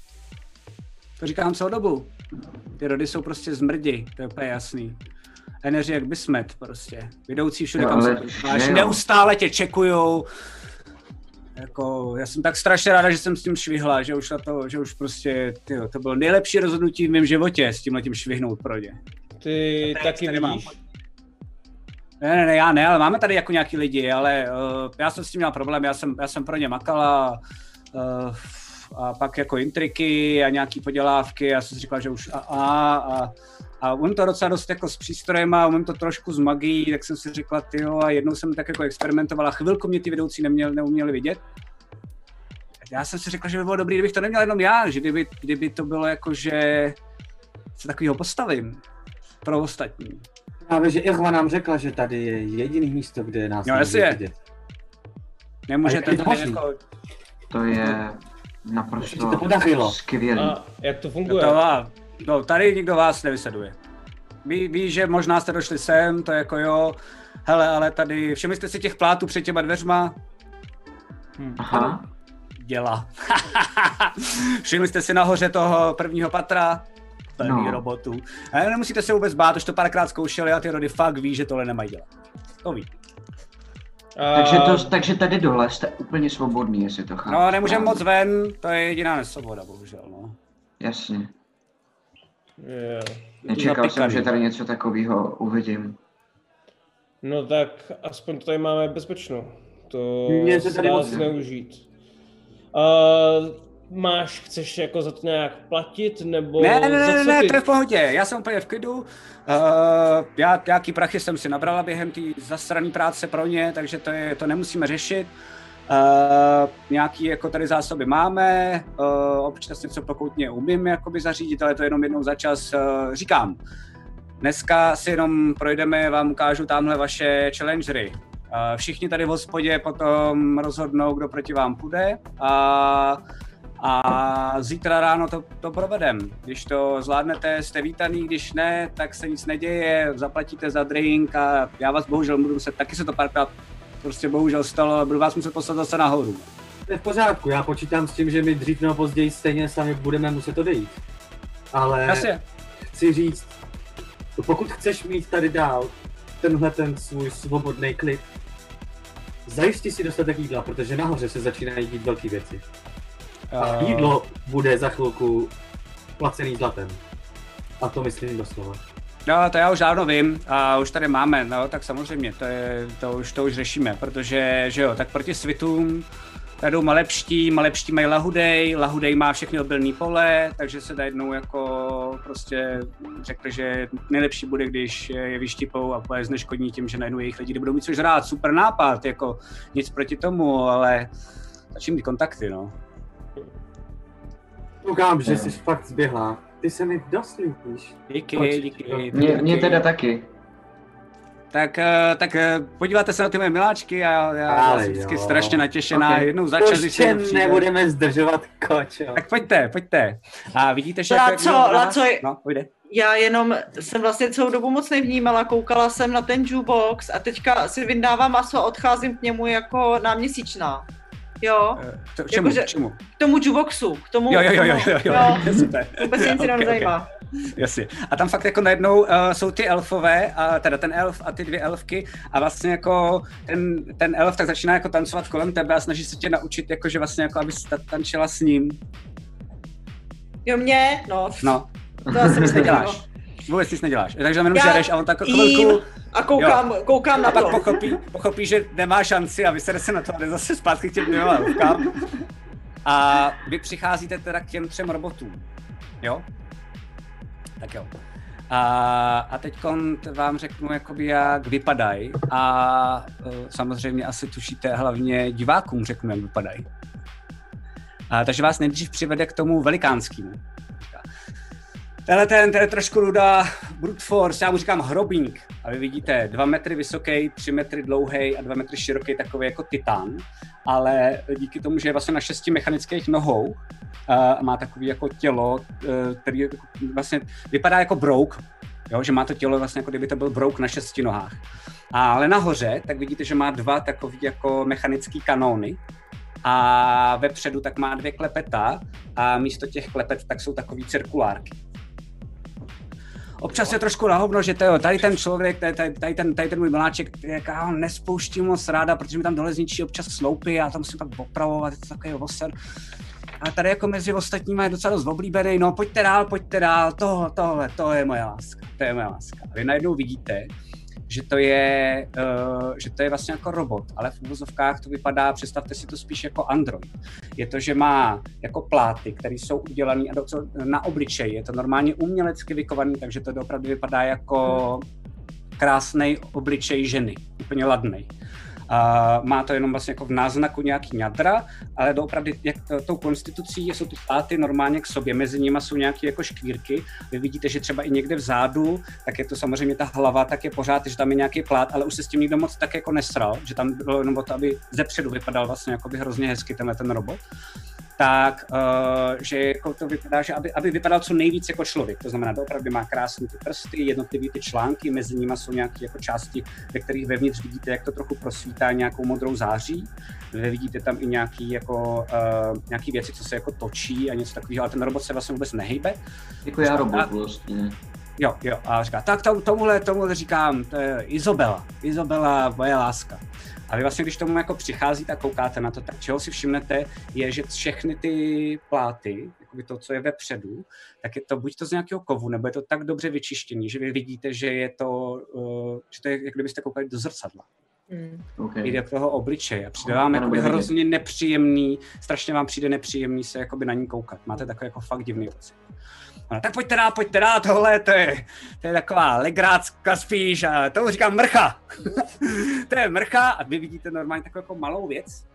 To říkám celou dobu. Ty rody jsou prostě zmrdi, to je úplně jasný. Energie jak bysmet prostě. Vidoucí všude, kam se máš, neustále tě čekujou. Jako, já jsem tak strašně ráda, že jsem s tím švihla, že už, na to, že už prostě, tyjo, to bylo nejlepší rozhodnutí v mém životě s tímhletím švihnout pro ně. Ty taky vidíš? Ne, ne, ne, já ne, ale máme tady jako nějaký lidi, ale uh, já jsem s tím měl problém, já jsem, já jsem pro ně makala uh, a pak jako intriky a nějaký podělávky, já jsem si říkal, že už a a a a umím to docela dost jako s přístrojem, umím to trošku s magií, tak jsem si řekla, tyjo, a jednou jsem tak jako experimentovala, chvilku mě ty vedoucí neměl, neuměli vidět. Já jsem si řekla, že by bylo dobrý, kdybych to neměl jenom já, že kdyby, kdyby to bylo jako, že se takovýho postavím pro ostatní. Právě, že Irva nám řekla, že tady je jediný místo, kde nás no, může vidět. Nemůžete to jako... To je naprosto to podařilo. Skvělý. A jak to funguje? No, to, no, tady nikdo vás nevysleduje. Ví, ví, že možná jste došli sem, to je jako jo, hele, ale tady, všimli jste si těch plátů před těma dveřma? Hm. Aha. Děla. Všimli jste si nahoře toho prvního patra? Plný no. robotů. A nemusíte se vůbec bát, už to párkrát zkoušeli a ty rody fakt ví, že tohle nemají dělat. To ví. Uh... Takže, to, takže tady dole jste úplně svobodný, jestli to chápu. No, nemůžeme moc ven, to je jediná nesvoboda, bohužel, no. Jasně. Yeah. Nečekal jsem, že tady něco takového uvidím. No tak aspoň to tady máme bezpečno. To Mě se tady dá moc zneužít. Uh, máš, chceš jako za to nějak platit, nebo ne, ne, ne, za co ne, ty... to je v pohodě, já jsem úplně v klidu. Uh, já nějaký prachy jsem si nabrala během té zasrané práce pro ně, takže to, je, to nemusíme řešit. Uh, nějaký jako tady zásoby máme, uh, občas něco pokoutně umím jakoby zařídit, ale to jenom jednou za čas. Uh, říkám, dneska si jenom projdeme, vám ukážu tamhle vaše challengery. Uh, všichni tady v hospodě potom rozhodnou, kdo proti vám půjde a, a zítra ráno to, to provedem. Když to zvládnete, jste vítaný, když ne, tak se nic neděje, zaplatíte za drink a já vás bohužel budu muset, taky se to párkrát prostě bohužel stalo, ale budu vás muset poslat zase nahoru. To je v pořádku, já počítám s tím, že my dřív nebo později stejně sami budeme muset odejít. Ale Jasně. Chci říct, pokud chceš mít tady dál tenhle ten svůj svobodný klid, zajistí si dostatek jídla, protože nahoře se začínají dít velké věci. A uh... jídlo bude za chvilku placený zlatem. A to myslím doslova. No, to já už dávno vím a už tady máme, no, tak samozřejmě, to, je, to, už, to už řešíme, protože, že jo, tak proti svitům tady jdou malepští, malepští mají lahudej, lahudej má všechny obilný pole, takže se najednou jako prostě řekli, že nejlepší bude, když je vyštípou a bude zneškodní tím, že najednou jejich lidi nebudou mít což rád, super nápad, jako nic proti tomu, ale začím ty kontakty, no. Koukám, že jsi fakt zběhla. Ty se mi dost líbíš. Díky, díky. Mě, mě teda taky. Tak, tak podíváte se na ty moje miláčky a já jsem vždycky strašně natěšená, okay. Jednou za čas, když se nebudeme zdržovat, kočo. Tak pojďte, pojďte. A vidíte, že... Laco, Laco, no, pojde. Já jenom jsem vlastně celou dobu moc nevnímala, koukala jsem na ten jukebox a teďka si vyndávám maso a odcházím k němu jako náměsíčná. Jo. To, k čemu, jako, k čemu? K tomu jukeboxu, k tomu... Jo, jo, jo, jo, jo, jo. jo. Vůbec se nic jiného nezajímá. Jasně. A tam fakt jako najednou uh, jsou ty elfové, a teda ten elf a ty dvě elfky a vlastně jako ten, ten elf tak začíná jako tancovat kolem tebe a snaží se tě naučit, jako, že vlastně jako abys tančila s ním. Jo, mě? No. No. To asi nic neděláš. Vůbec nic neděláš. Takže tam jenom žereš a on tak chvilku... A koukám, jo. koukám na a to. A pak pochopí, pochopí, že nemá šanci a vysede se na to a jde zase zpátky k těm dvěma elfkám. A vy přicházíte teda k těm třem robotům. Jo? Tak jo. A, a teď vám řeknu, jakoby, jak vypadají. A uh, samozřejmě asi tušíte, hlavně divákům řeknu, jak vypadají. A, takže vás nejdřív přivede k tomu velikánskému. Tenhle ten, ten je trošku ruda brute force, já mu říkám hrobník. A vy vidíte dva metry vysoký, tři metry dlouhý a dva metry široký, takový jako titán. Ale díky tomu, že je vlastně na šesti mechanických nohou a má takový jako tělo, který vlastně vypadá jako brouk, jo? Že má to tělo vlastně jako kdyby to byl brouk na šesti nohách. Ale nahoře tak vidíte, že má dva takový jako mechanický kanóny. A vepředu tak má dvě klepeta a místo těch klepet tak jsou takový cirkulárky. Občas je trošku na hovno, že to, tady ten člověk, tady, tady, ten, tady ten můj miláček, já ho nespouštím moc ráda, protože mi tam dole zničí občas sloupy a tam musím pak opravovat, je to takový voser. A tady jako mezi ostatními je docela dost oblíbený, no pojďte dál, pojďte dál, tohle, tohle, to je moje láska, to je moje láska. A vy najednou vidíte, že to je, uh, že to je vlastně jako robot, ale v uvozovkách to vypadá, představte si to spíš jako android. Je to, že má jako pláty, které jsou udělané na obličeji, je to normálně umělecky vykovaný, takže to opravdu vypadá jako krásný obličej ženy, úplně ladnej. Uh, má to jenom vlastně jako v náznaku nějaký ňadra, ale doopravdy jak tou konstitucí jsou ty pláty normálně k sobě, mezi nimi jsou nějaké jako škvírky. Vy vidíte, že třeba i někde vzadu, tak je to samozřejmě ta hlava, tak je pořád, že tam je nějaký plát, ale už se s tím nikdo moc tak jako nesral, že tam bylo jenom to, aby zepředu vypadal vlastně jako by hrozně hezky tenhle ten robot. Tak, uh, že jako to vypadá, že aby, aby vypadal co nejvíc jako člověk, to znamená, doopravdy má krásné ty prsty, jednotlivé ty články, mezi nimi jsou nějaké jako části, ve kterých vevnitř vidíte, jak to trochu prosvítá nějakou modrou září, vy vidíte tam i nějaký, jako, uh, nějaký věci, co se jako točí a něco takového, ale ten robot se vlastně vůbec nehejbe. Jako já robot vlastně. Jo, jo, a říká, tak tomu, tomuhle, tomuhle říkám, to je Izabela, Izabela, moje láska. A vy vlastně, když tomu jako přicházíte a koukáte na to, tak čeho si všimnete, je, že všechny ty pláty, jakoby to, co je vepředu, tak je to buď to z nějakého kovu, nebo je to tak dobře vyčištěný, že vy vidíte, že je to, uh, že to je, jak kdybyste koukali do zrcadla. Mm. Okay. Jde do toho obličeje a přijde vám oh, jakoby hrozně nepříjemný, strašně vám přijde nepříjemný se jakoby na ní koukat. Máte takový jako fakt divný pocit. No, tak pojďte dál, pojďte dál, tohle, to je, to je taková legrácka spíš, a tomu říkám mrcha. To je mrcha a vy vidíte normálně takovou jako malou věc.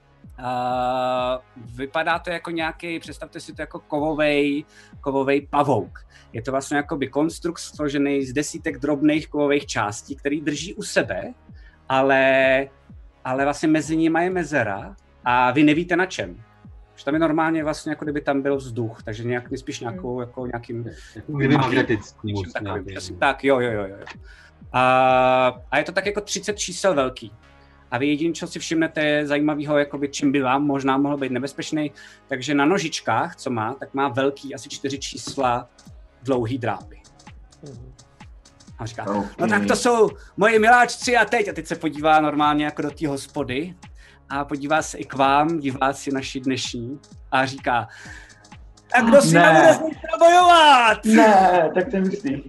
Uh, vypadá to jako nějaký, představte si to jako kovovej, kovovej pavouk. Je to vlastně jakoby konstrukt složený z desítek drobných kovových částí, který drží u sebe, ale, ale vlastně mezi nimi je mezera a vy nevíte na čem. Že tam je normálně vlastně, jako kdyby tam byl vzduch, takže nějak, spíš nějakou, jako nějakým... magnetickým. Tak, jo, jo, jo, jo. A, a je to tak jako třicet čísel velký. A vy jediný, co si všimnete, je zajímavého, jakoby, čím by vám možná mohl být nebezpečný. Takže na nožičkách, co má, tak má velký, asi čtyři čísla dlouhý drápy. A říká, no tak to jsou moji miláčci a teď. A teď se podívá normálně jako do té hospody. A podívá se i k vám, diváci naši dnešní, a říká, tak kdo si nebude s ním bojovat? Ne, tak to je myslí.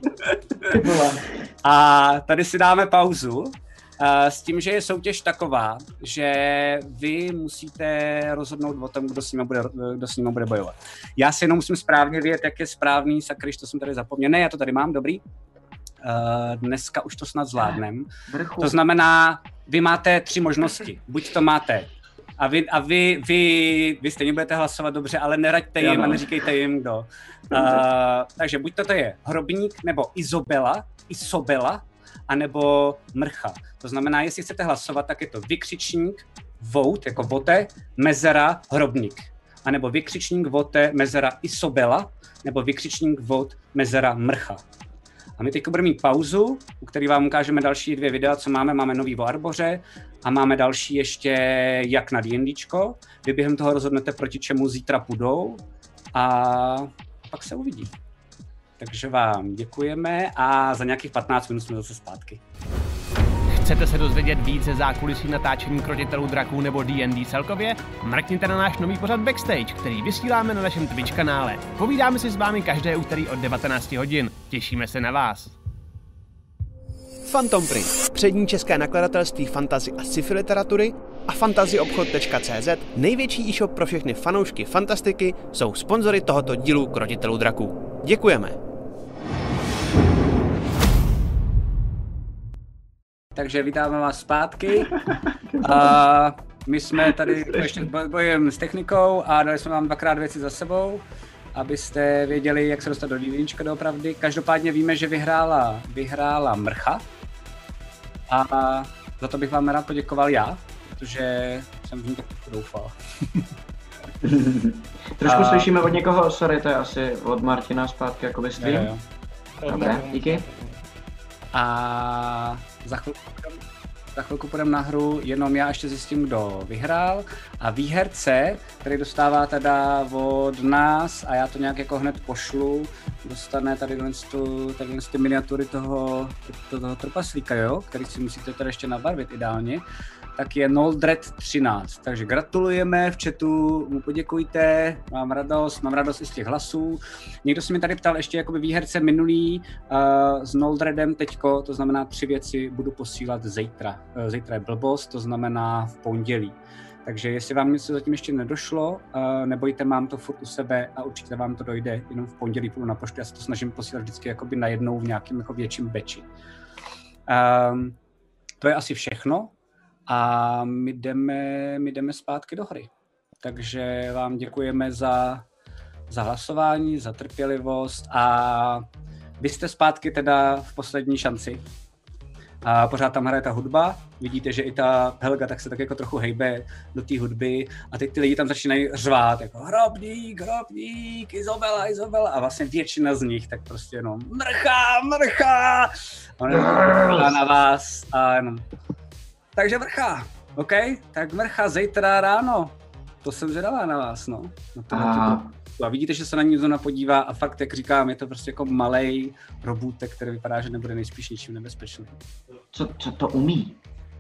A tady si dáme pauzu s tím, že je soutěž taková, že vy musíte rozhodnout o tom, kdo s ním bude, kdo s ním bude bojovat. Já si jenom musím správně vědět, jak je správný, sakryš, to jsem tady zapomněl. Ne, já to tady mám, dobrý. Dneska už to snad zvládnem. To znamená, vy máte tři možnosti. Buď to máte a vy, a vy, vy, vy stejně budete hlasovat dobře, ale neraďte jim a neříkejte jim kdo. Uh, takže buď to je hrobník, nebo Izabela, Isobela, anebo mrcha. To znamená, jestli chcete hlasovat, tak je to vykřičník, vote, jako vote, mezera, hrobník. A nebo vykřičník, vote, mezera, Isobela, nebo vykřičník, vote, mezera, mrcha. A my teď budeme mít pauzu, u které vám ukážeme další dvě videa, co máme. Máme nový o Arboře a máme další ještě jak na D&Dčko. Vy během toho rozhodnete, proti čemu zítra půjdou a pak se uvidí. Takže vám děkujeme a za nějakých patnáct minut jsme zase zpátky. Chcete se dozvědět víc ze zákulisí natáčení Krotitelů draků nebo D and D celkově? Mrkněte na náš nový pořad Backstage, který vysíláme na našem Twitch kanále. Povídáme si s vámi každé úterý od devatenáct hodin. Těšíme se na vás. Phantom Print, přední české nakladatelství fantasy a sci-fi literatury, a fantasy obchod tečka cé zet, největší e-shop pro všechny fanoušky fantastiky, jsou sponzory tohoto dílu Krotitelů draků. Děkujeme. takže vítáme vás zpátky. A my jsme tady ještě bojujeme s technikou a dali jsme vám dvakrát věci za sebou, abyste věděli, jak se dostat do jednička doopravdy. Každopádně víme, že vyhrála, vyhrála Mrcha a za to bych vám rád poděkoval já, protože jsem v ní tak doufal. Trošku a... slyšíme od někoho, sorry, to je asi od Martina zpátky jakoby stream. Jo, jo. Dobré, díky. A za chvilku, za chvilku půjdeme na hru, jenom já ještě zjistím, kdo vyhrál. A výherce, který dostává teda od nás, a já to nějak jako hned pošlu, dostane tady tady ty miniatury toho, toho trpaslíka, jo? Který si musíte teda ještě nabarvit ideálně. Tak je Noldred třináct, takže gratulujeme, v chatu mu poděkujte, mám radost, mám radost i z těch hlasů. Někdo se mi tady ptal ještě jakoby výherce minulý uh, s Noldredem teďko, to znamená tři věci budu posílat zítra. Uh, zítra je blbost, to znamená v pondělí. Takže jestli vám něco zatím ještě nedošlo, uh, nebojte, mám to furt u sebe a určitě vám to dojde, jenom v pondělí půjdu na poštu, já se to snažím posílat vždycky jakoby najednou v nějakém jako větším batchi. Um, to je asi všechno. A my jdeme, my jdeme zpátky do hry. Takže vám děkujeme za, za hlasování, za trpělivost a vy jste zpátky teda v poslední šanci. A pořád tam hraje ta hudba, vidíte, že i ta Helga tak se tak jako trochu hejbe do té hudby a teď ty lidi tam začínají řvát jako hrobník, hrobník, Izabela, Izabela a vlastně většina z nich tak prostě jenom mrcha, mrcha a na vás a jenom takže Mrcha, OK? Tak Mrcha zítra ráno. To jsem zvědavá na vás, no. A... a vidíte, že se na ní zóna podívá a fakt, jak říkám, je to prostě jako malej robůtek, který vypadá, že nebude nejspíš ničím nebezpečný. Co, co to umí?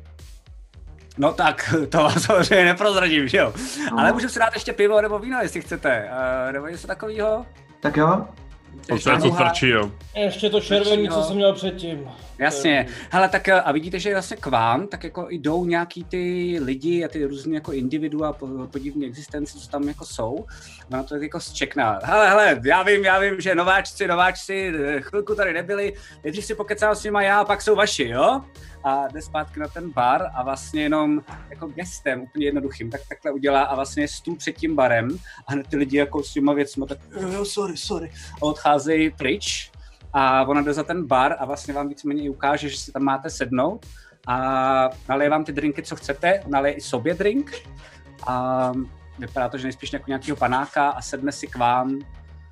No tak, to samozřejmě neprozradím, že jo? No. Ale můžu si dát ještě pivo nebo víno, jestli chcete. Uh, nebo něco takového? Tak jo. To je co tvrdší, jo. Ještě to červený, co jsem měl předtím. Jasně. Hele, tak a vidíte, že vlastně k vám tak jako jdou nějaký ty lidi a ty různý jako individua, podivné existence, co tam jako jsou. Ona to jako zčekná. Hele, hele, já vím, já vím, že nováčci, nováčci chvilku tady nebyli, nejdřív si pokecám s nima já, a pak jsou vaši, jo? A jde zpátky na ten bar a vlastně jenom jako gestem, úplně jednoduchým, tak takhle udělá a vlastně je stůl před tím barem a hned ty lidi jako s těma věcma tak jo, sorry, sorry a odcházejí pryč a ona jde za ten bar a vlastně vám víceméně ukáže, že si tam máte sednout a naleje vám ty drinky, co chcete, naleje i sobě drink a vypadá to, že nejspíš jako nějakýho panáka a sedne si k vám.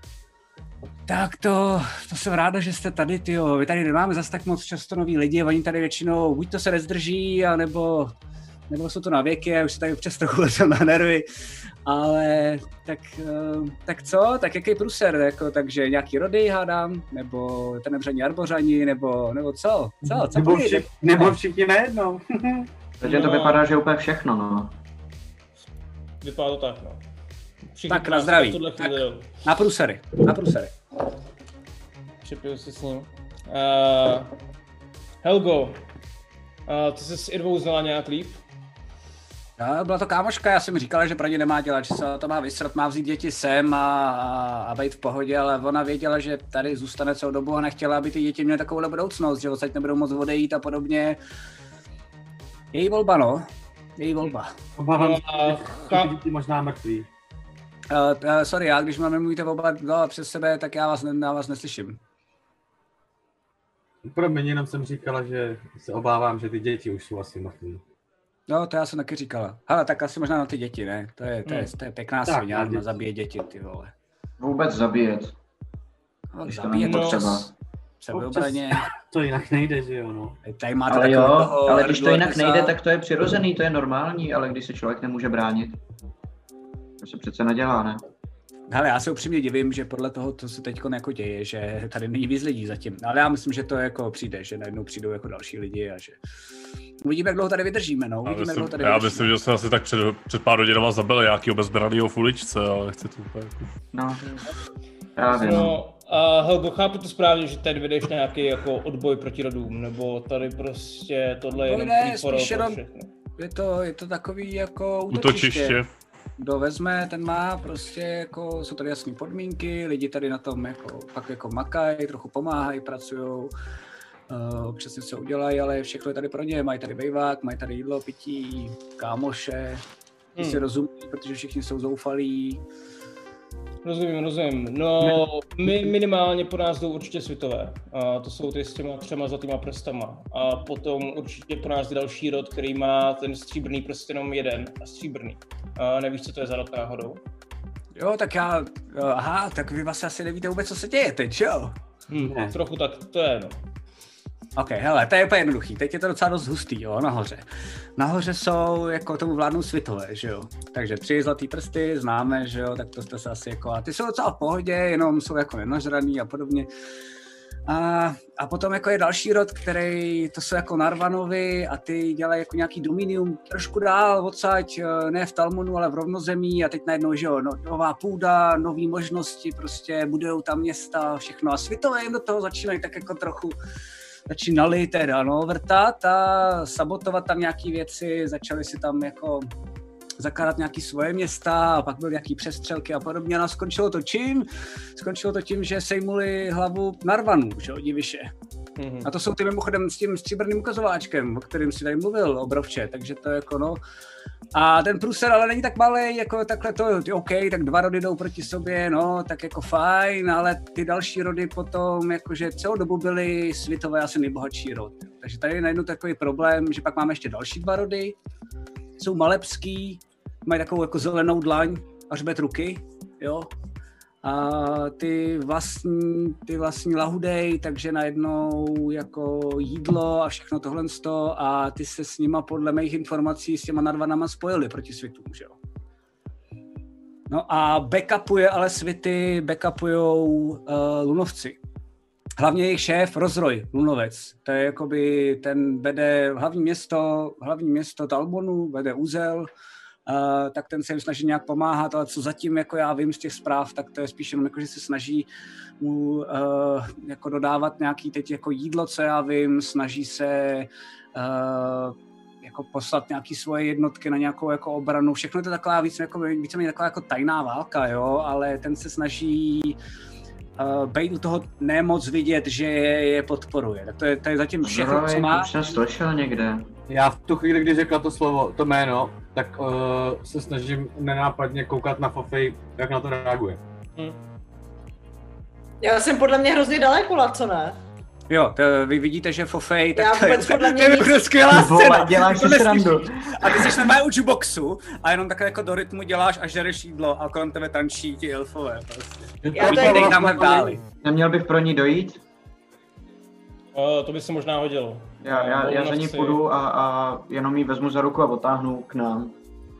Tak to, to jsem ráda, že jste tady, tyjo. Vy tady nemáme zase tak moc často nový lidi, oni tady většinou buď to se nezdrží, anebo, nebo jsou to na věky a už se tady občas trochu lezem na nervy. Ale tak, tak co? Tak jaký průser, jako, takže nějaký rody hádám, nebo tenebření arbořani, nebo, nebo co? Co? co nebo, vši, nebo všichni najednou. Takže to vypadá, že úplně všechno, no. Vypadá to tak, no. Všichni tak na zdraví, tak, na průsery, na průsery. Připiju si s ním. Uh, Helgo, uh, ty jsi s Irvou znala nějak líp? No, byla to kámoška, já jsem mi říkala, že pro ně nemá dělat, že se to má vysrat, má vzít děti sem a, a, a být v pohodě, ale ona věděla, že tady zůstane celou dobu a nechtěla, aby ty děti měly takovou budoucnost, že odsaď nebudou moc odejít a podobně. Její volba, no. Její volba. Obávám se, že ty děti možná mrtví. Uh, uh, sorry, já když máme mluvíte oba dva přes sebe, tak já vás, já vás neslyším. Pro mě jenom jsem říkala, že se obávám, že ty děti už jsou asi mrtví. No, to já jsem taky říkala. Hele, tak asi možná na ty děti, ne? To je, to je, to je pěkná sviňárna, zabíjet děti, ty vole. Vůbec zabíjet. No, zabíjet to třeba. Sebeobraně. To jinak nejde, že jo, no. Tady máte ale jo, toho, ale když to jinak nejde, tak to je přirozený, to je normální, ale když se člověk nemůže bránit, to se přece nedělá, ne? Hele, já se upřímně divím, že podle toho, co se teď jako děje, že tady není víc lidí zatím. Ale já myslím, že to jako přijde, že najednou přijdou jako další lidi a že uvidíme, jak dlouho tady vydržíme, no. Uvidíme, myslím, jak dlouho tady já vydržíme. myslím, že jsme asi tak před, před pár hodinama zabili nějakýho bezbranýho v uličce, ale nechci to úplně. No, právě no. no. A Helgo, chápu to správně, že tady vedeš nějaký jako odboj proti rodům, nebo tady prostě tohle je jenom spíš jenom, je to, je to takový jako útočiště. útočiště. Kdo vezme, ten má prostě jako, jsou tady jasné podmínky, lidi tady na tom jako, pak jako makají, trochu pomáhají, pracujou Uh, občas něco udělají, ale všechno je tady pro ně. Mají tady bejvák, mají tady jídlo, pití, kámoše. Ty hmm. si rozumí, protože všichni jsou zoufalí. Rozumím, rozumím. No, my minimálně po nás jdou určitě svitové. A to jsou ty s těma třema zlatýma prstama. A potom určitě po nás jde další rod, který má ten stříbrný prst jenom jeden a stříbrný. A nevíš, co to je za rod náhodou? Jo, tak já, aha, tak vy vlastně asi nevíte vůbec, co se děje teď, jo? Hmm, trochu tak, to je no. Ok, hele, to je úplně jednoduchý, teď je to docela dost hustý, jo, nahoře. Nahoře jsou, jako tomu vládnou svitové, že jo. Takže tři zlatý prsty, známe, že jo, tak to jste se asi jako, a ty jsou docela v pohodě, jenom jsou jako nenažraný a podobně. A, a potom jako je další rod, který, to jsou jako Narvanovi a ty dělají jako nějaký dominium trošku dál odsaď, ne v Talmonu, ale v rovnozemí a teď najednou, že jo, no, nová půda, nový možnosti, prostě budujou tam města, všechno a svitové jim do toho začínají tak jako trochu začínali teda, no, vrtat a sabotovat tam nějaký věci, začali si tam jako zakládat nějaký svoje města a pak byly nějaký přestřelky a podobně a skončilo to čím? Skončilo to tím, že sejmuli hlavu Narvanu, že jo, diviše. Mm-hmm. A to jsou ty mimochodem s tím stříbrným ukazováčkem, o kterým si tady mluvil, obrovče, takže to je jako no. A ten průser ale není tak malý, jako takhle to, ty OK, tak dva rody jdou proti sobě, no, tak jako fajn, ale ty další rody potom, jakože celou dobu byly svitové asi nejbohatší rod. Takže tady je najednou takový problém, že pak máme ještě další dva rody, jsou malepský, mají takovou jako zelenou dlaň a hřbet ruky, jo. A ty vlastní, ty vlastní lahudej, takže najednou jako jídlo a všechno tohle a ty se s nima podle mých informací s těma Narvanama spojili proti svitům, že jo. No a backupuje ale svity, backupujou uh, lunovci. Hlavně jejich šéf Rozroj, Lunovec, to je jakoby ten vede hlavní město, hlavní město Talbonu, vede úzel, Uh, tak ten se jim snaží nějak pomáhat, ale co zatím jako já vím z těch zpráv, tak to je spíš jenom jako, že se snaží mu uh, jako dodávat nějaký teď jako jídlo, co já vím, snaží se uh, jako poslat nějaký svoje jednotky na nějakou jako obranu, všechno je to taková víc, jako, víceméně taková jako tajná válka, jo, ale ten se snaží uh, být u toho nemoc vidět, že je podporuje, tak to je, to je zatím všechno, co má. Už jsem slyšel někde. Já v tu chvíli, kdy řekla to slovo, to jméno, tak uh, se snažím nenápadně koukat na Fofej, jak na to reaguje. Hmm. Já jsem podle mě hrozně daleko, co ne? Jo, to vy vidíte, že Fofej, tak já to je, podle mě to je nic... skvělá scéna. Děláš si srandu. A ty jsi na jukeboxu a jenom takhle jako do rytmu děláš a žereš jídlo a kolem tebe tančí ti elfové prostě. Já to je tamhle dáli. Neměl bych pro ní dojít? Uh, to by se možná hodilo. Já, já, já za ní půjdu a, a jenom jí vezmu za ruku a otáhnu k nám.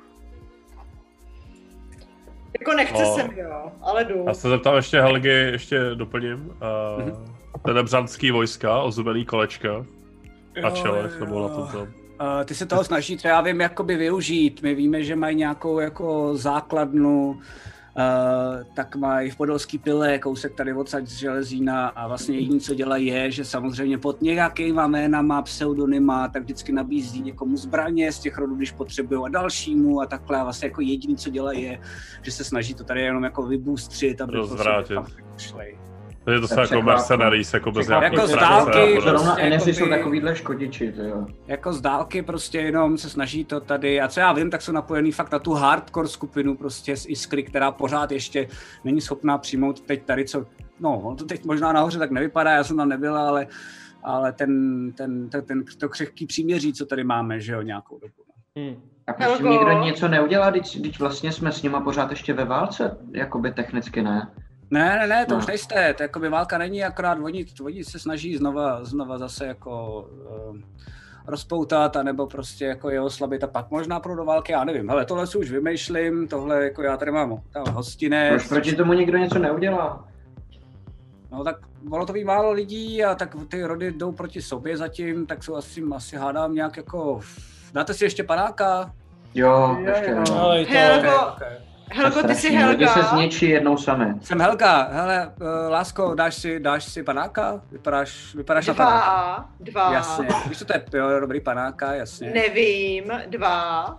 Jako nechce no. Sem, jo, ale jdu. Já se zeptám ještě Helgy, ještě doplním. Uh, mm-hmm. Tenebřanský vojska, ozubený kolečka na čelech, nebo na tomto. Uh, ty se toho snaží, co já vím, jakoby využít. My víme, že mají nějakou jako základnu, Uh, tak mají v Podolský pile kousek tady odsaď z Železína a vlastně jediné, co dělají, je, že samozřejmě pod nějakýma jménama, pseudonyma, tak vždycky nabízí někomu zbraně z těch rodů, když potřebují a dalšímu a takhle. A vlastně jako jediné, co dělají, je, že se snaží to tady jenom jako vybůstřit, aby rozvrátit. To je to se jako mercenaries, jako bez nějakého jako z dálky, zrovna N F jsou takovýhle škodiči, to jo. Jako z dálky prostě jenom se snaží to tady, a co já vím, tak jsou napojený fakt na tu hardcore skupinu prostě z Iskry, která pořád ještě není schopná přijmout teď tady, co, no, on to teď možná nahoře tak nevypadá, já jsem tam nebyl, ale, ale ten, ten, ten, ten to křehký příměří, co tady máme, že jo, nějakou dobu. Hmm. A prostě nikdo něco neudělá, když, když vlastně jsme s nima pořád ještě ve válce, jakoby technicky ne. Ne, ne, ne, to no. Už nejste, to jakoby válka není, akorát oni, oni se snaží znova, znova zase jako uh, rozpoutat, anebo prostě jako je oslabit a pak možná pro do války, já nevím, hele, tohle si už vymýšlím, tohle jako já tady mám hostinec. Proč proti tomu nikdo něco neudělá? No tak bylo to ví málo lidí a tak ty rody jdou proti sobě zatím, tak jsou asi, asi hádám nějak jako, dáte si ještě panáka? Jo, ještě jo. No, Helgo, Helgo, ty jsi Helga. Lidi se zničí jednou sami. Jsem Helga, hele, uh, lásko, dáš si, dáš si panáka? Vypadáš, vypadáš dva, na panáka. Dva, Jasně, víš co to je, jo, dobrý panáka, jasně. Nevím, dva.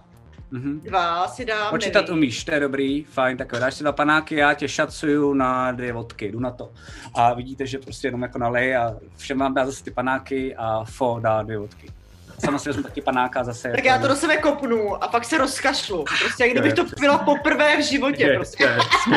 Mhm. Dva si dám, Počítat nevím. umíš, to je dobrý, fajn, tak jo, dáš si dva panáky, já tě šacuju na dvě vodky, jdu na to. A vidíte, že prostě jenom jako nalej a všem vám dá zase ty panáky a Fo dá dvě vodky. Sama si vezmu taky panáka zase. Tak já to do sebe kopnu a pak se rozkašlu. Prostě jak kdybych to pila poprvé v životě. Prostě.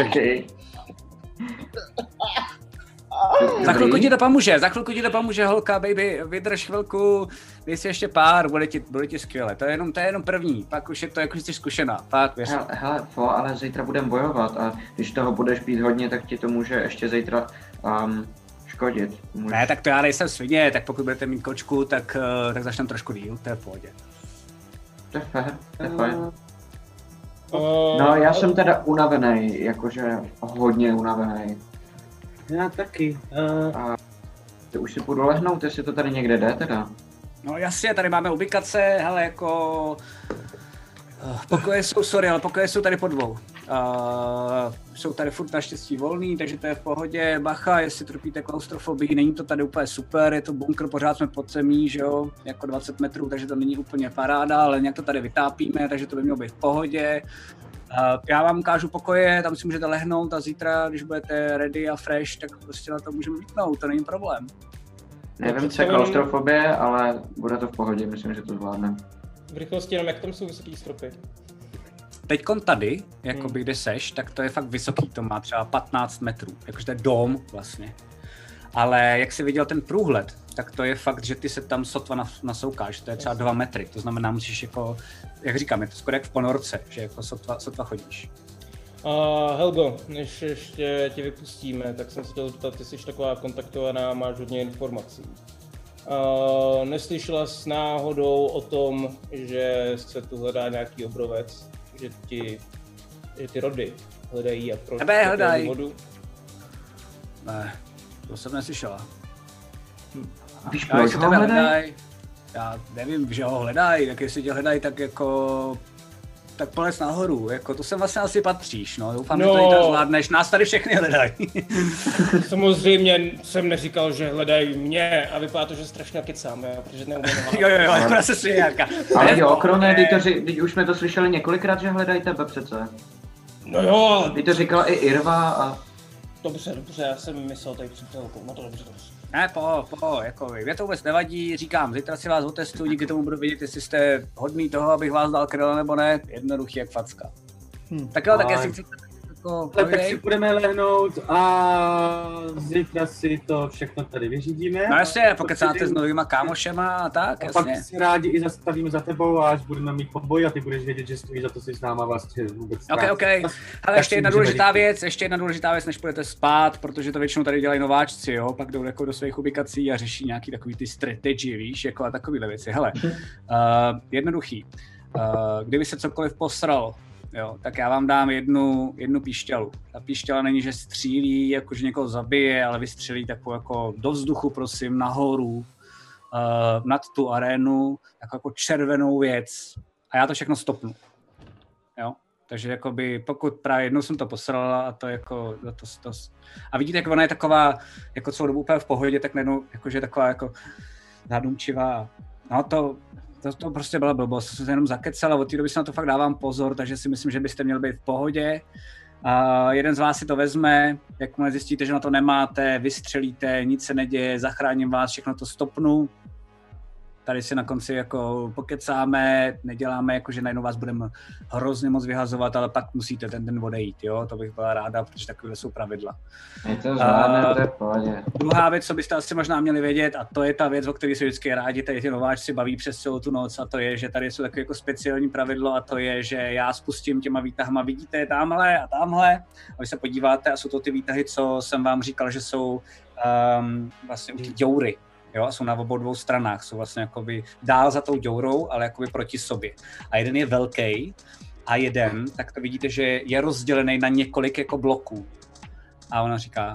Za chvilku ti to pomůže, za chvilku ti to pomůže, holka, baby, vydrž chvilku, dej si ještě pár, bude ti, bude ti skvěle, to je jenom, to je jenom první, pak už je to jako, že jsi zkušená, pak věř. Hele, hele, Fo, ale zítra budeme bojovat a když toho budeš pít hodně, tak ti to může ještě zítra um, škodit. Může... Ne, tak to já nejsem svině, tak pokud budete mít kočku, tak, uh, tak začneme trošku díl, to je v pohodě. To je fér, to je fajn. Uh, No, já jsem teda unavený, jakože hodně unavený. Já taky. Uh... A ty už si půjdu lehnout, jestli to tady někde jde teda. No jasně, tady máme ubikace, hele jako... Uh, pokoje jsou, sorry, ale pokoje jsou tady po dvou. Uh, jsou tady furt naštěstí volný, takže to je v pohodě. Bacha, jestli trpíte klaustrofobii, není to tady úplně super, je to bunkr, pořád jsme pod zemí, že jo, jako dvacet metrů, takže to není úplně paráda, ale nějak to tady vytápíme, takže to by mělo být v pohodě. Uh, já vám ukážu pokoje, tam si můžete lehnout a zítra, když budete ready a fresh, tak prostě na to můžeme lítnout, to není problém. Nevím, co je klaustrofobie, ale bude to v pohodě, myslím, že to zvládne. V rychlosti jenom, jak tam jsou vysoký stropy. Teďkon tady, jakoby hmm. kde seš, tak to je fakt vysoký, to má třeba patnáct metrů, jakože to je dom vlastně. Ale jak jsi viděl ten průhled, tak to je fakt, že ty se tam sotva nasoukáš, to je třeba dva metry, to znamená, musíš jako, jak říkám, je to skoro jak v ponorce, že jako sotva, sotva chodíš. A Helgo, než ještě tě vypustíme, tak jsem se chtěl zeptat, ty jsi taková kontaktovaná, máš hodně informací. Uh, neslyšela jsi náhodou o tom, že se tu hledá nějaký obrovec, že ti, že ty rody hledají a proč? Tebe hledají. Ne, to jsem neslyšela. Víš, proč ho hledají? Já nevím, že ho hledají, tak jestli tě hledají, tak jako... tak polez nahoru, jako to sem vlastně asi patříš, no, doufám, no. Že to tady zvládneš, nás tady všechny hledají. Samozřejmě jsem neříkal, že hledají mě a vypadá to, že strašně kecám, jo, protože neumím. Jo, jo, jo, jako se svěďárka. Ale jo, Krone, teď už jsme to slyšeli několikrát, že hledají tebe přece. No jo. Ty to říkala i Irva a... Dobře, dobře, já jsem myslel tady přítelkou, no to dobře, dobře. Ne, po, po, jako mě to vůbec nevadí, říkám, zítra si vás otestuju, díky tomu budu vědět, jestli jste hodný toho, abych vás dal kryla nebo ne, jednoduchý jak facka. Hmm. Tak jo, tak jestli chcete jako... Tak, tak si budeme lehnout a zítra si to všechno tady vyřídíme. No jasně, pokecáte s novýma kámošema a tak, a jasně. pak si rádi i zastavíme za tebou a až budeme mít poboj a ty budeš vědět, že stojí za to si s náma vlastně vůbec Ok, ok. Ale ještě jedna důležitá věc, ještě jedna důležitá věc, než půjdete spát, protože to většinou tady dělají nováčci, jo, pak jdou jako do svých ubikací a řeší nějaký takový ty strategy, víš, jako a takovýhle věci. Hele, uh, jednoduchý, uh, kdyby se cokoliv posral, jo, tak já vám dám jednu, jednu píšťalu. Ta píšťala není, že střílí, jako že někoho zabije, ale vystřelí takovou jako do vzduchu, prosím, nahoru, uh, nad tu arénu, takovou jako červenou věc. A já to všechno stopnu. Jo? Takže jakoby, pokud právě jednou jsem to posrala a to jako, to, to, a vidíte, jak ona je taková, jako celou dobu úplně v pohodě, tak najednou, jakože taková jako zadumčivá. No to, To, to prostě byla blbost, to jsem se jenom zakecal a od té doby se na to fakt dávám pozor, takže si myslím, že byste měli být v pohodě. Uh, jeden z vás si to vezme, jakmile zjistíte, že na to nemáte, vystřelíte, nic se neděje, zachráním vás, všechno to stopnu. Tady si na konci jako pokecáme, neděláme jako, že najednou vás budeme hrozně moc vyhazovat, ale pak musíte ten den odejít, jo, to bych byla ráda, protože takové jsou pravidla. Je to zvládne, to je v pohodě. Druhá věc, co byste asi možná měli vědět, a to je ta věc, o které se vždycky rádi tady ty nováčci baví přes celou tu noc, a to je, že tady jsou takové jako speciální pravidlo, a to je, že já spustím těma výtahama, vidíte je tamhle a tamhle, a vy se podíváte a jsou to ty výtahy, co jsem vám říkal, že jsou um, vlastně ty děury. Jo, jsou na obou dvou stranách, jsou vlastně jakoby dál za tou děurou, ale jakoby proti sobě. A jeden je velký a jeden, tak to vidíte, že je rozdělený na několik jako bloků. A ona říká,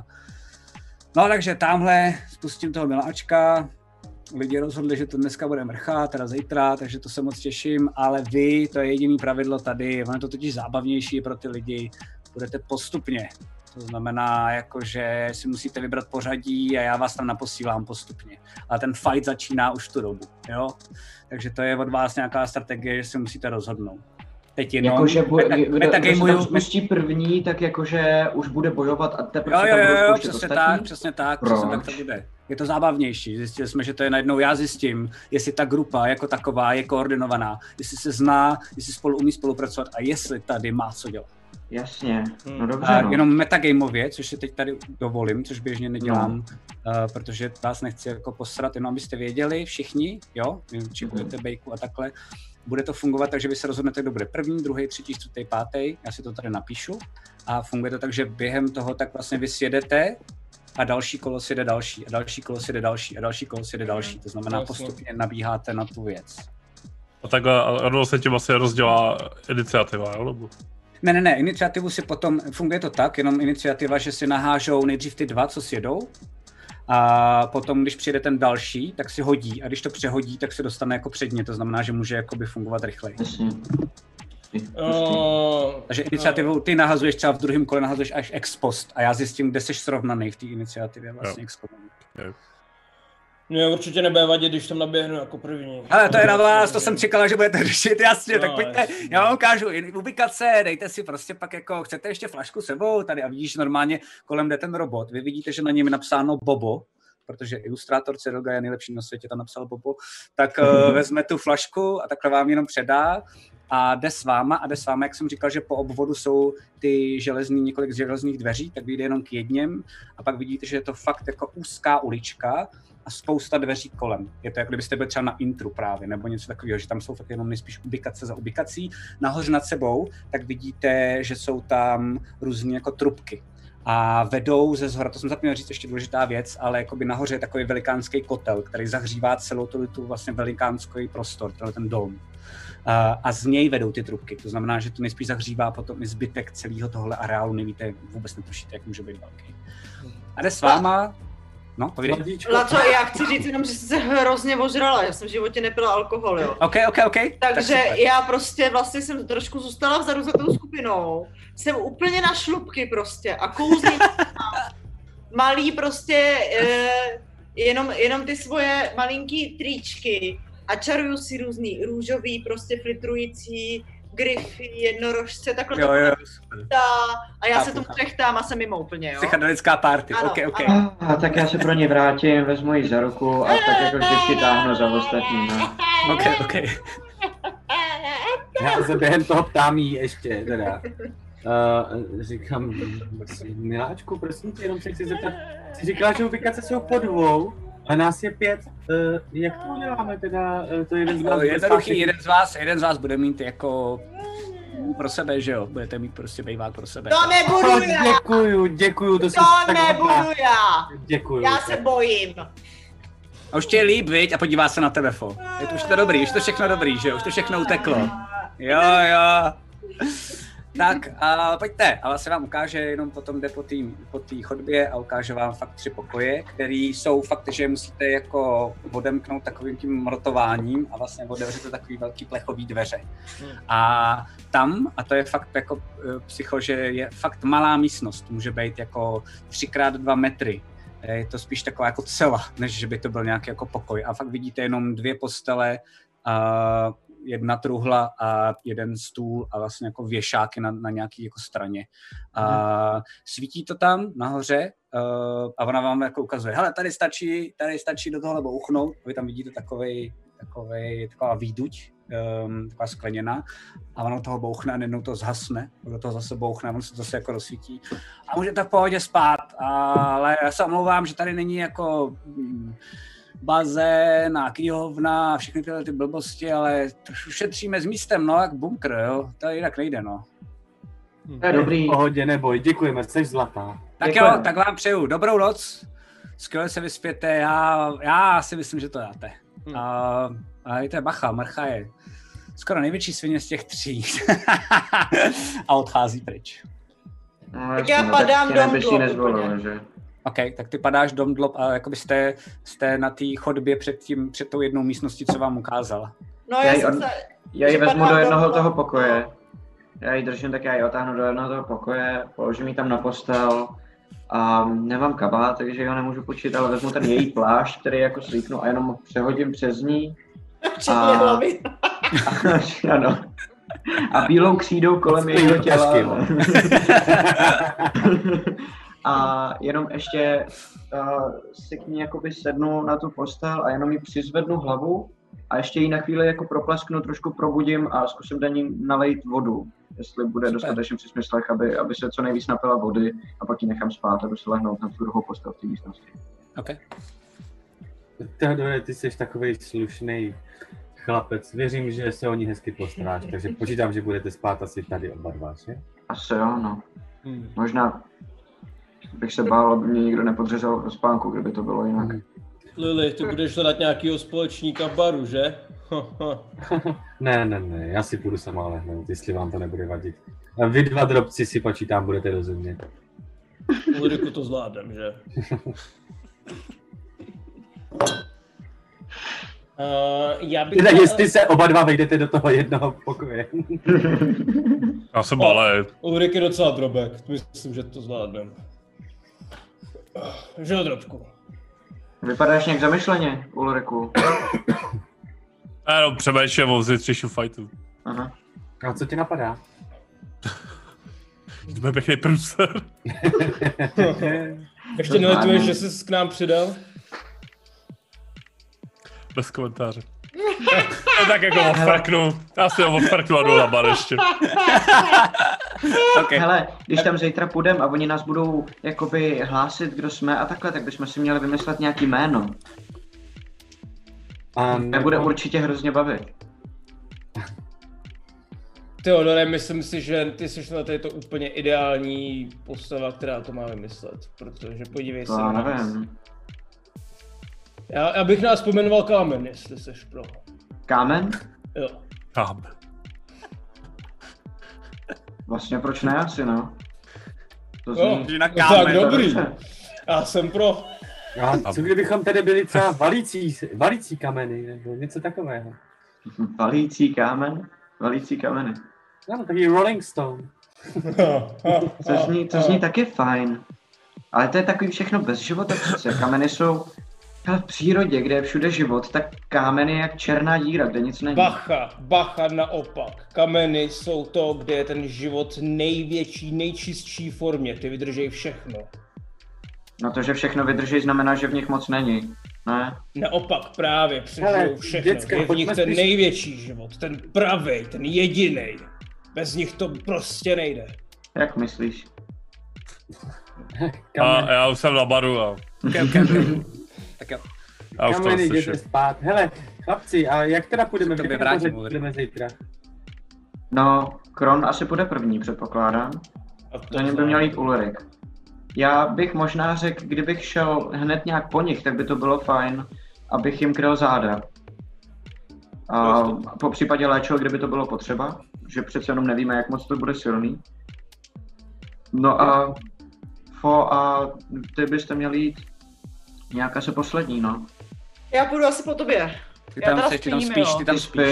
no takže tamhle spustím toho miláčka, lidi rozhodli, že to dneska bude mrchat, teda zítra, takže to se moc těším, ale vy, to je jediný pravidlo tady, ono je to totiž zábavnější pro ty lidi, budete postupně. To znamená, jako, že si musíte vybrat pořadí a já vás tam naposílám postupně. Ale ten fight začíná už tu dobu, jo? Takže to je od vás nějaká strategie, že si musíte rozhodnout. Teď jenom jakože bu- meta, kdo, metagamuju. kdo se tam spustí první, tak jakože už bude bojovat a teprve Jo, se jo, tam budou jo, spouštět přesně ostatní? tak, přesně tak, přesně tak to bude. Je to zábavnější, zjistili jsme, že to je najednou, já zjistím, jestli ta grupa jako taková je koordinovaná, jestli se zná, jestli spolu umí spolupracovat a jestli tady má co dělat. Jasně, no dobře, A no. jenom metagameově, což si teď tady dovolím, což běžně nedělám, No. uh, protože vás nechci jako posrat, jenom abyste věděli všichni, jo, či budete bejku a takhle. Bude to fungovat tak, že vy se rozhodnete, kdo bude první, druhý, třetí, čtvrtý, pátý. Já si to tady napíšu. A funguje to tak, že během toho tak vlastně vy sjedete a další kolo sjede další a další kolo sjede další a další kolo sjede další. To znamená, postupně nabíháte na tu věc. A takhle ano, se tím vlastně rozdělá iniciativa, jo? Nebo? Ne, ne, ne, iniciativu si potom, funguje to tak, jenom iniciativa, že si nahážou nejdřív ty dva, co sjedou. A potom, když přijde ten další, tak si hodí a když to přehodí, tak se dostane jako předně, to znamená, že může jakoby fungovat rychleji. Uh, Takže iniciativu ty nahazuješ třeba v druhém kole, nahazuješ až ex post a já zjistím, kde jsi srovnaný v té iniciativě vlastně ex post. Mně určitě nebude vadit, když tam naběhnu jako první. Ale to je na vás, to jsem čekala, že budete řešit, jasně, no, tak pojďte, jasně. já vám ukážu ubikace, dejte si prostě pak jako, chcete ještě flašku sebou tady a vidíš normálně kolem jde ten robot, vy vidíte, že na něm je napsáno Bobo, protože ilustrátor Cyrilga je nejlepší na světě, tam napsal Bobo, tak uh, vezme tu flašku a takhle vám jenom předá a jde s váma a jde s váma, jak jsem říkal, že po obvodu jsou ty železný, několik železných dveří, tak vyjde jenom k jedním a pak vidíte, že je to fakt jako úzká ulička a spousta dveří kolem. Je to jako kdybyste byli třeba na intru právě, nebo něco takového, že tam jsou fakt jenom nejspíš ubikace za ubikací. Nahoře nad sebou, tak vidíte, že jsou tam různé jako trubky. A vedou ze zhora, to jsem zapomněl říct ještě důležitá věc, ale jakoby nahoře je takový velikánský kotel, který zahřívá celou tu, tu vlastně velikánský prostor, tenhle ten dom. A, a z něj vedou ty trubky, to znamená, že to nejspíš zahřívá potom i zbytek celého tohle areálu, nevíte, vůbec netušíte, jak může být velký. A jde s váma. No, povídej. Laco, já chci říct jenom, že jsi se hrozně ožrala, já jsem v životě nepila alkohol, jo. Ok, ok, ok. Takže tak já prostě vlastně jsem trošku zůstala vzadu za tou skupinou. Jsem úplně na šlupky prostě a kouzlím malý prostě eh, jenom, jenom ty svoje malinký tričky a čaruju si různý růžový, prostě flitrující gryfy, jednorožce, takhle jo, jo, to a já se tomu třechtám a jsem mimo úplně, jo. Psychedelická party, ano, ok, ok. A, a tak já se pro ně vrátím, vezmu ji za ruku a tak jako vždycky táhnu za ostatními. Ok, ok. Já se během toho ptám jí ještě, teda. Uh, říkám, miláčku, prosím tě, jenom se chci zeptat, jsi říkala, že ubikace jsou po dvou, a nás je pět, uh, jak to uděláme teda, uh, to jeden z vás? Jednoduchý, jeden z vás, jeden z vás bude mít jako pro sebe, že jo, budete mít prostě bejvák pro sebe. To nebudu oh, já! Děkuju, děkuju, to, to nebudu já! Děkuju. Já se bojím. A už tě je líp, viď, a podívá se na tebe, fo. Je to už to dobrý, už to všechno dobrý, že jo, už to všechno uteklo. Jo, jo. Tak a pojďte, a vlastně vám ukáže, jenom potom jde po té po té chodbě a ukáže vám fakt tři pokoje, které jsou fakt, že musíte jako odemknout takovým tím rotováním a vlastně otevřete takový velký plechový dveře. A tam, a to je fakt jako psycho, že je fakt malá místnost, může být jako tři krát dva metry. Je to spíš taková jako cela, než že by to byl nějaký jako pokoj. A fakt vidíte jenom dvě postele, a jedna truhla a jeden stůl a vlastně jako věšáky na, na nějaký jako straně. A svítí to tam nahoře uh, a ona vám jako ukazuje, hele, tady stačí, tady stačí do tohle bouchnout. Vy tam vidíte takovej, takovej, taková výduť, um, taková skleněná a ono toho bouchne a najednou to zhasne, do toho zase bouchne a ono se zase jako rozsvítí. A můžete v pohodě spát, ale já se omlouvám, že tady není jako Hmm, bazén a knihovna a všechny tyhle ty blbosti, ale šetříme s místem, no, jak bunkr, jo, to jinak nejde, no. To je dobrý. Pohodě, neboj, děkujeme, jsi zlatá. Tak Děkujeme. jo, tak vám přeju dobrou noc, skvěle se vyspěte, já, já si myslím, že to dáte. Hmm. A, a jděte bacha, Mrcha je skoro největší svině z těch tří a odchází pryč. No, Tak jasně, já no, padám tak dom nebezpečí dlop nezvolil, úplně. že? OK, tak ty padáš dom dlop a jakoby jste, jste na té chodbě před, tím, před tou jednou místností, co vám ukázala. No Já já ji jsem od- se... Já ji že vezmu padám do jednoho dom toho dlop. pokoje. Já ji držím, tak já ji otáhnu do jednoho toho pokoje, položím ji tam na postel a nemám kabát, takže ho nemůžu počít, ale vezmu ten její plášť, který jako slíknu a jenom přehodím přes ní. Včetně hlavy. Ano. A bílou křídou kolem jejího těla. A jenom ještě uh, si k ní jakoby sednu na tu postel a jenom jí přizvednu hlavu a ještě jí na chvíli jako proplesknu, trošku probudím a zkusím do ní nalejt vodu, jestli bude dostatečně při smyslech, aby, aby se co nejvíc napila vody a pak ji nechám spát a jdu se lehnout na tu druhou postel v té místnosti. OK. Teodore, ty jsi takovej slušnej chlapec. Věřím, že se o ní hezky postaráš, takže počítám, že budete spát asi tady oba dva, že? Asi jo, no. Hmm. Možná bych se bál, aby mě nikdo nepodřezal do spánku, kdyby to bylo jinak. Hmm. Lili, ty budeš hledat nějakýho společníka v baru, že? ne, ne, ne, já si půjdu sama lehnout, jestli vám to nebude vadit. A vy dva drobci si počítám, budete rozumět. Ulriku to zvládnem, že? Uh, já bych... Tak jestli se oba dva vejdete do toho jednoho pokoje. Já jsem malý. Ulrik je docela drobek, myslím, že to zvládnem. Že jo, drobku? Vypadáš nějak zamyšleně, Ulriku. Já jenom přemýšlím o zítřejším fightu. Aha. A co ti napadá? Jdeme pěkný průser. Ještě neletuješ, že jsi k nám přidal? Bez komentáře. Tak jako odfrknu. Já si ho odfrknu a jdu na bar ještě. Okay. Hele, když tam zítra půjdem a oni nás budou jakoby hlásit, kdo jsme a takhle, tak bychom si měli vymyslet nějaký jméno. A mě bude určitě hrozně bavit. Teodore, myslím si, že ty jsi na této úplně ideální postava, která to má vymyslet, protože podívej se no, na nevím. nás. Já, já bych nás pojmenoval Kámen, jestli seš pro. Kámen? Jo. Kámen. Vlastně proč ne asi, no? To zní no, na kámen. Tak dobrý. Já jsem pro. A co kdybychom tedy byli třeba valící, valící kameny, nebo něco takového? Valící kámen? Valící kameny. No, takový Rolling Stone. to, zní, to zní taky fajn. Ale to je takový všechno bez života přece. Kameny jsou v přírodě, kde je všude život, tak kámen je jak černá díra, kde nic není. Bacha, bacha naopak. Kameny jsou to, kde je ten život největší, nejčistší formě. Ty vydržej všechno. No to, že všechno vydrží, znamená, že v nich moc není, ne? Naopak právě, přežijou všechno. Děcka, je v nich ten spíš... největší život, ten pravej, ten jedinej. Bez nich to prostě nejde. Jak myslíš? A já už jsem na baru a... Okay, okay, okay. Tak jo. Kameny, jděte spát. Hele, chlapci, a jak teda půjdeme? To vrátím, půjdeme zítra? No, Kron asi půjde první, předpokládám. Za ním by měl jít Ulrik. Já bych možná řekl, kdybych šel hned nějak po nich, tak by to bylo fajn, abych jim kryl záda. A po případě léčil, kdyby to bylo potřeba, že přece jenom nevíme, jak moc to bude silný. No a Fo a ty byste měli jít nějak asi poslední, no. Já půjdu asi po tobě. Ty tam, seš, ty tam spíš, ty tam spíš.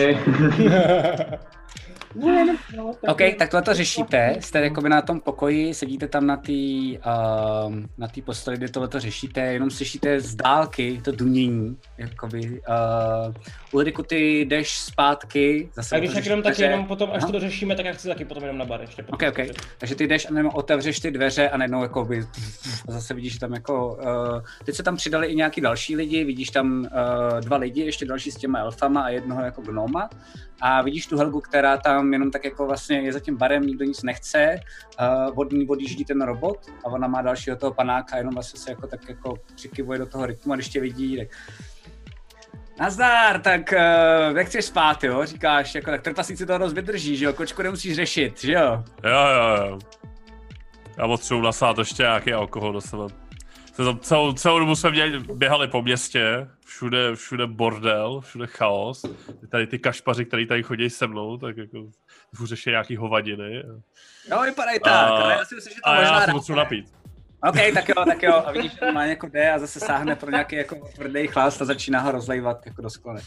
OK, tak tohle to řešíte, jste jakoby na tom pokoji, sedíte tam na té uh, na té posteli, kde tohle to řešíte, jenom slyšíte z dálky to dunění, jakoby. Uh, Ulriku, ty jdeš zpátky, zase. A když tak jenom tak jenom potom, až no? to dořešíme, tak já chci taky potom jenom na bar ještě. OK, OK, takže ty jdeš a jenom otevřeš ty dveře a najednou jakoby, a zase vidíš, že tam jako, uh, teď se tam přidali i nějaký další lidi, vidíš tam uh, dva lidi, ještě další s těma elfama a jednoho jako gnoma. A vidíš tu Helgu, která tam jenom tak jako vlastně je za tím barem, nikdo nic nechce, uh, od ní odjíždí ten robot a ona má dalšího toho panáka, jenom vlastně se jako tak jako přikyvuje do toho rytmu a když tě vidí, tak nazdar, tak uh, jak chceš spát, jo, říkáš, jako tak trpasík si to dost vydrží, že jo, kočku nemusíš řešit, že jo? Jo, jo, jo. Já potřebuji nasát ještě nějaký alkohol do sebe. Celou, celou dobu jsme měli, běhali po městě, všude, všude bordel, všude chaos. Tady ty kašpaři, který tady chodí se mnou, tak jako furt řeší nějaký hovadiny. Jo, vypadají tak, ale já si myslím, že to a možná já se potřebuji napít. OK, tak jo, tak jo, a vidíš, že má jako jde a zase sáhne pro nějaký jako tvrdý chlast a začíná ho rozlejvat jako do sklenek.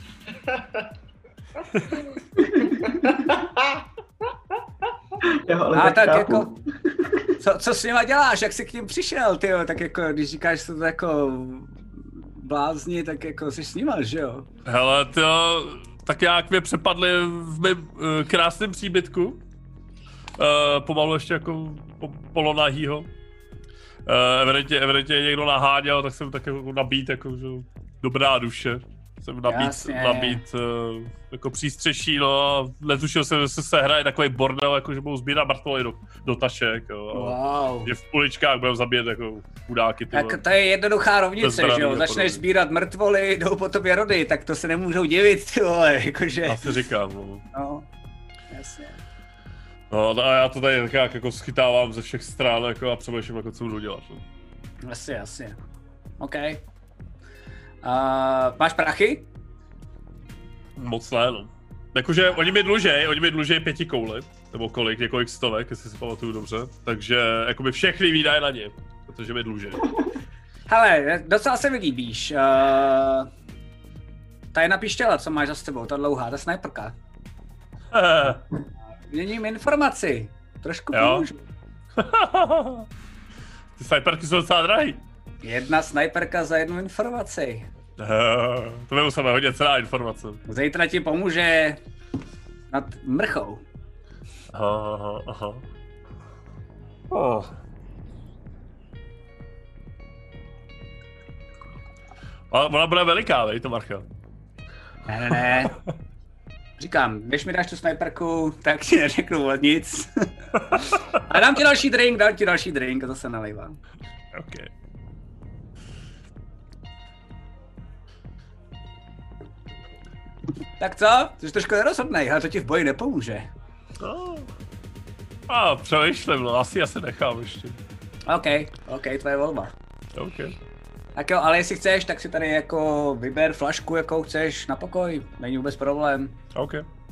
Jo, ale a tak, tak chápu. jako, co, co s nima děláš, jak jsi k ním přišel, tyjo, tak jako, když říkáš, že to jako blázni, tak jako jsi s nima, že jo? Hele, tyjo, tak nějak mě přepadli v mém uh, krásném příbytku. Uh, pomalu ještě jako po, polonahýho. Uh, evidentně, evidentně někdo naháněl, tak jsem tak jako nabít jako, že dobrá duše. Jsem nabít, nabít uh, jako přístřeší, no a netušil jsem, že se se hraje takový bordel, jako že budou sbírat mrtvoly do, do tašek, jo. Wow. Že v uličkách budou zabíjet jako chudáky. Tak to je jednoduchá rovnice, že jo, začneš sbírat mrtvoly, jdou po tobě rody, tak to se nemůžou divit, ty vole, jakože. Asi říkám, no. No, jasně. No a já to tady tak jak jako schytávám ze všech stran jako a přemýšlím, jako co budu dělat. No. Asi, asi. OK. Uh, máš prachy? Moc ne, no. Jakože oni mi dlužej, oni mi dlužej pěti kouli, nebo kolik, několik stovek, jestli si pamatuju dobře. Takže jakoby všechny výdaje na ně, protože mi dlužej. Hele, docela se mi líbíš. Uh, ta jedna pištěla, co máš za sebou, ta dlouhá, ta snajperka. Měním informaci, trošku pomůžu. Ty snajperky jsou docela drahý. Jedna snajperka za jednu informaci. Uh, to by musela hodně celá informace. Zítra ti pomůže nad mrchou. Aha, aha, aha. Oh. Ale ona bude veliká, vej, to marcha. Ne, ne, ne. Říkám, když mi dáš tu snajperku, tak ti neřeknu nic. A dám ti další drink, dám ti další drink a to se nalejvám. Okay. Tak co? Jsi trošku nerozhodnej, ale to ti v boji nepomůže. No. A přemýšlím, no, asi asi nechám ještě. OK, OK, tvoje volba. OK. Tak jo, ale jestli chceš, tak si tady jako vyber flašku, jakou chceš na pokoj, není vůbec problém. OK.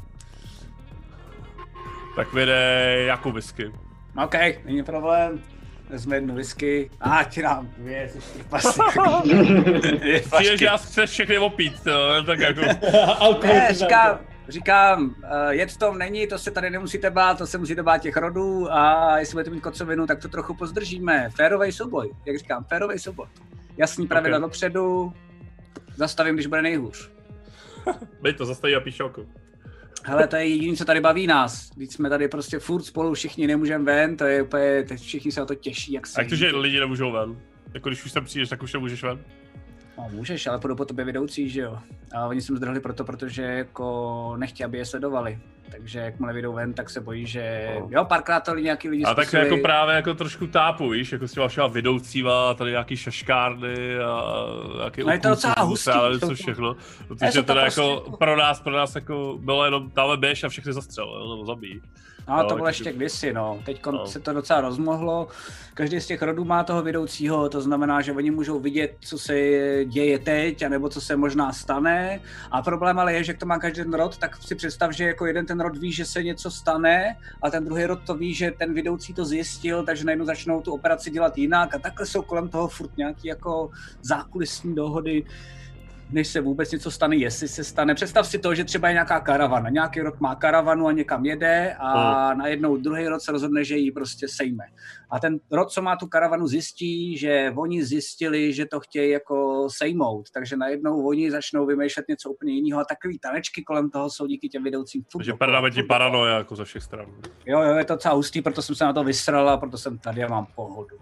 Tak vydej jakou whisky. OK, není problém. Vezme jednu whisky. A ah, ti dám dvě, jsi čtyři pasy. Přijde, že já chceš všechny opít, no, tak jako. Ne, říkám, říkám, uh, jet v tom není, to se tady nemusíte bát, to se musíte bát těch rodů a jestli budete mít kocovinu, tak to trochu pozdržíme. Férovej souboj, jak říkám, férovej souboj. Jasný pravidla okay. Dopředu, zastavím, když bude nejhůř. Bej to, zastaví a píšelku. Hele, to je jediné, co tady baví nás. Když jsme tady prostě furt spolu, všichni nemůžeme ven, to je úplně, teď všichni se o to těší, jak se. A jak to, že lidi nemůžou ven? Jako když už sem přijdeš, tak už nemůžeš ven? No můžeš, ale půjdu po tobě vedoucí, že jo. A oni se zdrhli proto, protože jako nechtějí, aby je sledovali. Takže jakmile vyjdou ven, tak se bojí, že no. Jo, párkrát to nějaký lidi a zkusili. Tak jako právě jako trošku tápu, víš, jako s těma všema vedoucíma, tady nějaký šaškárny a nějaký no je to docela hustý. Ale co všechno. Protože teda prostě jako pro nás, pro nás jako bylo jenom tamhle běž a všechny zastřel, nebo zabíjí. No, no to bylo ještě kdysi, no. Teď no. se to docela rozmohlo. Každý z těch rodů má toho vedoucího, to znamená, že oni můžou vidět, co se děje teď, anebo co se možná stane. A problém ale je, že jak to má každý ten rod, tak si představ, že jako jeden ten rod ví, že se něco stane, a ten druhý rod to ví, že ten vedoucí to zjistil, takže najednou začnou tu operaci dělat jinak a takhle jsou kolem toho furt nějaký jako zákulisní dohody, než se vůbec něco stane, jestli se stane. Představ si to, že třeba je nějaká karavana, nějaký rod má karavanu a někam jede a hmm. najednou druhý rod se rozhodne, že ji prostě sejme. A ten rod, co má tu karavanu, zjistí, že oni zjistili, že to chtějí jako sejmout, takže najednou oni začnou vymýšlet něco úplně jiného a takový tanečky kolem toho jsou díky těm vedoucím. Takže perdáme ti paranoja jako ze všech stran. Jo, jo, je to docela hustý, proto jsem se na to vysral a proto jsem tady a mám pohodu.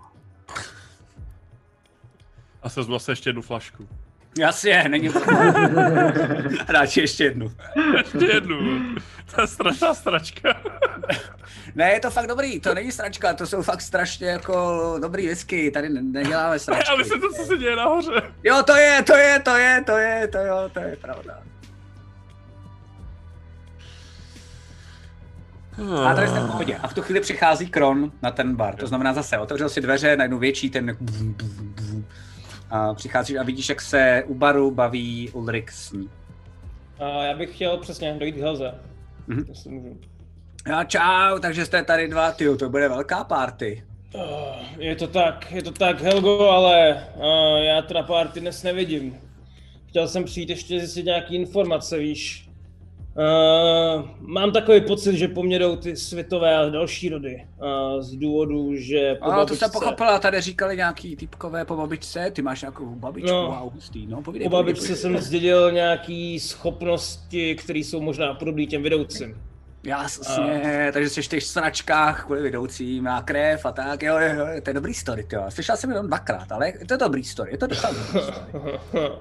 A se zase ještě jednu flašku. Jasně, není problém. Radši ještě jednu. Ještě jednu. To je strašná stračka. Ne, je to fakt dobrý, to není stračka, to jsou fakt strašně jako dobrý whisky, tady neděláme stračky. Já myslím to, co se děje nahoře. Jo, to je, to je, to je, to je, to jo, to je pravda. A tady jsme v pohodě. A v tu chvíli přichází Kron na ten bar, to znamená zase, otevřel si dveře, najednou větší ten a přicházíš a vidíš, jak se u baru baví Ulrik s ní. A já bych chtěl přesně dojít k Helze. Mm-hmm. Jestli můžu. Já čau, takže jste tady dva, tyjo, to bude velká party. Uh, je to tak, je to tak, Helgo, ale uh, já to na party dnes nevidím. Chtěl jsem přijít ještě zjistit nějaký informace, víš. Uh, mám takový pocit, že po mně jdou ty světové a další rody. Uh, z důvodu, že po A babičce... to jsem pochopila, tady říkali nějaký typkové po babičce, ty máš nějakou babičku, no, wow, hustý, no povídej. Po babičce jsem zdědil nějaký schopnosti, které jsou možná podobné těm vedoucím. Jasně, a... takže jsi v těch sračkách kvůli vedoucím a krev a tak, jo, jo, to je dobrý story, jo. Slyšel jsem jenom dvakrát, ale je to dobrý story, je to docela dobrý story.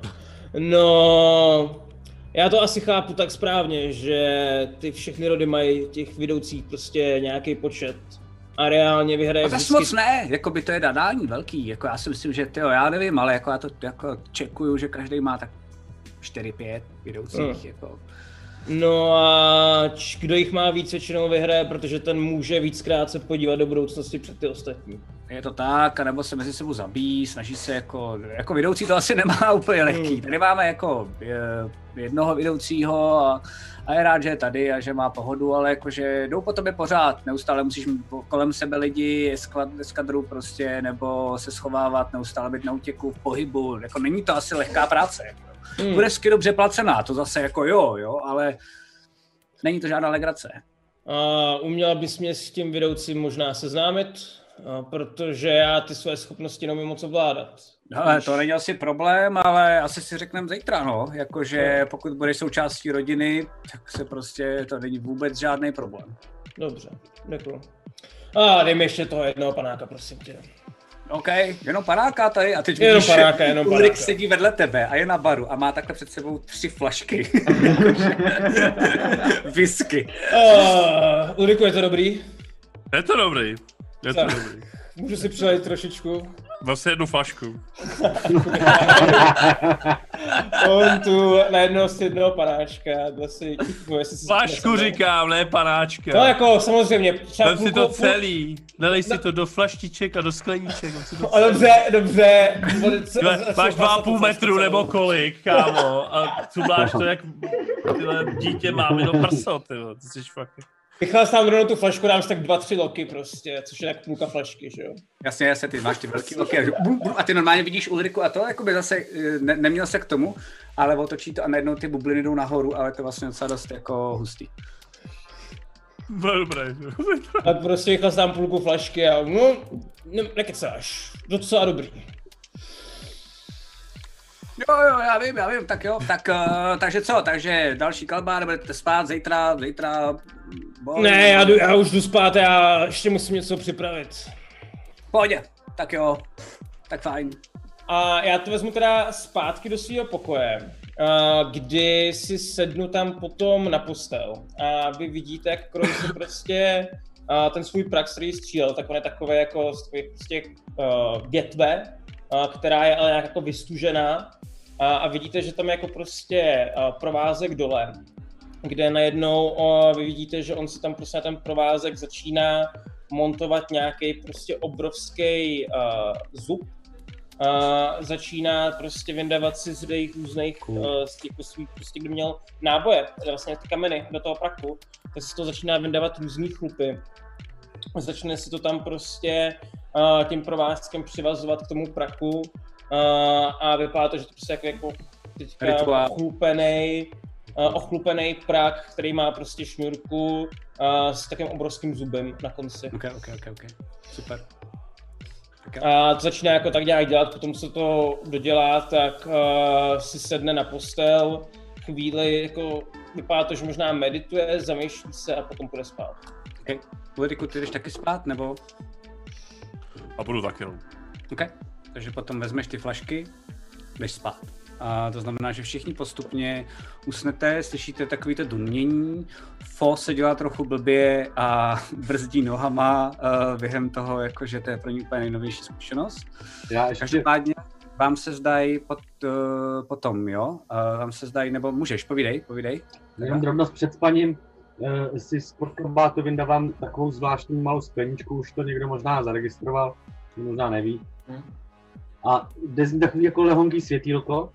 No, já to asi chápu tak správně, že ty všechny rody mají těch vedoucích prostě nějaký počet a reálně vyhraje vždycky... moc ne, jako by to je nadání velký, jako já si myslím, že tyjo, já nevím, ale jako já to jako čekuju, že každý má tak čtyři pět vedoucích, hmm. jako. No a kdo jich má víc, většinou vyhraje, protože ten může víckrát se podívat do budoucnosti před ty ostatní. Je to tak, anebo se mezi sebou zabíjí, snaží se jako, jako vedoucí to asi nemá úplně lehký. Hmm. Tady máme jako jednoho vedoucího a, a je rád, že je tady a že má pohodu, ale jakože jdou po tobě pořád, neustále musíš mít kolem sebe lidi, eskadru prostě, nebo se schovávat, neustále být na útěku, v pohybu, jako není to asi lehká práce. Hmm. Bude hezky dobře placená, to zase jako jo, jo, ale není to žádná legrace. A uměla bys mě s tím vedoucím možná seznámit, protože já ty své schopnosti neumím moc ovládat. Hele, to není asi problém, ale asi si řekneme zítra, no, jakože pokud budeš součástí rodiny, tak se prostě, to není vůbec žádný problém. Dobře, děkuji. A dej mi ještě toho jednoho panáka, prosím tě. OK, jenom panáka tady a teď jenom vidíš, panáka, jenom Ulrik panáka. sedí vedle tebe a je na baru a má takhle před sebou tři flašky. Whisky. Uh, Ulriku, je to dobrý? Je to dobrý, je to tak. dobrý. Můžu si přilejt trošičku? Zase jednu flašku. On tu na jednoho z jednoho panáčka, si... Flašku říkám, ne panáčka. No jako samozřejmě. Vem si to celý, nelej si to do flaštiček a do skleníček. O, dobře, dobře. Máš dva a půl metru nebo kolik, kámo, a cubláš to jak tyhle dítě máme do prso, tyhle, ty jsi fakt... Vychlastám rovnou tu flašku, dám si tak dva, tři loky prostě, což je jak půlka flašky, že jo? Jasně, jasně, ty máš ty velký loky a, a ty normálně vidíš Ulriku a to jakoby zase ne, neměl se k tomu, ale otočí to a najednou ty bubliny jdou nahoru, ale to je vlastně docela dost jako hustý. Dobré. A prostě vychlastám půlku flašky a no, ne, nekecáš, docela dobrý. Jo, jo, já vím, já vím, tak jo, tak, uh, takže co, takže další kalba, nebudete spát, zítra, zítra... Boj, ne, já, jdu, já už jdu spát, já ještě musím něco připravit. Pohodě, tak jo, tak fajn. A já to vezmu teda zpátky do svého pokoje, kdy si sednu tam potom na postel a vy vidíte, jak Kroy se prostě ten svůj prax, který střílel, tak on je takový jako z těch uh, větve, uh, která je ale nějak jako vystužená. A, a vidíte, že tam je jako prostě uh, provázek dole, kde najednou uh, vy vidíte, že on si tam prostě na ten provázek začíná montovat nějaký prostě obrovský uh, zub. Uh, začíná prostě vyndávat si z těch různých, uh, z těch svých, prostě kdy měl náboje, vlastně ty kameny do toho praku, tak si to začíná vyndávat různý chlupy. Začne si to tam prostě uh, tím provázkem přivazovat k tomu praku. Uh, a vypadá to, že to prostě jako, jako teďka ochlupený, uh, ochlupený prak, který má prostě šňůrku uh, s takovým obrovským zubem na konci. Ok, ok, ok, ok, super. Okay. A to začíná jako tak nějak dělat, potom se to dodělá, tak uh, si sedne na postel, chvíli jako vypadá to, že možná medituje, zamýšlí se a potom půjde spát. Ok, Ulriku, ty jdeš taky spát, nebo? A budu taky, no. Ok. Takže potom vezmeš ty flašky, jdeš spát. A to znamená, že všichni postupně usnete, slyšíte takovýto dumění, Fo se dělá trochu blbě a brzdí nohama uh, během toho, jakože to je pro ní úplně nejnovější zkušenost. Já ještě... Každopádně vám se zdají pot, uh, potom, jo? Uh, vám se zdají, nebo můžeš, povídej, povídej. Jenom drobnost před spaním, uh, si z podkrbátu vyndávám takovou zvláštní malou skleničku, už to někdo možná zaregistroval, možná neví. Hmm. A jde z ní takový jako lehonký světýlko.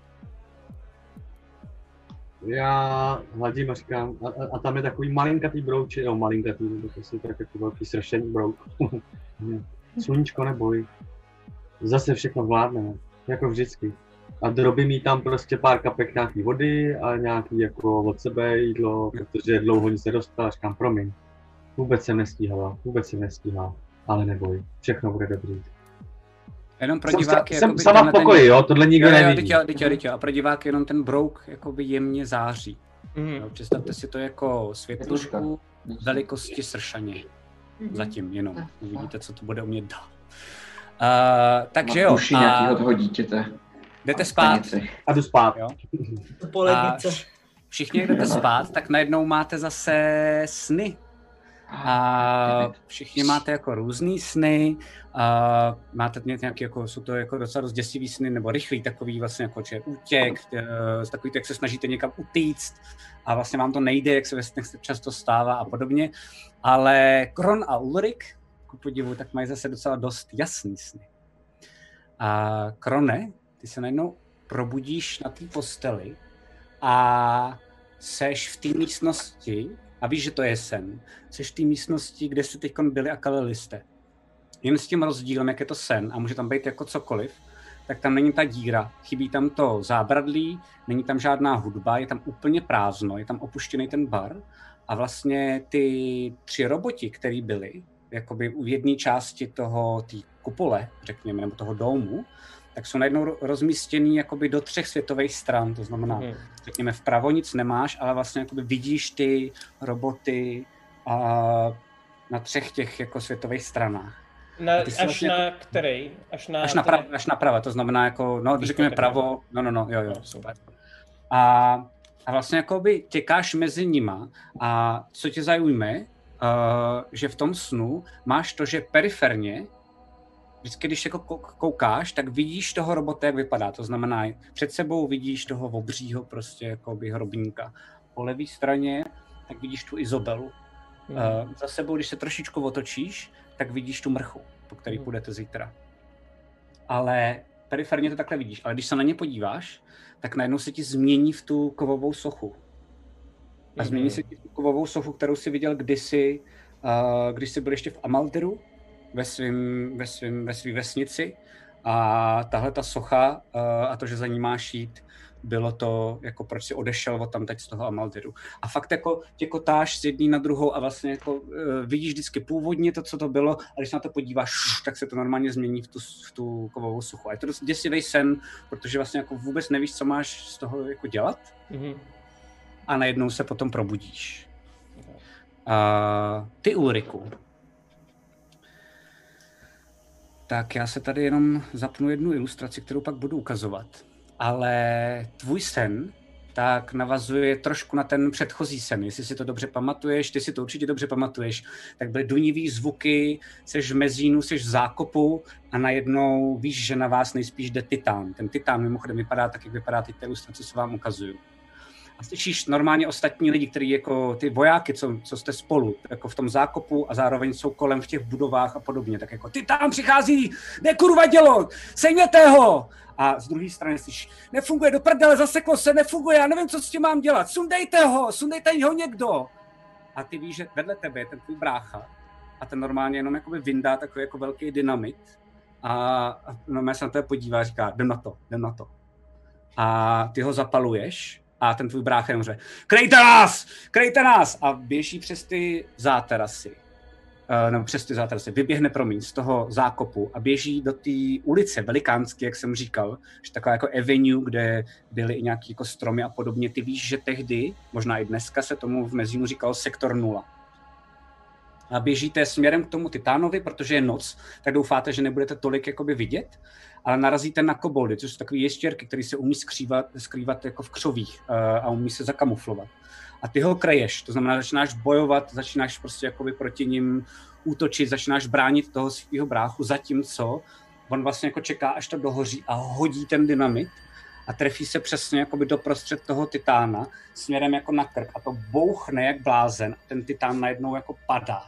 Já hladím a říkám, a, a, a tam je takový malinkatý brouč, jo malinkatý, to je tak jako velký sršený brouk. Sluníčko neboj, zase všechno vládne, jako vždycky. A drobí mi tam prostě pár kapek nějaký vody a nějaký jako od sebe jídlo, protože dlouho nic nedostala, říkám promiň. Vůbec jsem nestíhala, vůbec jsem nestíhala, ale neboj, všechno bude dobrý. Jenom pro diváky... Jsem, jsem sama v pokoji, ten... jo, tohle nikdo nevidí. A pro diváky jenom ten brouk jakoby jemně září. Mm. No, představte si to jako světlušku velikosti sršaně. Mm. Zatím jenom, uvidíte, co to bude umět dál. Uh, takže jo. Uši nějakýho toho dítěte. Jdete spát. A jdu spát. Jo? A všichni jdete spát, tak najednou máte zase sny. A všichni máte jako různý sny, a máte nějaký, jako, jsou to jako docela dost děsivý sny, nebo rychlý takový vlastně jako, že útěk, takový, jak se snažíte někam utíct a vlastně vám to nejde, jak se ve snech často stává a podobně, ale Kron a Ulrik, ku podivu, tak mají zase docela dost jasný sny. A Krone, ty se najednou probudíš na té posteli a seš v té místnosti, a víš, že to je sen. Jsi v té místnosti, kde jste teď byli a kalili jste. Jen s tím rozdílem, jak je to sen a může tam být jako cokoliv, tak tam není ta díra. Chybí tam to zábradlí, není tam žádná hudba, je tam úplně prázdno, je tam opuštěný ten bar a vlastně ty tři roboti, který byli jakoby v jedné části toho, té kupole, řekněme, nebo toho domu, tak jsou najednou rozmístěný jakoby do třech světových stran, to znamená, hmm. řekněme, vpravo nic nemáš, ale vlastně jakoby vidíš ty roboty a na třech těch jako světových stranách. Na, až vlastně na jako, který? Až na, až na, prav, až na prava, to znamená jako, no, řekněme pravo, no, no, no, jo, jo, super. A, a vlastně jakoby těkáš mezi nima a co tě zaujme, uh, že v tom snu máš to, že periferně vždycky, když jako koukáš, tak vidíš toho robota, jak vypadá. To znamená, před sebou vidíš toho obřího prostě jakoby hrobníka. Po levé straně tak vidíš tu Izabelu. Mm. Uh, za sebou, když se trošičku otočíš, tak vidíš tu mrchu, po který mm. půjdete zítra. Ale periferně to takhle vidíš. Ale když se na ně podíváš, tak najednou se ti změní v tu kovovou sochu. A mm. změní se ti v tu kovovou sochu, kterou jsi viděl kdysi, uh, když jsi byl ještě v Amalderu, ve svým, ve svým, ve svý vesnici a tahle ta socha uh, a to, že za ní máš jít, bylo to, jako proč si odešel od tam teď z toho Amaldiru. A fakt jako těkotáš z jedný na druhou a vlastně jako uh, vidíš vždycky původně to, co to bylo, a když na to podíváš, tak se to normálně změní v tu, v tu kovovou sochu. A je to dost děsivý sen, protože vlastně jako vůbec nevíš, co máš z toho jako dělat mm-hmm. a najednou se potom probudíš. Uh, ty, Ulriku, tak já se tady jenom zapnu jednu ilustraci, kterou pak budu ukazovat. Ale tvůj sen tak navazuje trošku na ten předchozí sen. Jestli si to dobře pamatuješ, ty si to určitě dobře pamatuješ, tak byly dunivý zvuky, seš v mezínu, seš v zákopu a najednou víš, že na vás nejspíš jde titán. Ten titán mimochodem vypadá tak, jak vypadá teď ta ilustrace, co vám ukazuju. A slyšíš normálně ostatní lidi, kteří jako ty vojáky, co, co jste spolu, jako v tom zákopu a zároveň jsou kolem v těch budovách a podobně, tak jako titán přichází, ne kurva dělo, sejměte ho! A z druhé strany slyšíš, nefunguje, do prdele, zaseklo se, nefunguje, já nevím, co s tím mám dělat, sundejte ho, sundejte ho někdo! A ty víš, že vedle tebe je ten tvůj brácha a ten normálně jenom jakoby vyndá takový jako velký dynamit a normálně se na tebe podívá a říká, jdem na to, jdem na to. A ty ho zapaluješ a ten tvůj brácha jenom řekne, krejte nás, krejte nás! A běží přes ty záterasy, uh, nebo přes ty záterasy, vyběhne, promiň, z toho zákopu a běží do té ulice velikánské, jak jsem říkal, že taková jako avenue, kde byly i nějaký jako stromy a podobně. Ty víš, že tehdy, možná i dneska se tomu v mezínu říkal sektor nula. A běžíte směrem k tomu titánovi, protože je noc, tak doufáte, že nebudete tolik jakoby vidět, ale narazíte na koboldy, což jsou takové ještěrky, které se umí skrývat, skrývat jako v křovích uh, a umí se zakamuflovat. A ty ho kreješ, to znamená, začínáš bojovat, začínáš prostě jakoby proti nim útočit, začínáš bránit toho svého bráchu, zatímco on vlastně jako čeká, až to dohoří a hodí ten dynamit a trefí se přesně jakoby doprostřed toho titána směrem jako na krk a to bouchne jak blázen a ten titán najednou jako padá.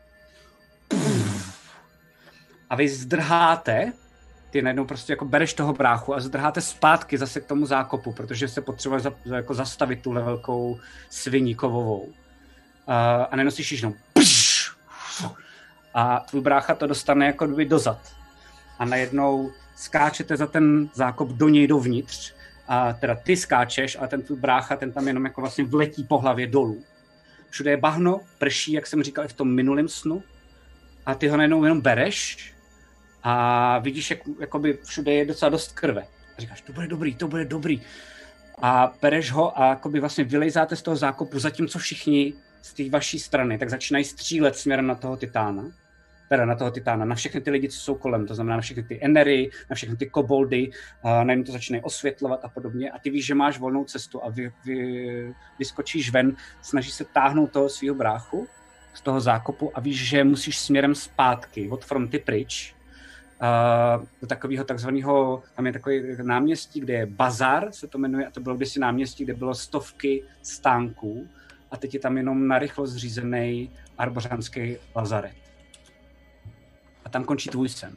A vy zdrháte, ty najednou prostě jako bereš toho bráchu a zdrháte zpátky zase k tomu zákopu, protože se potřebuje za, za, jako zastavit tu velkou sviní kovovou. Uh, a najednou slyšíš jenom a tvůj brácha to dostane jako kdyby dozad. A najednou skáčete za ten zákop do něj dovnitř. A teda ty skáčeš, ale ten tvůj brácha, ten tam jenom jako vlastně vletí po hlavě dolů. Všude je bahno, prší, jak jsem říkal i v tom minulém snu. A ty ho najednou jenom bereš a vidíš, jak jakoby všude je docela dost krve. A říkáš, to bude dobrý, to bude dobrý. A bereš ho a jakoby vlastně vylejzáte z toho zákopu, zatímco všichni z té vaší strany tak začínají střílet směrem na toho titána. Teda na toho titána, na všechny ty lidi, co jsou kolem, to znamená na všechny ty enery, na všechny ty koboldy, a najednou to začínají osvětlovat a podobně. A ty víš, že máš volnou cestu a vy, vy, vyskočíš ven, snažíš se táhnout toho svého bráchu z toho zákopu a víš, že musíš směrem zpátky, od fronty pryč, uh, do takového takzvaného, tam je takový náměstí, kde je bazar, se to jmenuje, a to bylo kdysi náměstí, kde bylo stovky stánků a teď je tam jenom narychlo zřízený arbořanský lazaret. A tam končí tvůj sen.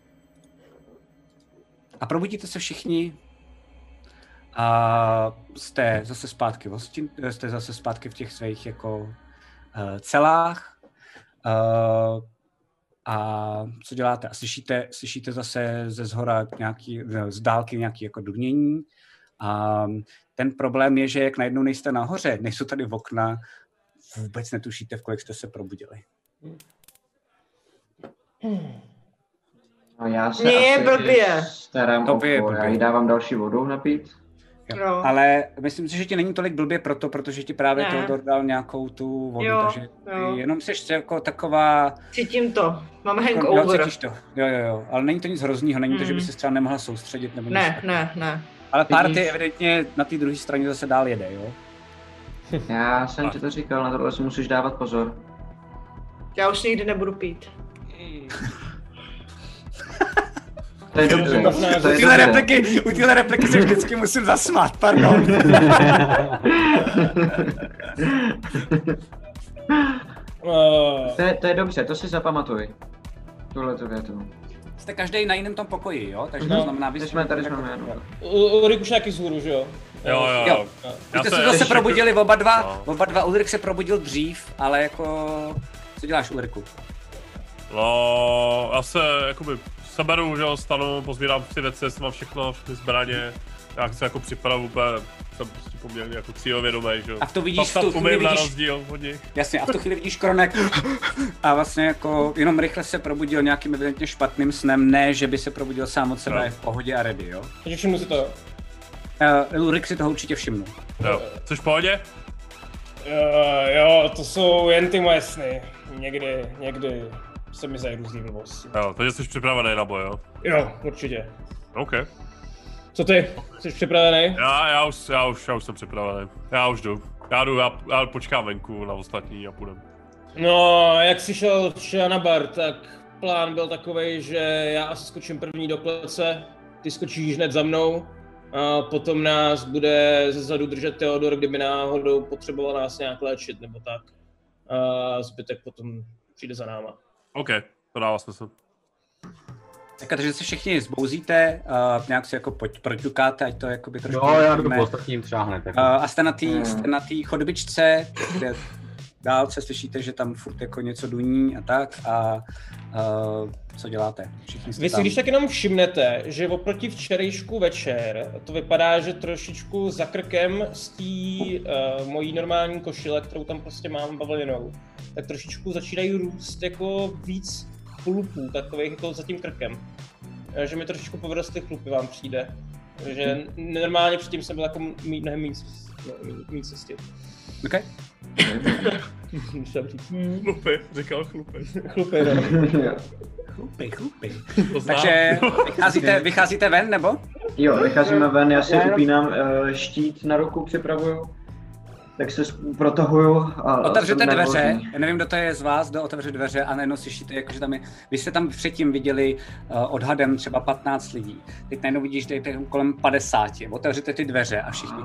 A probudíte se všichni a jste zase zpátky v hostin, jste zase zpátky v těch svých jako uh, celách. Uh, a co děláte? A slyšíte, slyšíte zase ze zhora nějaký, z dálky nějaký jako dunění. A ten problém je, že jak najednou nejste nahoře, nejsou tady v okna, vůbec netušíte, v kolik jste se probudili. No já se Mně je asi blbě. starám o to, já jí dávám další vodu napít. Jo. Ale myslím si, že ti není tolik blbě proto, protože ti právě Ne. Teodor dal nějakou tu vodu, Jo, takže jo. jenom jsi jako taková... Cítím to, mám Jako, hangover. jo, cítíš to. Jo, jo, jo, ale není to nic hroznýho, není to, že by Mm. se třeba nemohla soustředit nebo Ne, nic. ne, ne. Ale party Vidíš? evidentně na té druhé straně zase dál jede, jo? Já jsem ti to říkal, na tohle si musíš dávat pozor. Já už nikdy nebudu pít. To je dobře, to U je téhle dobře. repliky, u téhle repliky se vždycky musím zasmát, pardon. Uh, To je, to je dobře, to si zapamatuj. Tuhle tu větu. Jste každý na jiném tom pokoji, jo? Takže Mhm. to znamená, vy Teď jste- jsme tady, jsme jenom. Ulrik už nějaký zhůru, že jo? Jo, jo, Jo. jo. Vy Já jste se se zase ještě- probudili oba dva, No. oba dva, Ulrik se probudil dřív, ale jako... Co děláš, Ulriku? No, já se jakoby seberu, že jo, stanu, pozbírám ty věci, jestli mám všechno, všechny zbraně, jak se jako připravu úplně, jsem prostě poměrně jako cílovědomý, že jo. A to vidíš, To v snad tu chvíli umím na vidíš- rozdíl od nich. Jasně, a v tu chvíli vidíš Kronek a vlastně jako jenom rychle se probudil nějakým evidentně špatným snem, ne, že by se probudil sám od sebe, No. je v pohodě a ready, jo? Takže všimnu si to. Uh, Ulrik si toho určitě všimnul. Jo, což v pohodě? Uh, jo, to jsou jen ty moje sny. Někdy, někdy se mi zají různý blbosti. Jo, takže jsi připravený na boj, jo? Jo, určitě. OK. Co ty? Jsi připravený? Já, já, už, já, už, já už jsem připravený. Já už jdu. Já jdu, já, já počkám venku na ostatní a půjdem. No, jak jsi šel včera na bar, tak plán byl takovej, že já asi skočím první do klece, ty skočíš hned za mnou a potom nás bude zezadu držet Teodor, kdyby náhodou potřeboval nás nějak léčit nebo tak. A zbytek potom přijde za náma. OK, to dává smysl. Tak, takže se všichni zbouzíte, uh, nějak si jako pojď, proťukáte, ať to jakoby trošku... Jo, já jdu vidíme. po ostatním třeba hned. Jako. Uh, a jste na té jste na té chodbičce, kde dálce slyšíte, že tam furt jako něco duní a tak a uh, co děláte? Všichni jste Vy si tam. když tak jenom všimnete, že oproti včerejšku večer to vypadá, že trošičku za krkem z té uh, mojí normální košile, kterou tam prostě mám bavlněnou, tak trošičku začínají růst jako víc chlupů, takových jako za tím krkem. Eh, Že mi trošičku povyrostly chlupy, vám přijde. Takže normálně předtím jsem byl jako mít mnohem méně méně cesty. Okay. Musím říct. Chlupy, říkal chlupy. Chlupy, no. Chlupy, chlupy. To znám. Takže vycházíte, vycházíte ven, nebo? Jo, vycházíme ven, já si upínám uh, štít na ruku, připravuju. Tak se protahuju a Otevřete jsem dveře, nervózní. já nevím, kdo to je z vás, kdo otevře dveře a najednou slyšíte, jakože tam je, vy jste tam předtím viděli uh, odhadem třeba patnáct lidí, teď najednou vidíš, že je tam kolem padesáti, otevřete ty dveře a všichni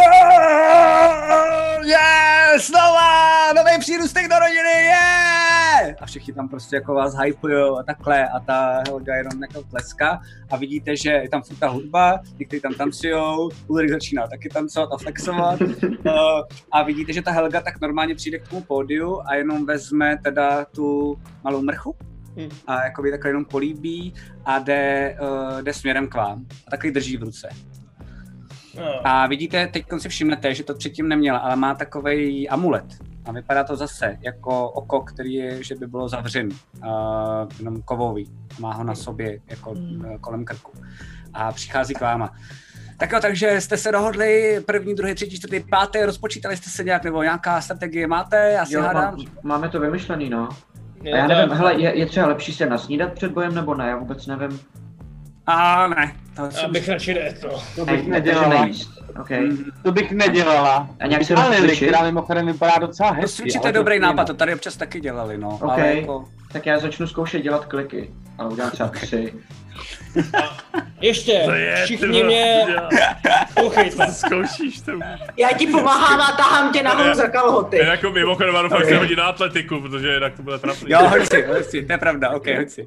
yes, znova, nový přírůstek do rodiny, yeah! A všichni tam prostě jako vás hypujou a takhle a ta Helga jenom jako tleská a vidíte, že je tam furt ta hudba, někteří tam tancujou, Ulrik začíná taky tancovat a flexovat. Uh, a vidíte, že ta Helga tak normálně přijde k tomu pódiu a jenom vezme teda tu malou mrchu hmm. a jakoby takhle jenom políbí a jde, uh, jde směrem k vám. A takhle drží v ruce. No. A vidíte, teď si všimnete, že to předtím neměla, ale má takovej amulet. A vypadá to zase jako oko, který je, že by bylo zavřený, uh, jenom kovový. Má ho na sobě jako hmm. kolem krku. A přichází k váma. Tak jo, takže jste se dohodli první, druhý, třetí, čtvrtý, pátý, rozpočítali jste se nějak, nebo nějaká strategie máte? Já si jo, hádám. Má, máme to vymyšlený, no. A já nevím, hele, je, je třeba lepší se nasnídat před bojem, nebo ne, já vůbec nevím. A ne. To já bych radši ne, to. To bych nedělala. Okay. To bych nedělala. A nějak se rozcvičit? Která mimochodem vypadá docela hezky. Rozcvičit je dobrý nápad, to tady občas taky dělali, no. Okay. Ale jako... Tak já začnu zkoušet dělat kliky, ale udělám třeba tři. Ještě, je, všichni mě... Poslouchejte. Zkoušíš to. Já ti pomáhám a tahám tě nahoru za kalhoty. Já jako mimochodem mám fakt se hodit na atletiku, protože jinak to bude trapný. Jo, hoď si, hoď si, to je pravda, ok, hoď si.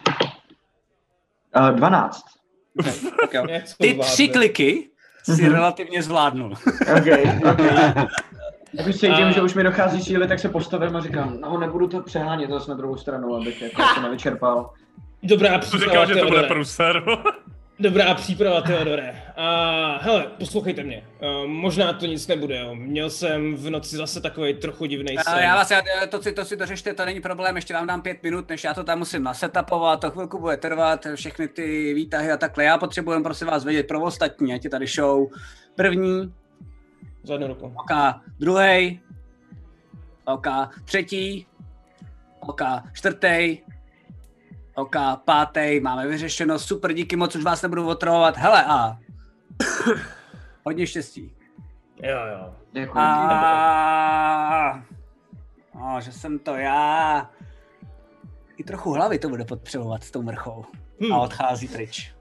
Uh, dvanáct. Okay, okay. Ty tři kliky si mm-hmm. relativně zvládnul. Ok, ok. Jak už cítím, a... že už mi dochází síly, tak se postavím a říkám, no nebudu to přehánět zase na druhou stranu, abych jako se nevyčerpal. Dobrá příprava, Teodore. Říkal, že to bude průser. Dobrá příprava, Teodore. A hele, poslouchejte mě. Uh, možná to nic nebude, jo. Měl jsem v noci zase takový trochu divnej sen. Já vás, já, to, si, to si dořešte, to není problém, ještě vám dám pět minut, než já to tam musím nasetapovat, to chvilku bude trvat, všechny ty výtahy a takhle. Já potřebuji, prosím vás, vědět pro ostatní, ať je tady show. První. Za jednu ruku. OK, druhý. OK, třetí. OK, čtvrtý. OK, pátý, máme vyřešeno, super, díky moc, už vás nebudu otravovat. Hele, a hodně štěstí. Jo, jo. Děkuji. A... O, že jsem to já. I trochu hlavy to bude potřebovat s tou mrchou. Hmm. A odchází pryč.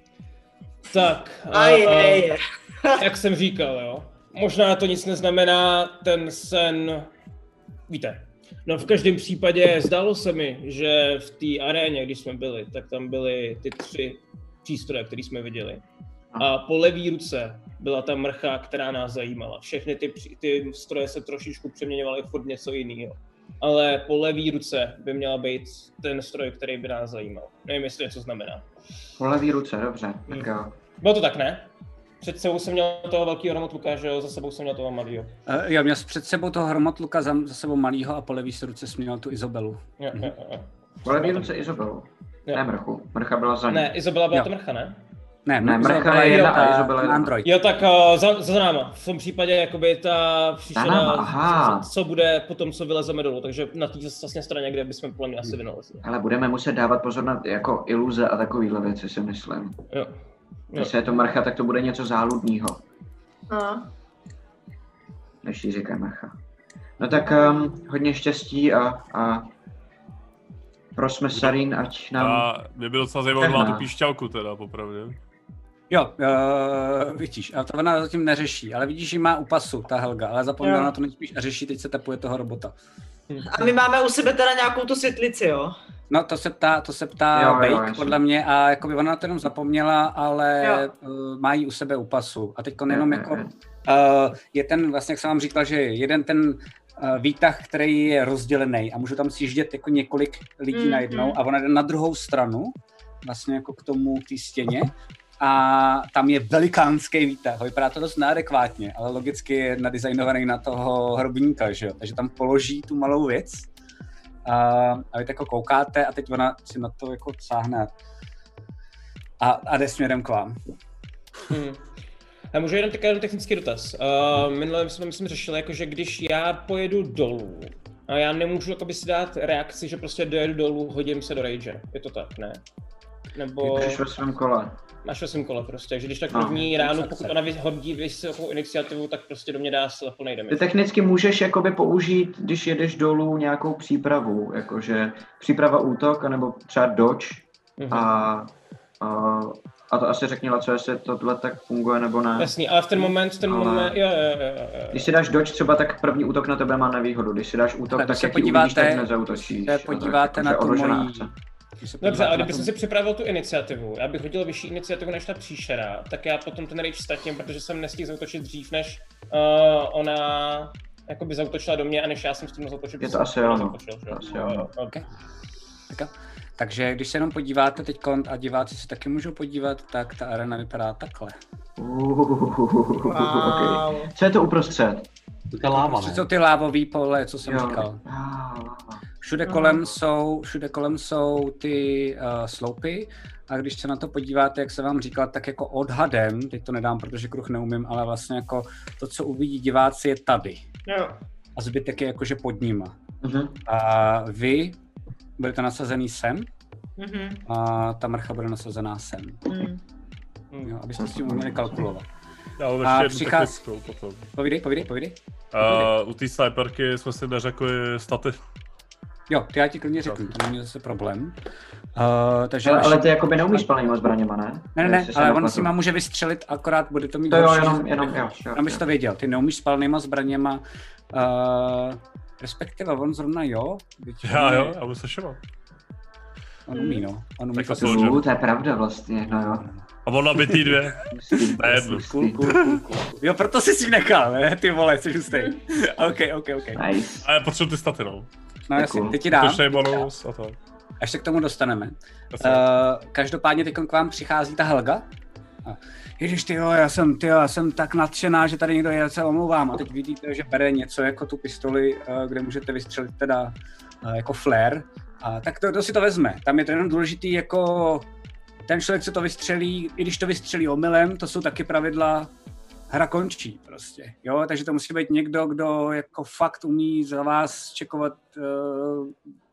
Tak, a je, je. Jak jsem říkal, jo. Možná to nic neznamená, ten sen, víte. No v každém případě zdálo se mi, že v té aréně, když jsme byli, tak tam byly ty tři přístroje, které jsme viděli. A po levý ruce byla ta mrcha, která nás zajímala. Všechny ty, ty stroje se trošičku přeměňovaly furt něco jiného. Ale po levý ruce by měla být ten stroj, který by nás zajímal. Nevím, jestli něco znamená. Po levý ruce, dobře. Tak jo. Bylo to tak, ne? Před sebou jsem měl toho velkého hromotluka, že jo, za sebou jsem měl toho malýho. Uh, já měl před sebou toho hromotluka, za, za sebou malýho a po levý ruce jsem měl tu Izabelu. Jo, jo, jo. Po levý ruce Izabelu? Jo. Ne mrchu, mrcha byla za ní. Ne, Izabela byla jo. To mrcha, ne? Ne, ne mrcha je jedna a Izabela je Android. Jo, tak uh, za, za náma. V tom případě jakoby ta příšera, co, co bude potom, co vylezeme dolů, takže na té vlastně straně, kde bychom podle mě asi vynalezli. Ale budeme muset dávat pozor na jako iluze a takovýhle věci, si myslím. Jo. Když je to mrcha, tak to bude něco záludného. No. Než jí říká mrcha. No tak um, hodně štěstí a, a prosme Sarín, ať nám... A mě bylo docela zajímavé, má tu píšťalku teda, popravdě. Jo, uh, vidíš, ale to ona zatím neřeší, ale vidíš, že má u pasu, ta Helga, ale zapomněla na to nejspíš a řeší, teď se tapuje toho robota. A my máme u sebe teda nějakou tu světlici, jo? No to se ptá, to se ptá jo, Bake, jo, podle mě, a jakoby ona to jenom zapomněla, ale uh, má jí u sebe u pasu. A teďko jenom jako, uh, je ten, vlastně jak jsem vám říkal, že jeden ten uh, výtah, který je rozdělený a můžu tam sjíždět jako několik lidí mm, najednou mm. a ona jde na druhou stranu, vlastně jako k tomu, k té stěně. A tam je velikánský výtah, vypadá to dost neadekvátně, ale logicky je nadizajnovaný na toho hrobníka, že jo? Takže tam položí tu malou věc a, a vy tak jako koukáte a teď ona si na to jako sáhne a, a jde směrem k vám. Hmm. A můžu jeden takový technický dotaz. Uh, minule jsme myslím řešili, jako, že když já pojedu dolů a já nemůžu jakoby si dát reakci, že prostě dojedu dolů, hodím se do rage. Je to tak, ne? Nebo... Když ve svém kole. Máš ve svém kole prostě, takže když tak první no, ránu, pokud ona hodí vysokou iniciativu, tak prostě do mě dá se plnej damage. Ty technicky můžeš jakoby použít, když jedeš dolů, nějakou přípravu, jakože příprava útok, anebo třeba dodge mm-hmm. a, a, a to asi řekněla, co jestli tohle tak funguje nebo ne. Jasný, ale v ten moment, v ten ale... moment, jo, jo, jo, jo. Když si dáš dodge třeba, tak první útok na tebe má nevýhodu, když si dáš útok, tak, tak jak ji uvidíš, tak nezautočíš. Se podíváte na tu mojí... Dobře, ale kdyby jsem si připravil tu iniciativu, já bych hodil vyšší iniciativu než ta příšera, tak já potom ten rage ztratím, protože jsem nestihl zautočit dřív, než uh, ona jakoby zautočila do mě a než já jsem s tím zautočil. Je to asi ono. Okay. Takže když se jenom podíváte teď a diváci se taky můžou podívat, tak ta arena vypadá takhle. Uh, wow. Okay. Co je to uprostřed? To je láva, ne? To jsou ty lávový pole, co jsem jo. říkal. Všude kolem, jsou, všude kolem jsou ty uh, sloupy a když se na to podíváte, jak jsem vám říkal, tak jako odhadem, teď to nedám, protože kruh neumím, ale vlastně jako to, co uvidí diváci, je tady. Jo. A zbytek je jakože pod nima. Uh-huh. A vy budete nasazený sem uh-huh. a ta mrcha bude nasazená sem. Uh-huh. Jo, abyste s tím uměli kalkulovat. Já mám ještě jednu přichází... technickou potom. Povídej, povídej, povídej. Uh, u té sniperky jsme si neřekli staty. Jo, ty já ti klidně řeknu, to není zase problém. Uh, takže ale, ale ty jakoby neumíš palnýma zbraněma, ne? Ne, ne, ne, ale on si má může vystřelit, akorát bude to mít to jo, jenom, jenom, jo, jo, abys to věděl, ty neumíš s palnýma zbraněma, uh, respektive on zrovna jo. Já jo, já budu se šovat. On umí, no. On umí to, to, to je pravda vlastně, no jo. A on nabitý dvě. Na jednu. Cool, cool, cool, cool. Jo, proto jsi si nechal, ne? Ty vole, jsi hustej. Ok, ok, ok. Nice. A já potřebuji ty staty, no. No jasně, teď ti dám. Točnej bonus a to. Až se k tomu dostaneme. Uh, každopádně teď k vám přichází ta Helga. Ježiš, tyjo, já jsem, tyjo, já jsem tak nadšená, že tady někdo je, já se omlouvám. A teď vidíte, že bere něco jako tu pistoli, uh, kde můžete vystřelit teda uh, jako flare. A tak to, to si to vezme. Tam je to jenom důležitý jako ten člověk, co to vystřelí, i když to vystřelí omylem, to jsou taky pravidla, hra končí prostě, jo, takže to musí být někdo, kdo jako fakt umí za vás čekovat. Uh,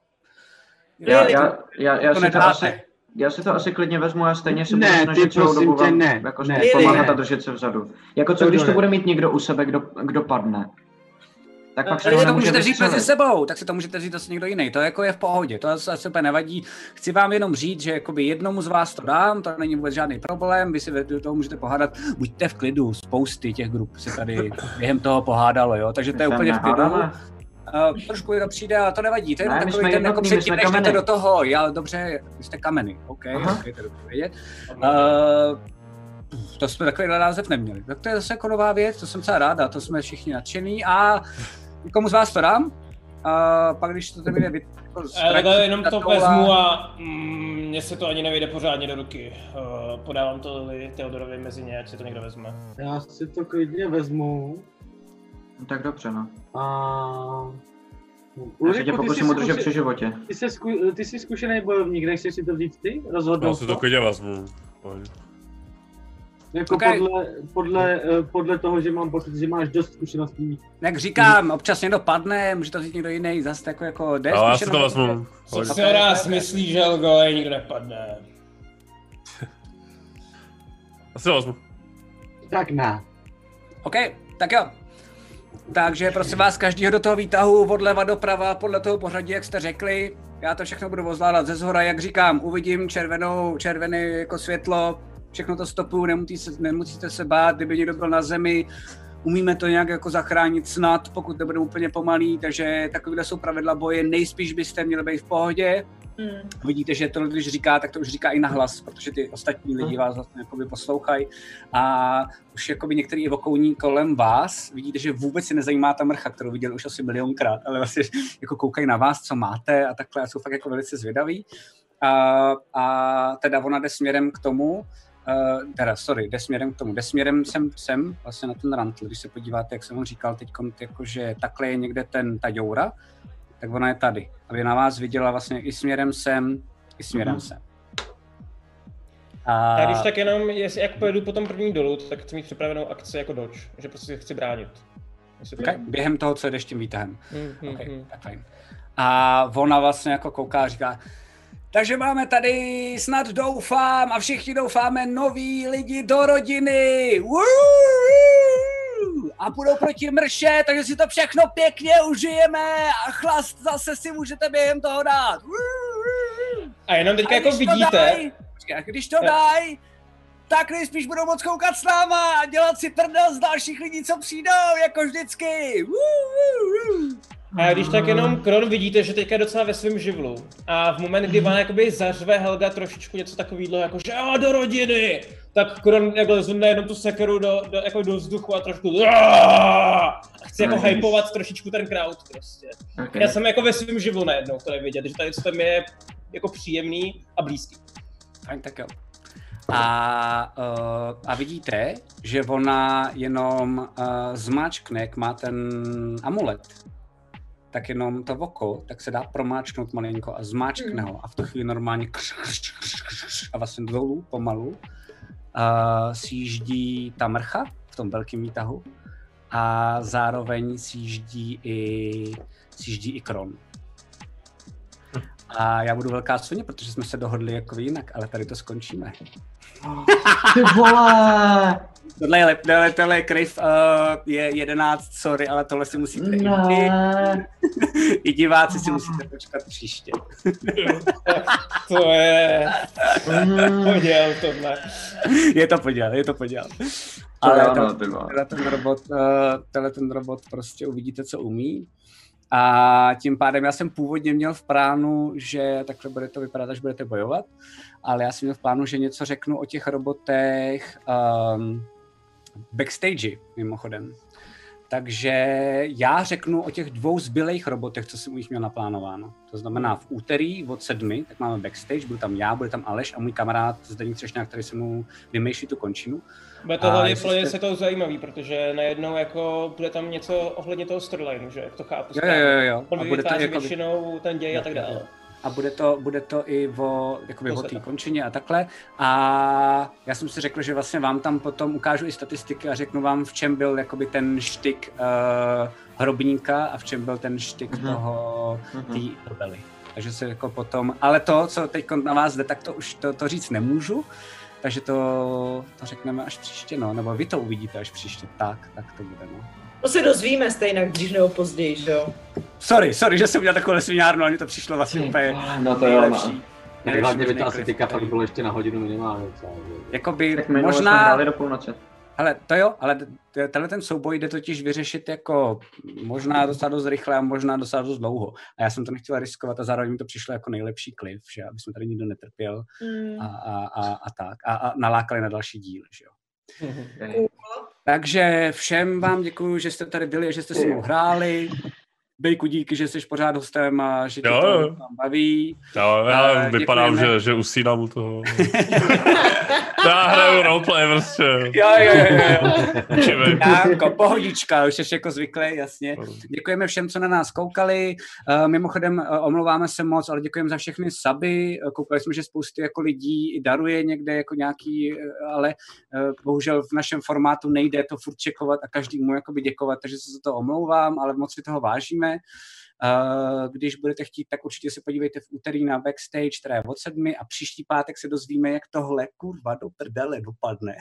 já, já, já, já, si to asi, já si to asi klidně vezmu, já stejně si budu snažit celou dobu vám jako ne, pomáhat a držet se vzadu. Jako co, když to bude mít někdo u sebe, kdo, kdo padne? Tak pak se to můžete vzít mezi sebou, tak si to můžete vzít zase někdo jiný, to jako je v pohodě, to asi úplně nevadí. Chci vám jenom říct, že jakoby jednomu z vás to dám, to není vůbec žádný problém, vy si do toho můžete pohádat, buďte v klidu, spousty těch grup se tady během toho pohádalo, jo, takže to je úplně v klidu. Uh, trošku někdo přijde, ale to nevadí, to je jenom takový ten jako předtím, než jdete do toho, já dobře, vy jste kameny, OK, okay to je dobře vědět. Uh, to jsme takový název neměli, tak to je zase jako nová věc, to jsem celá ráda, to jsme všichni nadšený a komu z vás to dám? A pak když to tady jde jako jenom to toula... vezmu a mm, mně se to ani nevyjde pořádně do ruky. Uh, podávám to Teodorovi mezi ně, ať si to někdo vezme. Já si to klidně vezmu. No tak dobře, no. A... Já se tě pokusím udržet zkuši... při životě. Ty jsi, zku... ty jsi zkušený bojovník, nechceš si to vzít ty? Rozhodnout Já si to klidně vezmu. Jako okay. podle, podle, podle toho, že mám pocit, že máš dost zkušeností. Jak říkám, občas někdo padne, může to vzít někdo jiný, zase jako, jako jde. Ale já si to vezmu. Co si nás myslíš, že Helgo, nikdo nepadne. Já si to vezmu. Tak ne. OK, tak jo. Takže prosím vás, každýho do toho výtahu, odleva doprava, podle toho pořadí, jak jste řekli. Já to všechno budu ovládat ze zhora, jak říkám, uvidím červenou, červený jako světlo. Všechno to stopuju, nemusíte se, nemusíte se bát, kdyby někdo byl na zemi, umíme to nějak jako zachránit snad, pokud to bude úplně pomalý, takže takovýhle jsou pravidla boje, nejspíš byste měli být v pohodě. Mm. Vidíte, že to, když říká, tak to už říká i nahlas, protože ty ostatní lidi vás vlastně jakoby poslouchají a už jakoby některý i okouní kolem vás, vidíte, že vůbec si nezajímá ta mrcha, kterou viděli už asi milionkrát, ale vlastně jako koukají na vás, co máte a takhle a jsou fakt jako velice zvědaví. A, a teda ona jde směrem k tomu, Uh, teda, sorry, jde směrem k tomu, jde směrem sem, sem, vlastně na ten rantl, když se podíváte, jak jsem vám říkal teď, jakože takhle je někde ten, ta děura, tak ona je tady, aby na vás viděla vlastně i směrem sem, i směrem mm-hmm. sem. A... a když tak jenom, jestli jak pojedu po tom první dolů, tak chci mít připravenou akci jako dodge, že prostě chci bránit. Okay. Během toho, co jdeš tím výtahem. Mm-hmm. Okay, tak fajn. A ona vlastně jako kouká a říká, takže máme tady, snad doufám, a všichni doufáme, noví lidi do rodiny. Woo! A budou proti mrše, takže si to všechno pěkně užijeme a chlast zase si můžete během toho dát. Woo! A jenom teďka a jako vidíte. Daj, a když to dají, tak nejspíš budou moc koukat s náma a dělat si prdel z dalších lidí, co přijdou, jako vždycky. Woo! A když tak jenom Kron vidíte, že teďka je docela ve svém živlu. A v moment, kdy vám jakoby zařve Helga trošičku něco takového, jako že jo, do rodiny, tak Kron jako zvedne jenom tu sekeru do, do, jako do vzduchu a trošku a chci jako hypovat trošičku ten crowd prostě. Okay. Já jsem jako ve svém živlu najednou, to je vidět, že tady co tam je jako příjemný a blízký. Fajn, tak jo. A, uh, a vidíte, že ona jenom uh, zmáčkne, jak má ten amulet, tak jenom to oko, tak se dá promáčknout malinko a zmáčkne ho a v tu chvíli normálně kř, kř, kř, kř, a vlastně dolů pomalu uh, sjíždí ta mrcha v tom velkém výtahu a zároveň sjíždí i, sjíždí i Kron. A já budu velká svině, protože jsme se dohodli jako jinak, ale tady to skončíme. Ty vole! Tohle je, lep, tohle, tohle je Kryv, uh, je jedenáct, sorry, ale tohle si musíte i vy. I diváci si musíte počkat příště. To je poděl tohle. Je to poděl, je to poděl. Ale tenhle ten robot, uh, tenhle ten robot prostě uvidíte, co umí. A tím pádem já jsem původně měl v plánu, že takhle bude to vypadat, až budete bojovat, ale já jsem měl v plánu, že něco řeknu o těch robotech um, backstage, mimochodem. Takže já řeknu o těch dvou zbylejch robotech, co jsem u nich měl naplánováno. To znamená v úterý od sedmi, tak máme backstage, byl tam já, bude tam Aleš a můj kamarád Zdeněk Třešňák, který se mu vymýšlí tu končinu. Bude to hlavně jste... se to zajímavý, protože najednou jako bude tam něco ohledně toho storylineu, že jak to chápu. Jo, jo, jo, jo. On vytváří jako... většinou ten děj jo, a tak dále. A bude to, bude to i o, jakoby o té končině a takhle. A já jsem si řekl, že vlastně vám tam potom ukážu i statistiky a řeknu vám, v čem byl jakoby ten štyk uh, hrobníka a v čem byl ten štyk uh-huh. toho té rebely. Takže se jako potom, ale to, co teď na vás jde, tak to už to, to říct nemůžu. Takže to, to řekneme až příště, no, nebo vy to uvidíte až příště, tak, tak to bude, no. To se dozvíme stejně dřív nebo později, že jo? Sorry, sorry, že jsem udělal takovou sviňárnu, ale mi to přišlo vlastně úplně no to nejlepší. No, hlavně by to asi teďka fakt bylo ještě na hodinu minimálně. Jakoby tak možná... hráli do půlnoci. Ale to jo, ale tenhle ten souboj jde totiž vyřešit jako možná docela dost rychle a možná docela dost dlouho. A já jsem to nechtěla riskovat a zároveň mi to přišlo jako nejlepší klif, že aby jsme tady nikdo netrpěl mm. a, a, a, a tak. A, a nalákali na další díl, že jo. Mm-hmm. Takže všem vám děkuju, že jste tady byli a že jste si mnou hráli. Bejku, díky, že jsi pořád hostem a že tě jo, to tam baví. Jo, já uh, vypadám, že, že usínám u toho. Já hraju roleplay prostě. Jo, jo, jo. jo. Jako pohodička, už jsi jako zvyklý, jasně. Děkujeme všem, co na nás koukali. Uh, mimochodem, uh, omlouváme se moc, ale děkujeme za všechny suby. Koukali jsme, že spousty jako lidí daruje někde jako nějaký, ale uh, bohužel v našem formátu nejde to furt čekovat a každému jakoby děkovat, takže se za to omlouvám, ale moc si toho vážíme. Uh, když budete chtít, tak určitě se podívejte v úterý na backstage, která je od sedmi a příští pátek se dozvíme, jak tohle kurva do prdele dopadne.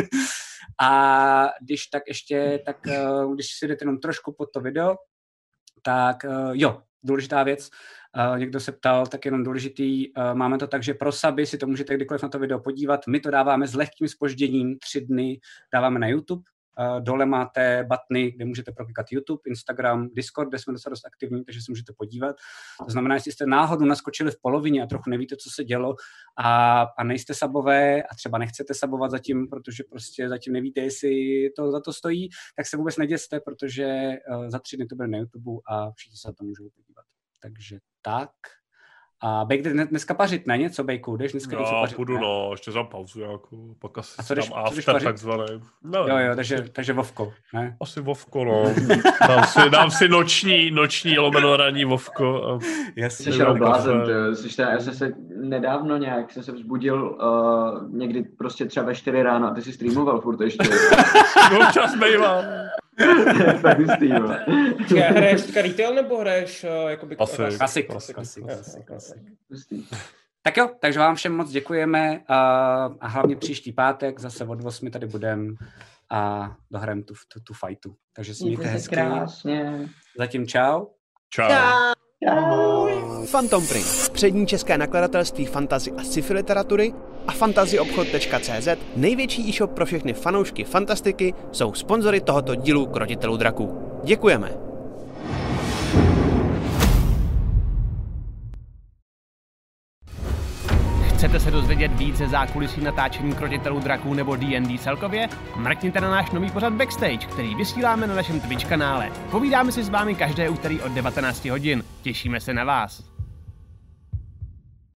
A když tak ještě, tak uh, když si jdete jenom trošku pod to video, tak uh, jo, důležitá věc, uh, někdo se ptal, tak jenom důležitý, uh, máme to tak, že pro suby si to můžete kdykoliv na to video podívat, my to dáváme s lehkým zpožděním, tři dny dáváme na YouTube. Uh, dole máte buttony, kde můžete proklikat YouTube, Instagram, Discord, kde jsme docela dost aktivní, takže se můžete podívat. To znamená, jestli jste náhodou naskočili v polovině a trochu nevíte, co se dělo a, a nejste sabové a třeba nechcete sabovat zatím, protože prostě zatím nevíte, jestli to za to stojí, tak se vůbec neděste, protože uh, za tři dny to bude na YouTube a všichni se na to můžou podívat. Takže tak. A Bejk jde dneska pařit, ne? Něco, Bejku? Jdeš dneska já něco pařit? Já půjdu, ne? no, ještě za pauzu, jako, pak asi a co jdeš, dám after takzvaný. No, jo, jo, takže, takže vovko, ne? Asi vovko, no. dám, si, dám si noční, noční lomeno ranní vovko. A jsi šel blázen, já jsem se nedávno nějak, jsem se vzbudil uh, někdy prostě třeba ve čtyři ráno a ty jsi streamoval furt ještě. No, čas bývám. Tak jistý, jo. Hraješ teďka retail nebo hraješ uh, jakoby... Klasik. Klasik. Klasik. Klasik. Klasik. Klasik. Tak jo, takže vám všem moc děkujeme uh, a hlavně příští pátek zase od osmi tady budeme a dohrajeme tu, tu, tu fajtu. Takže si mějte hezky. Krásně. Zatím čau. Čau. Čau. Phantom Print, přední české nakladatelství fantasy a sci-fi literatury a fantasyobchod tečka cé zet, největší e-shop pro všechny fanoušky fantastiky, jsou sponzory tohoto dílu Krotitelů draků. Děkujeme. Chcete se dozvědět víc ze zákulisí natáčení Krotitelů draků nebo D and D celkově? Mrkněte na náš nový pořad Backstage, který vysíláme na našem Twitch kanále. Povídáme si s vámi každé úterý od devatenácti hodin. Těšíme se na vás.